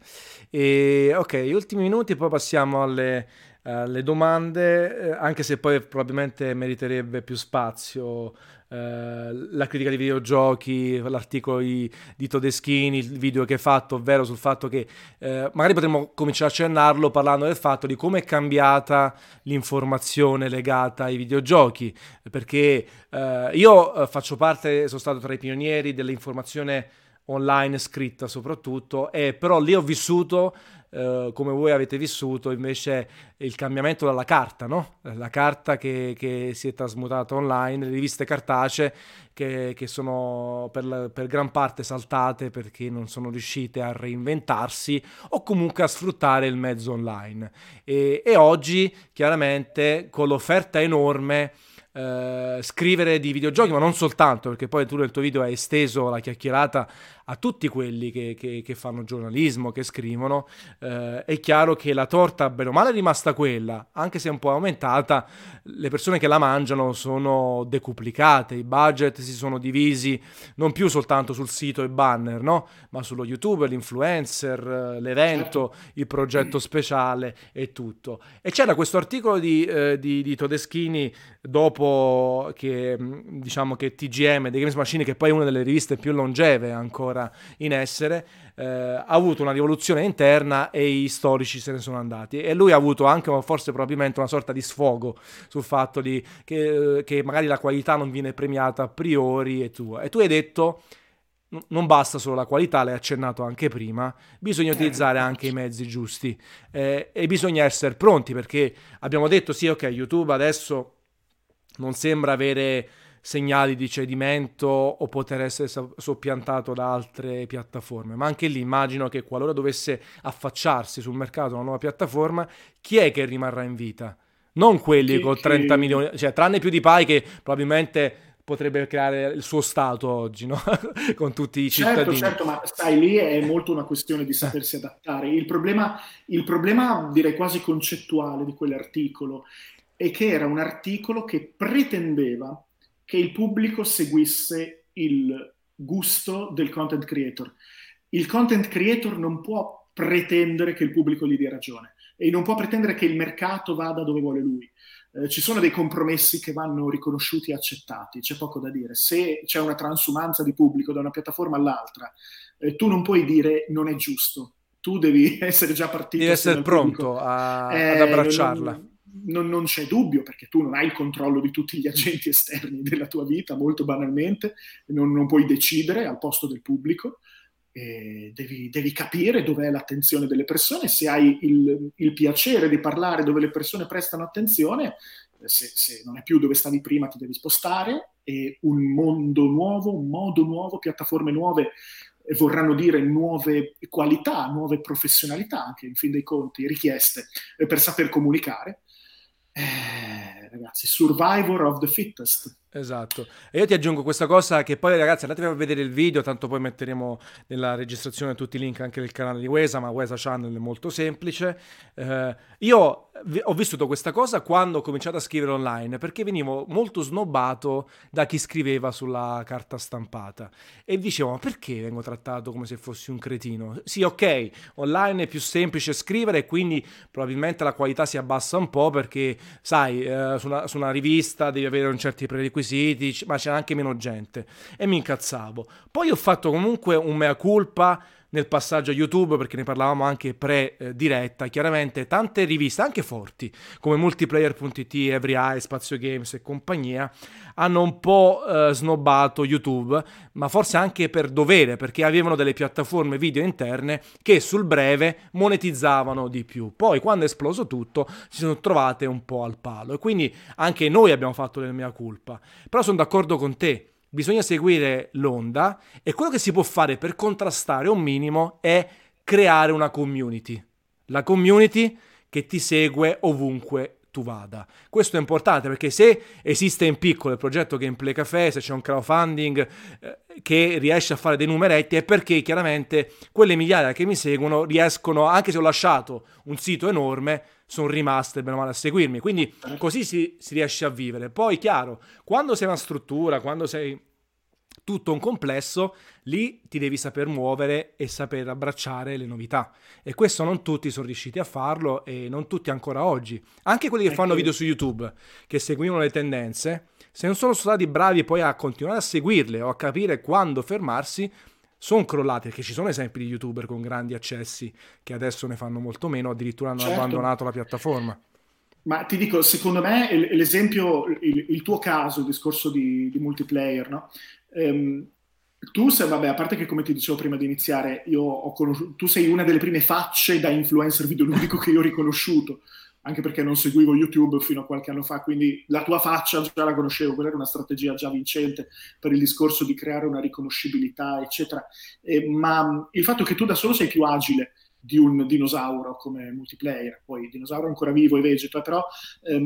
E, ok, gli ultimi minuti, poi passiamo alle, alle domande, eh, anche se poi probabilmente meriterebbe più spazio Uh, la critica di videogiochi, l'articolo di, di Todeschini, il video che hai fatto, ovvero sul fatto che uh, magari potremmo cominciare a accennarlo parlando del fatto di come è cambiata l'informazione legata ai videogiochi, perché uh, io uh, faccio parte, sono stato tra i pionieri dell'informazione online scritta soprattutto, e però lì ho vissuto Uh, come voi avete vissuto invece il cambiamento dalla carta, no? La carta che, che si è trasmutata online, le riviste cartacee che, che sono per, la, per gran parte saltate perché non sono riuscite a reinventarsi o comunque a sfruttare il mezzo online. E, e oggi chiaramente con l'offerta enorme eh, scrivere di videogiochi, ma non soltanto, perché poi tu nel tuo video hai esteso la chiacchierata a tutti quelli che, che- che fanno giornalismo, che scrivono. Eh, è chiaro che la torta, bene o male, è rimasta quella, anche se è un po' aumentata. Le persone che la mangiano sono decuplicate, i budget si sono divisi non più soltanto sul sito e banner, no? Ma sullo YouTube, l'influencer, eh, Certo. l'evento, il progetto speciale e tutto. E c'era questo articolo di, eh, di, di Todeschini dopo che, mh, diciamo che T G M, The Games Machine, che poi è una delle riviste più longeve ancora in essere, eh, ha avuto una rivoluzione interna e i storici se ne sono andati. E lui ha avuto anche, forse probabilmente, una sorta di sfogo sul fatto di, che, che magari la qualità non viene premiata a priori e tu, e tu hai detto non basta solo la qualità, l'hai accennato anche prima, bisogna Eh, utilizzare anche i mezzi giusti, eh, e bisogna essere pronti perché abbiamo detto sì, ok, YouTube adesso non sembra avere segnali di cedimento o poter essere so- soppiantato da altre piattaforme, ma anche lì immagino che qualora dovesse affacciarsi sul mercato una nuova piattaforma, chi è che rimarrà in vita? Non quelli che, con trenta che- milioni, cioè tranne PewDiePie che probabilmente potrebbe creare il suo stato oggi, no? Con tutti i Certo, cittadini. certo, ma sai, lì è molto una questione di Eh, sapersi adattare. Il problema, il problema, direi quasi concettuale di quell'articolo è che era un articolo che pretendeva che il pubblico seguisse il gusto del content creator. Il content creator non può pretendere che il pubblico gli dia ragione e non può pretendere che il mercato vada dove vuole lui. Eh, ci sono dei compromessi che vanno riconosciuti e accettati, c'è poco da dire. Se c'è una transumanza di pubblico da una piattaforma all'altra, eh, tu non puoi dire non è giusto, tu devi essere già devi partito assieme essere al pubblico. pronto a- ad Eh, non, abbracciarla. non- non- non c'è dubbio, perché tu non hai il controllo di tutti gli agenti esterni della tua vita, molto banalmente, non, non puoi decidere al posto del pubblico. E devi, devi capire dov'è l'attenzione delle persone, se hai il, il piacere di parlare dove le persone prestano attenzione, se, se non è più dove stavi prima ti devi spostare e un mondo nuovo, un modo nuovo, piattaforme nuove eh, vorranno dire nuove qualità, nuove professionalità anche in fin dei conti richieste eh, per saper comunicare. Eh, ragazzi, survivor of the fittest. Esatto. E io ti aggiungo questa cosa che poi ragazzi andatevi a vedere il video, tanto poi metteremo nella registrazione tutti i link anche del canale di Wesa, ma Wesa Channel è molto semplice. Eh, io vi- ho vissuto questa cosa quando ho cominciato a scrivere online, perché venivo molto snobbato da chi scriveva sulla carta stampata e dicevo, ma perché vengo trattato come se fossi un cretino? Sì, ok, online è più semplice scrivere e quindi probabilmente la qualità si abbassa un po' perché sai, eh, su una, su una rivista devi avere un certi prerequisiti, c- ma c'era anche meno gente e mi incazzavo. Poi ho fatto comunque un mea culpa nel passaggio a YouTube, perché ne parlavamo anche pre-diretta, chiaramente tante riviste, anche forti, come multiplayer punto it, Every Eye, Spazio Games e compagnia, hanno un po' eh, snobbato YouTube, ma forse anche per dovere, perché avevano delle piattaforme video interne che sul breve monetizzavano di più. Poi quando è esploso tutto si sono trovate un po' al palo e quindi anche noi abbiamo fatto del mea culpa. Però sono d'accordo con te, bisogna seguire l'onda e quello che si può fare per contrastare un minimo è creare una community. La community che ti segue ovunque tu vada. Questo è importante perché se esiste in piccolo il progetto Gameplay Café, se c'è un crowdfunding eh, che riesce a fare dei numeretti, è perché chiaramente quelle migliaia che mi seguono riescono, anche se ho lasciato un sito enorme, sono rimaste bene o male a seguirmi. Quindi così si, si riesce a vivere. Poi, chiaro, quando sei una struttura, quando sei tutto un complesso, lì ti devi saper muovere e saper abbracciare le novità. E questo non tutti sono riusciti a farlo e non tutti ancora oggi. Anche quelli che È fanno che video su YouTube, che seguivano le tendenze, se non sono stati bravi poi a continuare a seguirle o a capire quando fermarsi, sono crollati, perché ci sono esempi di YouTuber con grandi accessi che adesso ne fanno molto meno, addirittura hanno certo. abbandonato la piattaforma. Ma ti dico, secondo me l- l'esempio, il, il tuo caso, il discorso di, di multiplayer, no? Ehm, tu sei, vabbè, a parte che come ti dicevo prima di iniziare, io ho conosciuto, tu sei una delle prime facce da influencer videoludico che io ho riconosciuto, anche perché non seguivo YouTube fino a qualche anno fa, quindi la tua faccia già la conoscevo, quella era una strategia già vincente per il discorso di creare una riconoscibilità, eccetera. Eh, ma il fatto che tu da solo sei più agile di un dinosauro come multiplayer, poi il dinosauro è ancora vivo e vegeta, però ehm,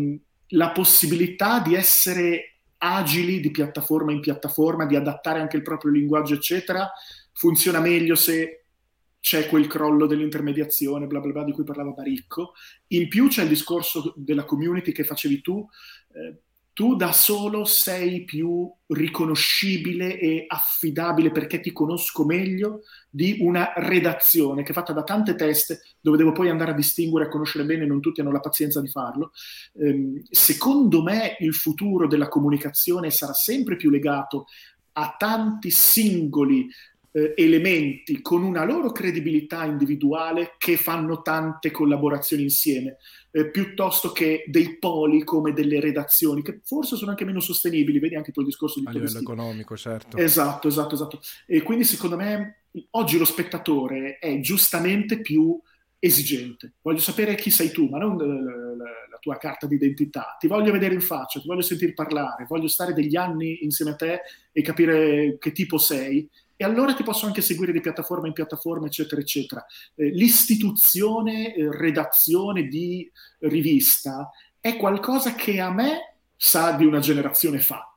la possibilità di essere agili di piattaforma in piattaforma, di adattare anche il proprio linguaggio, eccetera, funziona meglio se c'è quel crollo dell'intermediazione, bla bla bla, di cui parlava Baricco. In più c'è il discorso della community che facevi tu. Eh, tu da solo sei più riconoscibile e affidabile perché ti conosco meglio di una redazione che è fatta da tante teste, dove devo poi andare a distinguere e a conoscere bene, non tutti hanno la pazienza di farlo. Eh, secondo me il futuro della comunicazione sarà sempre più legato a tanti singoli eh, elementi con una loro credibilità individuale che fanno tante collaborazioni insieme, eh, piuttosto che dei poli come delle redazioni, che forse sono anche meno sostenibili, vedi anche tu il discorso di a livello economico, certo. Esatto, esatto, esatto. E quindi secondo me oggi lo spettatore è giustamente più esigente. Voglio sapere chi sei tu, ma non la, la tua carta d'identità. Ti voglio vedere in faccia, ti voglio sentir parlare, voglio stare degli anni insieme a te e capire che tipo sei. E allora ti posso anche seguire di piattaforma in piattaforma, eccetera, eccetera. Eh, l'istituzione, eh, redazione di rivista è qualcosa che a me sa di una generazione fa.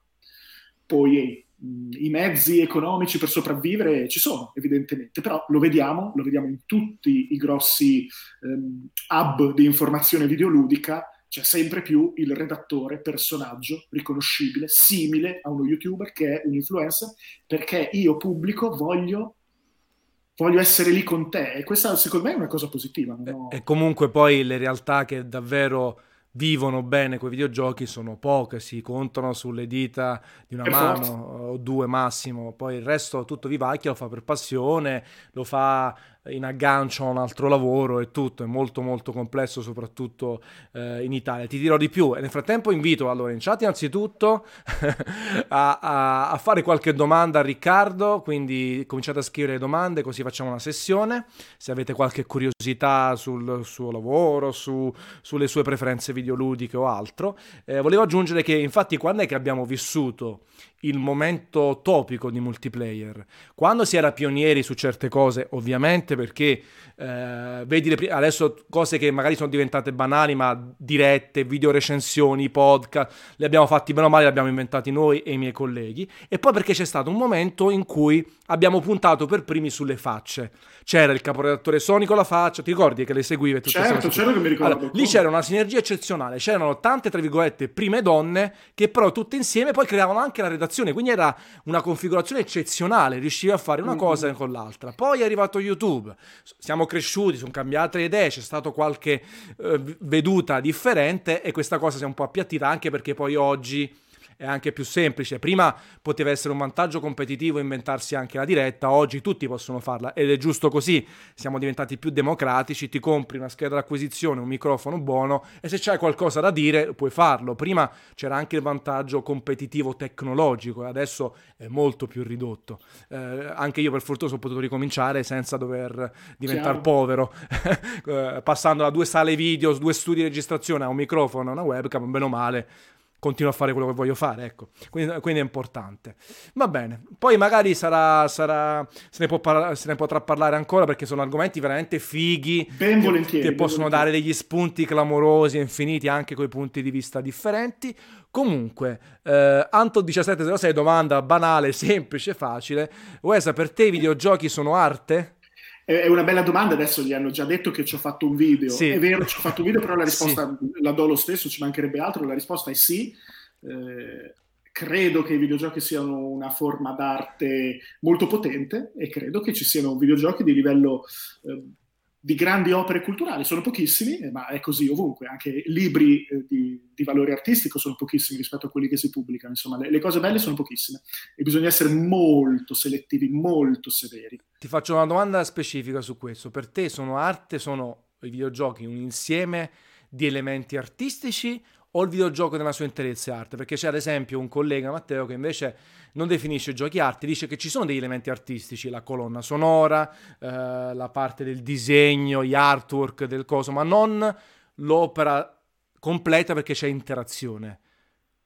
Poi eh, i mezzi economici per sopravvivere ci sono, evidentemente, però lo vediamo, lo vediamo in tutti i grossi ehm, hub di informazione videoludica. C'è sempre più il redattore, personaggio riconoscibile, simile a uno YouTuber che è un influencer, perché io pubblico voglio, voglio essere lì con te. E questa secondo me è una cosa positiva. Non ho... E comunque poi le realtà che davvero vivono bene quei videogiochi sono poche, si contano sulle dita di una Per mano forza. o due massimo, poi il resto tutto vivacchia, lo fa per passione, lo fa in aggancio a un altro lavoro e tutto, è molto molto complesso soprattutto eh, in Italia. Ti dirò di più e nel frattempo invito allora in chat innanzitutto a, a, a fare qualche domanda a Riccardo, quindi cominciate a scrivere le domande così facciamo una sessione, se avete qualche curiosità sul suo lavoro, su, sulle sue preferenze videoludiche o altro. Eh, volevo aggiungere che infatti quando è che abbiamo vissuto il momento topico di multiplayer? Quando si era pionieri su certe cose, ovviamente, perché eh, vedi le pri- adesso cose che magari sono diventate banali, ma dirette, video recensioni, podcast, li abbiamo fatti bene o male, li abbiamo inventati noi e i miei colleghi, e poi perché c'è stato un momento in cui abbiamo puntato per primi sulle facce. C'era il caporedattore Sony con la faccia, ti ricordi che le seguive tutte Certo, queste certo che mi ricordo. allora, lì c'era una sinergia eccezionale, c'erano tante, tra virgolette, prime donne che però tutte insieme poi creavano anche la redazione, quindi era una configurazione eccezionale, riuscivi a fare una cosa Mm-hmm. con l'altra. Poi è arrivato YouTube, siamo cresciuti, sono cambiate le idee, c'è stata qualche eh, veduta differente e questa cosa si è un po' appiattita anche perché poi oggi è anche più semplice. Prima poteva essere un vantaggio competitivo inventarsi anche la diretta, oggi tutti possono farla ed è giusto così, siamo diventati più democratici, ti compri una scheda d'acquisizione, un microfono buono e se c'hai qualcosa da dire puoi farlo. Prima c'era anche il vantaggio competitivo tecnologico e adesso è molto più ridotto. Eh, anche io per fortuna sono potuto ricominciare senza dover diventare Chiaro. povero, eh, passando da due sale video, due studi di registrazione a un microfono, a una webcam, bene o male continuo a fare quello che voglio fare, ecco, quindi, quindi è importante. Va bene, poi magari sarà, sarà se, ne può par- se ne potrà parlare ancora perché sono argomenti veramente fighi Ben che, volentieri, che ben possono volentieri. dare degli spunti clamorosi e infiniti anche coi punti di vista differenti. Comunque, eh, Anto diciassette zero sei domanda banale, semplice, facile. Wesa, per te i videogiochi sono arte? È una bella domanda, adesso gli hanno già detto che ci ho fatto un video. Sì. È vero, ci ho fatto un video, però la risposta Sì. la do lo stesso, ci mancherebbe altro, la risposta è sì. Eh, credo che i videogiochi siano una forma d'arte molto potente e credo che ci siano videogiochi di livello eh, di grandi opere culturali, sono pochissimi, eh, ma è così ovunque, anche libri eh, di, di valore artistico sono pochissimi rispetto a quelli che si pubblicano, insomma le, le cose belle sono pochissime e bisogna essere molto selettivi, molto severi. Ti faccio una domanda specifica su questo. Per te sono arte, sono i videogiochi un insieme di elementi artistici o il videogioco nella sua interezza è arte? Perché c'è ad esempio un collega, Matteo, che invece non definisce giochi arte, dice che ci sono degli elementi artistici, la colonna sonora, eh, la parte del disegno, gli artwork del coso, ma non l'opera completa perché c'è interazione.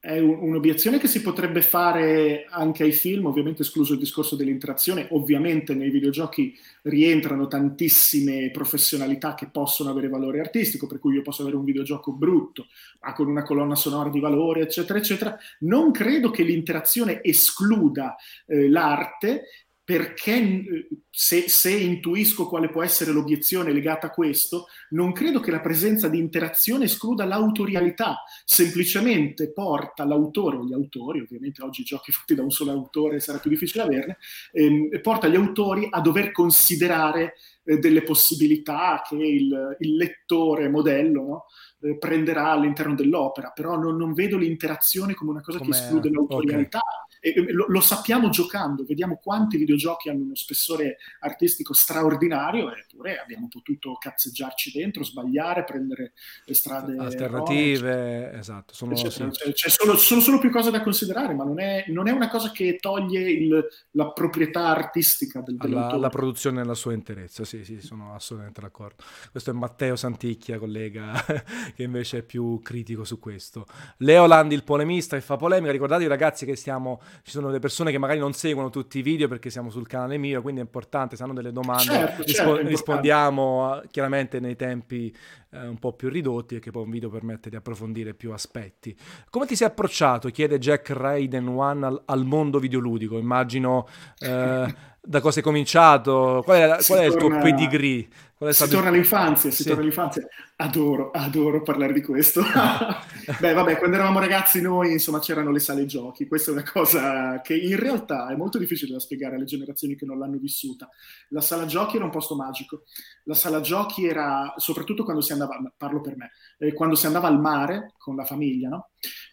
è un- un'obiezione che si potrebbe fare anche ai film, ovviamente escluso il discorso dell'interazione. Ovviamente nei videogiochi rientrano tantissime professionalità che possono avere valore artistico, per cui io posso avere un videogioco brutto, ma con una colonna sonora di valore, eccetera, eccetera. Non credo che l'interazione escluda eh, l'arte, perché eh, se, se intuisco quale può essere l'obiezione legata a questo, non credo che la presenza di interazione escluda l'autorialità, semplicemente porta l'autore o gli autori, ovviamente oggi i giochi fatti da un solo autore sarà più difficile averne, ehm, porta gli autori a dover considerare eh, delle possibilità che il, il lettore modello, no? eh, prenderà all'interno dell'opera, però non, non vedo l'interazione come una cosa che esclude Come... Ok. l'autorialità. E, e lo, lo sappiamo giocando, vediamo quanti videogiochi hanno uno spessore artistico straordinario, eppure abbiamo potuto cazzeggiarci dentro, sbagliare, prendere le strade erronee, Alternative, esatto, sono eccetera. sì. C'è, c'è solo, sono solo più cose da considerare, ma non è, non è una cosa che toglie il- la proprietà artistica del- alla, alla dell'autore. produzione nella sua interezza, sì, sì, sono assolutamente d'accordo. Questo è Matteo Santicchia, collega, che invece è più critico su questo. Leoland, il polemista, che fa polemica. Ricordatevi, ragazzi, che stiamo, ci sono delle persone che magari non seguono tutti i video perché siamo sul canale mio, quindi è importante, se hanno delle domande, Certo, rispo- certo, è importante. rispondiamo eh, chiaramente nei tempi eh, un po' più ridotti, e che poi un video permette di approfondire più aspetti. Come ti sei approcciato, chiede Jack Raiden One, al, al mondo videoludico? Immagino eh, da cosa hai cominciato, qual è, la- qual Si è il tuo torna, pedigree? Qual è si stato il... torna all'infanzia, si Sì. torna all'infanzia. Adoro, adoro parlare di questo. Beh, vabbè, quando eravamo ragazzi noi, insomma, c'erano le sale giochi. Questa è una cosa che in realtà è molto difficile da spiegare alle generazioni che non l'hanno vissuta. La sala giochi era un posto magico. La sala giochi era, soprattutto quando si andava, parlo per me, eh, quando si andava al mare con la famiglia, no?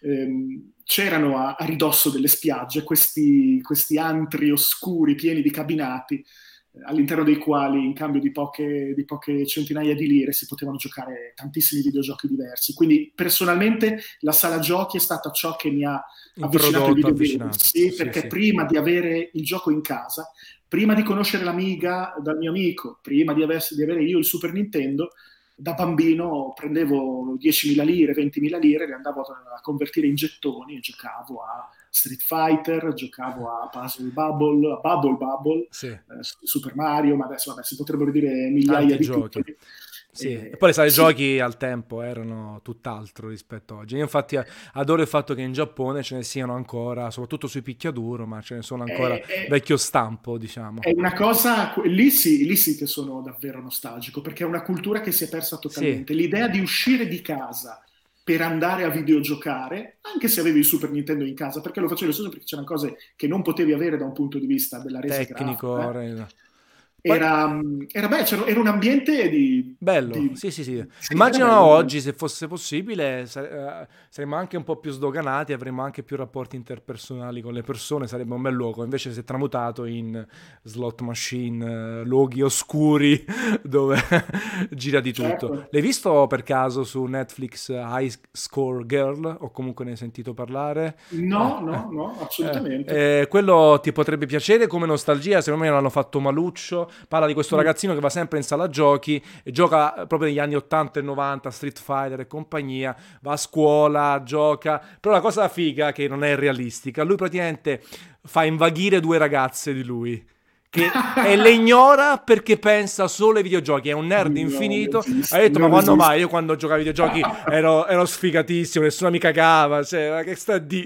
Ehm, c'erano a, a ridosso delle spiagge questi, questi antri oscuri pieni di cabinati, eh, all'interno dei quali, in cambio di poche, di poche centinaia di lire, si potevano giocare tantissimi videogiochi diversi. Quindi personalmente la sala giochi è stata ciò che mi ha avvicinato ai Introdotto, videogame, avvicinato. sì, Sì, perché sì. prima di avere il gioco in casa, prima di conoscere l'Amiga dal mio amico, prima di, aver, di avere io il Super Nintendo, da bambino prendevo diecimila lire, ventimila lire, le andavo a convertire in gettoni e giocavo a Street Fighter, giocavo a Puzzle Bubble, a Bubble Bubble, Sì. eh, Super Mario, ma adesso vabbè, si potrebbero dire migliaia Tanti di giochi. titoli. Sì, e poi Eh, le sale sì, giochi al tempo erano tutt'altro rispetto a oggi. Io infatti a- adoro il fatto che in Giappone ce ne siano ancora, soprattutto sui picchiaduro, ma ce ne sono ancora è, è- vecchio stampo, diciamo. è una cosa, lì sì, lì sì che sono davvero nostalgico, perché è una cultura che si è persa Sì, totalmente. L'idea di uscire di casa per andare a videogiocare, anche se avevi il Super Nintendo in casa, perché lo facevi solo perché c'erano cose che non potevi avere da un punto di vista della resa grafica, tecnico. eh. re- Poi, Era, era, beh, c'era- era un ambiente di, bello, di- sì, sì, sì. sì, era Immagino bello, era bello. oggi, se fosse possibile, sa- eh, saremmo anche un po' più sdoganati, avremmo anche più rapporti interpersonali con le persone, sarebbe un bel luogo. Invece si è tramutato in slot machine, eh, luoghi oscuri dove gira di tutto. Certo. L'hai visto per caso su Netflix eh, High Score Girl? O comunque ne hai sentito parlare? Eh, No, no, no, eh, assolutamente. eh, eh, quello ti potrebbe piacere come nostalgia, secondo me l'hanno fatto maluccio. Parla di questo Mm. ragazzino che va sempre in sala giochi e gioca eh, proprio negli anni ottanta e novanta, Street Fighter e compagnia, va a scuola, gioca, però la cosa figa che non è realistica, lui praticamente fa invaghire due ragazze di lui. Che, e le ignora perché pensa solo ai videogiochi, è un nerd Non infinito. Ha esiste, detto: Ma non quando esiste. mai? Io quando giocavo ai videogiochi ero, ero sfigatissimo, nessuno mi cagava. Cioè, ma che sta di.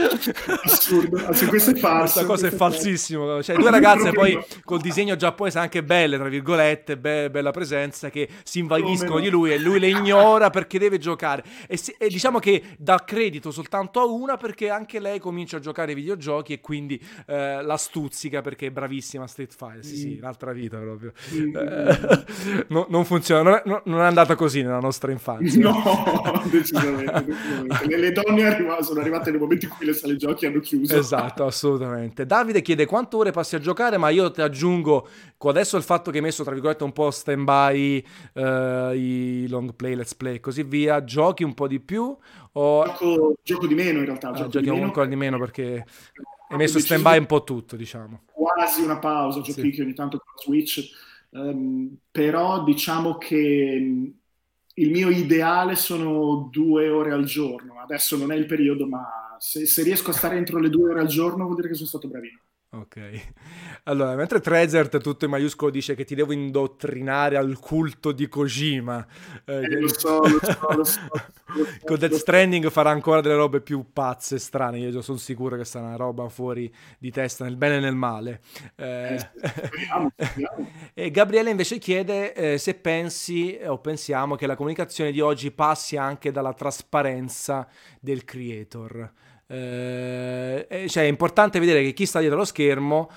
Assurdo, anzi, questo è Questa falso, cosa è questo è falso. falsissima. Cioè, due ragazze Proprio poi no. col disegno giapponese anche belle, tra virgolette, be- bella presenza, che si Come invaghiscono di no? lui e lui le ignora perché deve giocare. E, si- e diciamo che dà credito soltanto a una perché anche lei comincia a giocare ai videogiochi e quindi eh, la stuzzica perché è bravissima a Street Fighter. Sì, sì, Mm, l'altra vita proprio. mm, mm, mm. Eh, no- non funziona, non è, no- non è andata così nella nostra infanzia. No, decisamente, decisamente. Le, le donne arriva- sono arrivate nel momento in cui le sale giochi hanno chiuso. Esatto, assolutamente. Davide chiede quanto ore passi a giocare, ma io ti aggiungo, con adesso il fatto che hai messo, tra virgolette, un po' stand-by eh, i long play, let's play e così via, giochi un po' di più o Gioco, gioco di meno in realtà, ah, gioco di giochi meno ancora di perché meno perché hai ho messo deciso stand-by di un po' tutto, diciamo. quasi una pausa, Sì. giochicchi ogni tanto con la Switch, ehm, però diciamo che mh, il mio ideale sono due ore al giorno. Adesso non è il periodo, ma se, se riesco a stare entro le due ore al giorno vuol dire che sono stato bravino. Ok, allora, mentre Trezert tutto in maiuscolo dice che ti devo indottrinare al culto di Kojima, eh, Eh, che- lo so, lo so, lo so, lo so, con Death lo so. Stranding farà ancora delle robe più pazze e strane, io sono sicuro che sarà una roba fuori di testa, nel bene e nel male. Eh, Eh, sì, speriamo, speriamo. E Gabriele invece chiede eh, se pensi eh, o pensiamo che la comunicazione di oggi passi anche dalla trasparenza del creator. Eh, eh, cioè è importante vedere che chi sta dietro lo schermo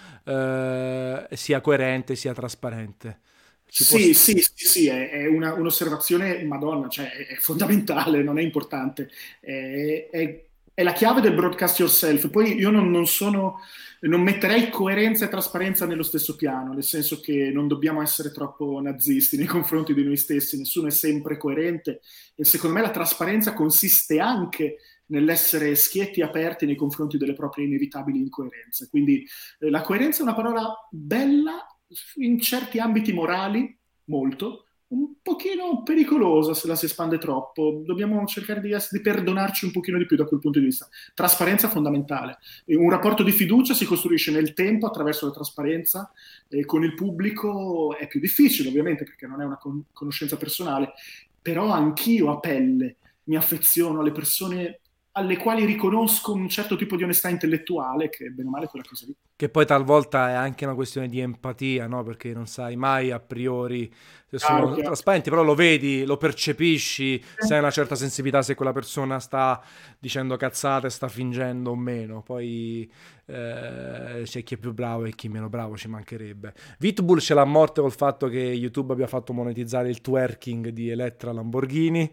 eh, sia coerente, sia trasparente. Ci può Sì, st- sì, sì, sì, è, è una- un'osservazione, Madonna, cioè è, è fondamentale, non è importante. È, è- è la chiave del broadcast yourself. Poi io non, non sono, non metterei coerenza e trasparenza nello stesso piano, nel senso che non dobbiamo essere troppo nazisti nei confronti di noi stessi, nessuno è sempre coerente e secondo me la trasparenza consiste anche nell'essere schietti e aperti nei confronti delle proprie inevitabili incoerenze. Quindi eh, la coerenza è una parola bella in certi ambiti morali, molto, un pochino pericolosa se la si espande troppo. Dobbiamo cercare di, essere, di perdonarci un pochino di più da quel punto di vista. Trasparenza fondamentale. E un rapporto di fiducia si costruisce nel tempo attraverso la trasparenza. E con il pubblico è più difficile, ovviamente, perché non è una con- conoscenza personale, però anch'io a pelle mi affeziono alle persone alle quali riconosco un certo tipo di onestà intellettuale, che bene o male è quella cosa lì. Che poi talvolta è anche una questione di empatia, no? Perché non sai mai a priori se Chiaro, sono chiaro. trasparenti, però lo vedi, lo percepisci, se hai una certa sensibilità, se quella persona sta dicendo cazzate, sta fingendo o meno. Poi eh, c'è chi è più bravo e chi meno bravo, ci mancherebbe. Vitbull ce l'ha a morte col fatto che YouTube abbia fatto monetizzare il twerking di Elettra Lamborghini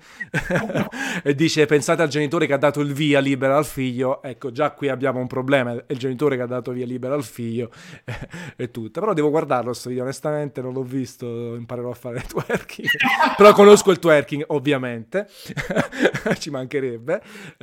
e dice pensate al genitore che ha dato il via libera al figlio. Ecco, già qui abbiamo un problema, è il genitore che ha dato via libera al figlio e tutto. Però devo guardarlo sto video, onestamente non l'ho visto, imparerò a fare twerking. Però conosco il twerking, ovviamente. Ci mancherebbe.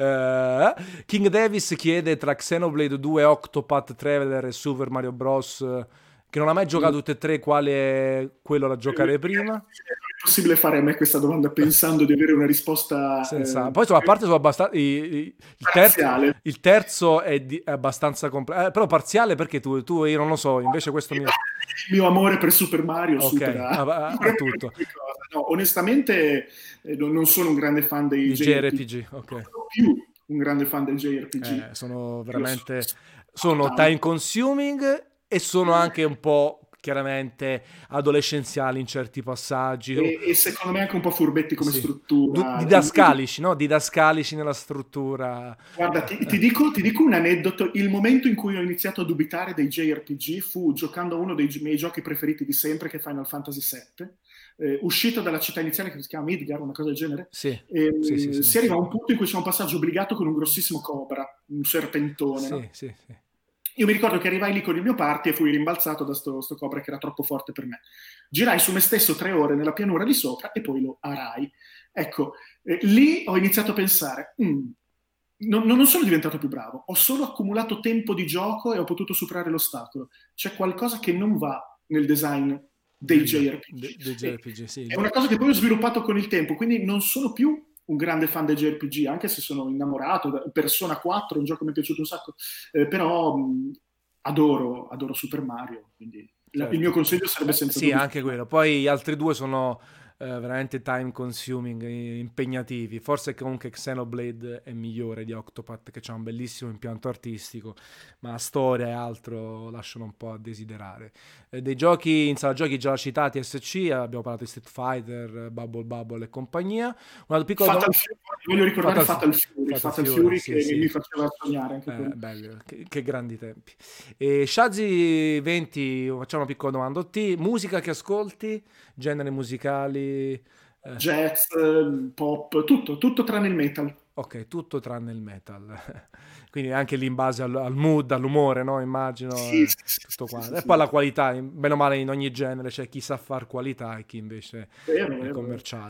Uh, King Davis chiede tra Xenoblade due, Octopath Traveler e Super Mario Bros. Che non ha mai giocato tutte e tre, quale è quello da giocare prima? Non è possibile fare a me questa domanda pensando di avere una risposta Senza... eh, Poi sono, a parte sono abbastanza... Il terzo, parziale. il terzo è, di... è abbastanza complesso. Eh, però parziale perché tu, tu, io non lo so, invece questo mi... Il mio amore per Super Mario Ok, supera a, a- a tutto. no, onestamente eh, non non sono un grande fan dei Di J R P G, J R P G, ok. non sono più un grande fan del J R P G. Eh, sono Lo so, veramente... so Sono time tanto. consuming e sono anche un po' chiaramente adolescenziali in certi passaggi. E, e secondo me anche un po' furbetti come Sì. Du- struttura. didascalici, no? Didascalici nella struttura. Guarda, ti, ti dico, ti dico un aneddoto. Il momento in cui ho iniziato a dubitare dei J R P G fu giocando a uno dei gi- miei giochi preferiti di sempre, che è Final Fantasy sette, eh, uscito dalla città iniziale che si chiama Midgar, una cosa del genere. Sì, Ehm, sì, sì, sì. si arriva a un punto in cui c'è un passaggio obbligato con un grossissimo cobra, un serpentone, no? Sì, sì, sì. Io mi ricordo che arrivai lì con il mio party e fui rimbalzato da sto, sto cobra che era troppo forte per me. Girai su me stesso tre ore nella pianura di sopra e poi lo arai. Ecco, eh, lì ho iniziato a pensare, "Mm, non, non sono diventato più bravo, ho solo accumulato tempo di gioco e ho potuto superare l'ostacolo. C'è qualcosa che non va nel design dei J R P G. De- dei J R P G, sì. È una cosa che poi ho sviluppato con il tempo, quindi non sono più un grande fan dei J R P G, anche se sono innamorato. da Persona quattro, un gioco che mi è piaciuto un sacco, eh, però mh, adoro, adoro Super Mario, quindi la- Certo. il mio consiglio sarebbe senza Sì, dubbio. anche quello. Poi gli altri due sono eh, veramente time consuming, eh, impegnativi. Forse comunque Xenoblade è migliore di Octopath, che ha un bellissimo impianto artistico, ma storia e altro lasciano un po' a desiderare. Eh, dei giochi, in sala giochi già citati S C, abbiamo parlato di Street Fighter, Bubble Bubble e compagnia. Una piccola Fatal dom- Fury, voglio ricordare Fatal, Fury, Fatal Fatal Fury, Fury sì, che sì. mi faceva sognare anche Eh, quello. bello, che, che grandi tempi. E Shazzy venti, facciamo una piccola domanda. T, musica che ascolti, generi musicali, eh, Jazz, eh, pop, tutto, tutto tranne il metal. ok, tutto tranne il metal. Quindi anche lì in base al, al mood, all'umore, no? Immagino, Sì, eh, sì, sì, tutto sì, qua. sì, E sì. poi la qualità, in- bene o male in ogni genere, c'è chi sa far qualità e chi invece Vero, è vero, vero. commerciale.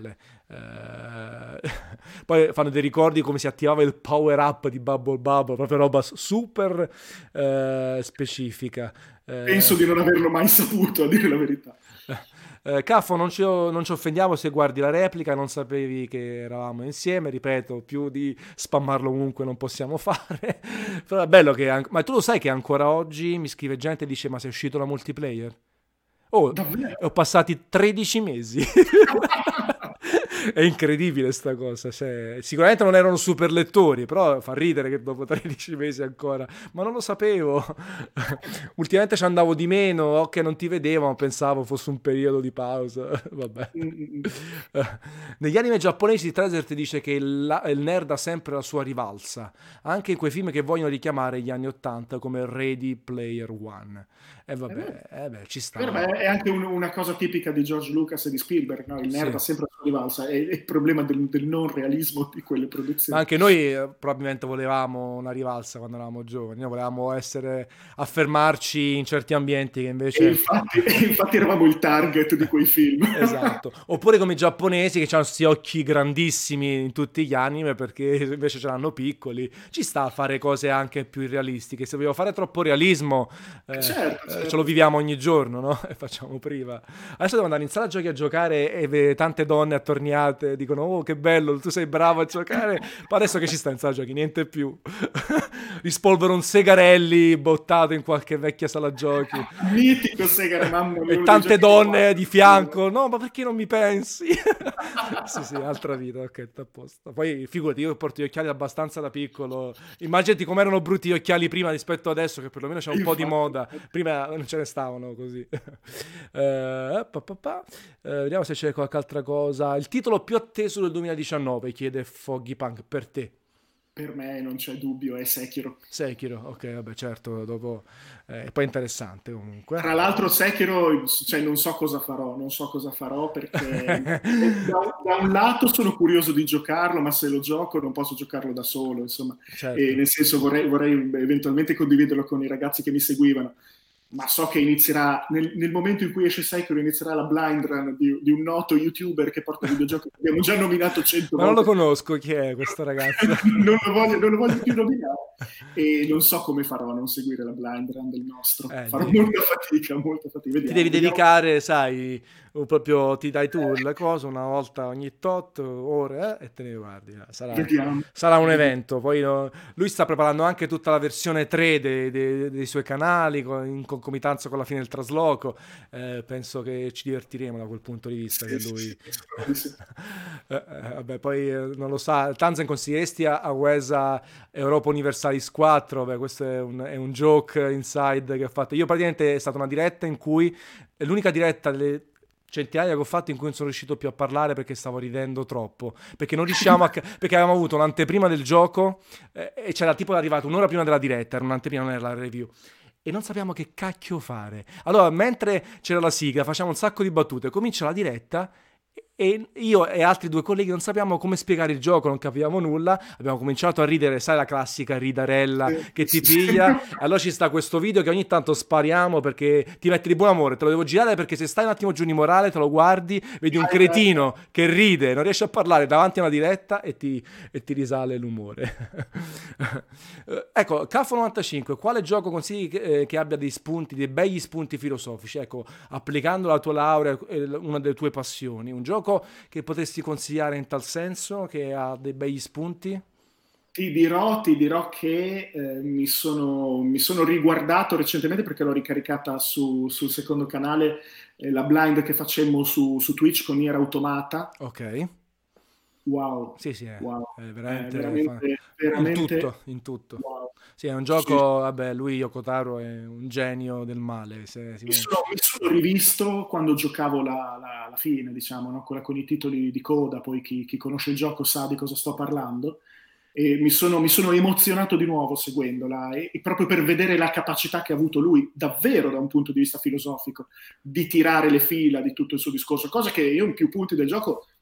Eh, poi fanno dei ricordi come si attivava il power up di Bubble Bubble, proprio roba super eh, specifica. Penso Eh, di non averlo mai saputo, a dire la verità. eh, Caffo, non ci, non ci offendiamo se guardi la replica, non sapevi che eravamo insieme, ripeto, più di spammarlo ovunque non possiamo fare. Però è bello che... an- Ma tu lo sai che ancora oggi mi scrive gente e dice ma sei uscito da multiplayer? Oh, Davvero? ho passati tredici mesi. È incredibile sta cosa. Cioè, sicuramente non erano super lettori, però fa ridere che dopo tredici mesi ancora. Ma non lo sapevo. Ultimamente ci andavo di meno, ok, non ti vedevo, ma pensavo fosse un periodo di pausa. Vabbè. Mm, Negli anime giapponesi Treasure ti dice che il, la- il nerd ha sempre la sua rivalsa, anche in quei film che vogliono richiamare gli anni ottanta come Ready Player One. E è vero. vabbè, eh beh, ci Vero, sta. ma è anche un- una cosa tipica di George Lucas e di Spielberg, no? Il nerd Sì. ha sempre la sua rivalsa, è, è il problema del, del non realismo di quelle Ma produzioni. anche noi eh, probabilmente volevamo una rivalsa quando eravamo giovani, noi volevamo essere, affermarci in certi ambienti che E invece... infatti, e infatti eravamo il target di quei film. Esatto, oppure come i giapponesi che hanno questi occhi grandissimi in tutti gli anime perché invece ce l'hanno piccoli. Ci sta a fare cose anche più irrealistiche. Se vogliamo fare troppo realismo, eh, Certo, eh, ce lo certo. viviamo ogni giorno, no? E facciamo prima. Adesso devo andare in sala giochi a giocare e ve- tante donne attorniate dicono: Oh, che bello, tu sei bravo a giocare. Ma adesso che ci sta in sala giochi, niente più. Rispolvero un Segarelli bottato in qualche vecchia sala giochi. Mitico Segare, mamma mia, E uno dei tante giochi donne che di fianco, no, ma perché non mi pensi? Sì, sì, altra vita, ok, sta a posto. Poi figurati, io porto gli occhiali abbastanza da piccolo. Immaginati com'erano brutti gli occhiali prima rispetto adesso, che perlomeno c'è un po' di infatti, moda. Prima non ce ne stavano così. Eh, pa, pa, pa. Eh, vediamo se c'è qualche altra cosa. Il titolo più atteso del duemiladiciannove, chiede Foggy Punk, per te. per me non c'è dubbio, è Sekiro. Sekiro, ok, vabbè, certo, dopo... Eh, poi è interessante comunque. Tra l'altro Sekiro, cioè, non so cosa farò, non so cosa farò perché da, da un lato sono curioso di giocarlo, ma se lo gioco non posso giocarlo da solo, insomma, e Certo. nel senso vorrei, vorrei eventualmente condividerlo con i ragazzi che mi seguivano, ma so che inizierà, nel, nel momento in cui esce Sekiro inizierà la blind run di, di un noto youtuber che porta videogiochi che abbiamo già nominato cento Ma non lo volte. conosco chi è questo ragazzo. Non lo voglio, non lo voglio più nominare e non so come farò a non seguire la blind run del nostro. Eh, Farò devi- molta fatica, molta fatica. ti Vediamo, devi vediamo. dedicare, sai, o proprio ti dai tu Eh, la cosa una volta ogni tot ore eh, e te ne guardi. eh. Sarà, vediamo. sarà un Vediamo. evento. Poi no, lui sta preparando anche tutta la versione tre dei, dei- dei suoi canali co- in concomitanza con la fine del trasloco. Eh, penso che ci divertiremo da quel punto di vista che Sì, sì, lui... sì, penso proprio di sì. Eh, eh, vabbè, poi eh, non lo sa. Tanzen consiglieresti a, a Wesa Europa Universalis quattro? Beh, questo è un, è un joke inside che ho fatto. Io praticamente è stata una diretta in cui è l'unica diretta delle centinaia che ho fatto in cui non sono riuscito più a parlare perché stavo ridendo troppo. Perché non riusciamo a. ca- Perché avevamo avuto un'anteprima del gioco eh, e c'era tipo arrivato un'ora prima della diretta. Era un'anteprima, non era la review. E non sappiamo che cacchio fare. Allora, mentre c'era la sigla, facciamo un sacco di battute. Comincia la diretta. E io e altri due colleghi non sappiamo come spiegare il gioco, non capivamo nulla. Abbiamo cominciato a ridere, sai, la classica ridarella Sì, che ti sì, sì. piglia. Allora ci sta questo video che ogni tanto spariamo perché ti metti di buon amore. Te lo devo girare perché se stai un attimo giù di morale, te lo guardi, vedi un cretino che ride, non riesce a parlare davanti a una diretta e ti, e ti risale l'umore. Eh, ecco, Caffo novantacinque, quale gioco consigli che, eh, che abbia dei spunti, dei begli spunti filosofici? Ecco, applicando la tua laurea, eh, una delle tue passioni, un gioco che potresti consigliare in tal senso, che ha dei begli spunti? Ti dirò, ti dirò che eh, mi sono, mi sono riguardato recentemente perché l'ho ricaricata su- sul secondo canale, eh, la blind che facemmo su, su Twitch con Nier Automata. Ok, Wow, sì, sì, è, wow, è è veramente, fa- veramente, in veramente tutto, in tutto. wow. Sì, è un Sì. gioco, vabbè, lui Yoko Taro è un genio del male, se si Mi vede. sono, mi sono rivisto quando giocavo la, la- la fine, diciamo, no? Quella con i titoli di coda, poi chi, chi conosce il gioco sa di cosa sto parlando, e mi sono, mi sono emozionato di nuovo seguendola, e, e proprio per vedere la capacità che ha avuto lui, davvero da un punto di vista filosofico, di tirare le fila di tutto il suo discorso, cosa che io in più punti del gioco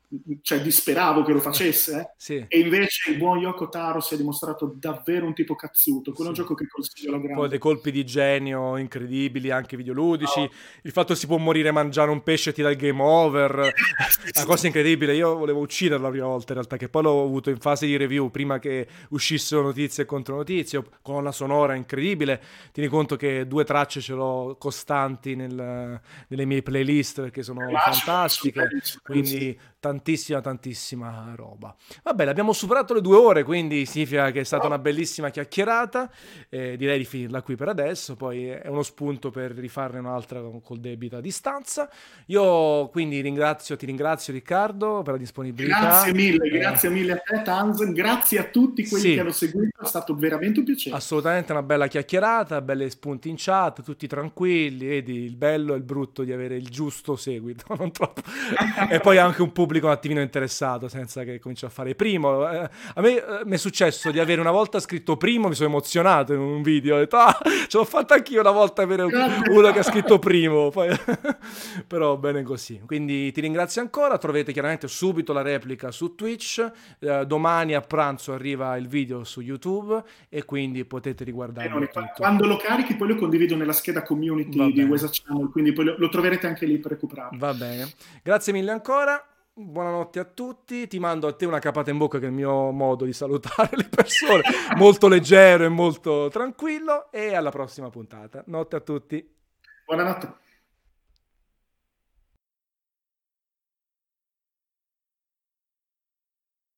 cioè disperavo che lo facesse, eh? Sì. E invece il buon Yoko Taro si è dimostrato davvero un tipo cazzuto, quello è Sì. un gioco che consiglio alla grande. Poi dei colpi di genio incredibili, anche videoludici, No. il fatto che si può morire mangiando un pesce e ti dà il game over, Sì, una sì. cosa incredibile. Io volevo ucciderla la prima volta in realtà, che poi l'ho avuto in fase di review prima che uscissero notizie e contronotizie, con una sonora incredibile. Tieni conto che due tracce ce l'ho costanti nel- nelle mie playlist perché sono Classico, fantastiche, assolutamente, quindi tantissima tantissima roba. Va bene, abbiamo superato le due ore, quindi significa che è stata una bellissima chiacchierata. Eh, direi di finirla qui per adesso, poi è uno spunto per rifarne un'altra con- col debito a distanza. Io quindi ringrazio, ti ringrazio Riccardo per la disponibilità. Grazie mille, Eh, grazie mille a te Tanz, grazie a tutti quelli che sì, hanno seguito, è stato veramente un piacere. assolutamente una bella chiacchierata, belli spunti in chat, tutti tranquilli, vedi il bello e il brutto di avere il giusto seguito, non troppo. E poi anche un pubblico un attimino interessato, senza che cominci a fare primo. Eh, a me eh, mi è successo di avere una volta scritto primo, mi sono emozionato in un video, ho detto ah, ce l'ho fatta anch'io una volta avere uno che ha scritto primo, poi... però bene così. Quindi ti ringrazio ancora, troverete chiaramente subito la replica su Twitch, eh, domani a pranzo arriva il video su YouTube e quindi potete riguardarlo Benone, tutto. quando lo carichi poi lo condivido nella scheda community Va di bene. Wesa Channel, quindi poi lo, lo troverete anche lì per recuperarlo. Va bene. Grazie mille ancora. Buonanotte a tutti. Ti mando a te una capata in bocca, che è il mio modo di salutare le persone, molto leggero e molto tranquillo. E alla prossima puntata. Notte a tutti. Buonanotte.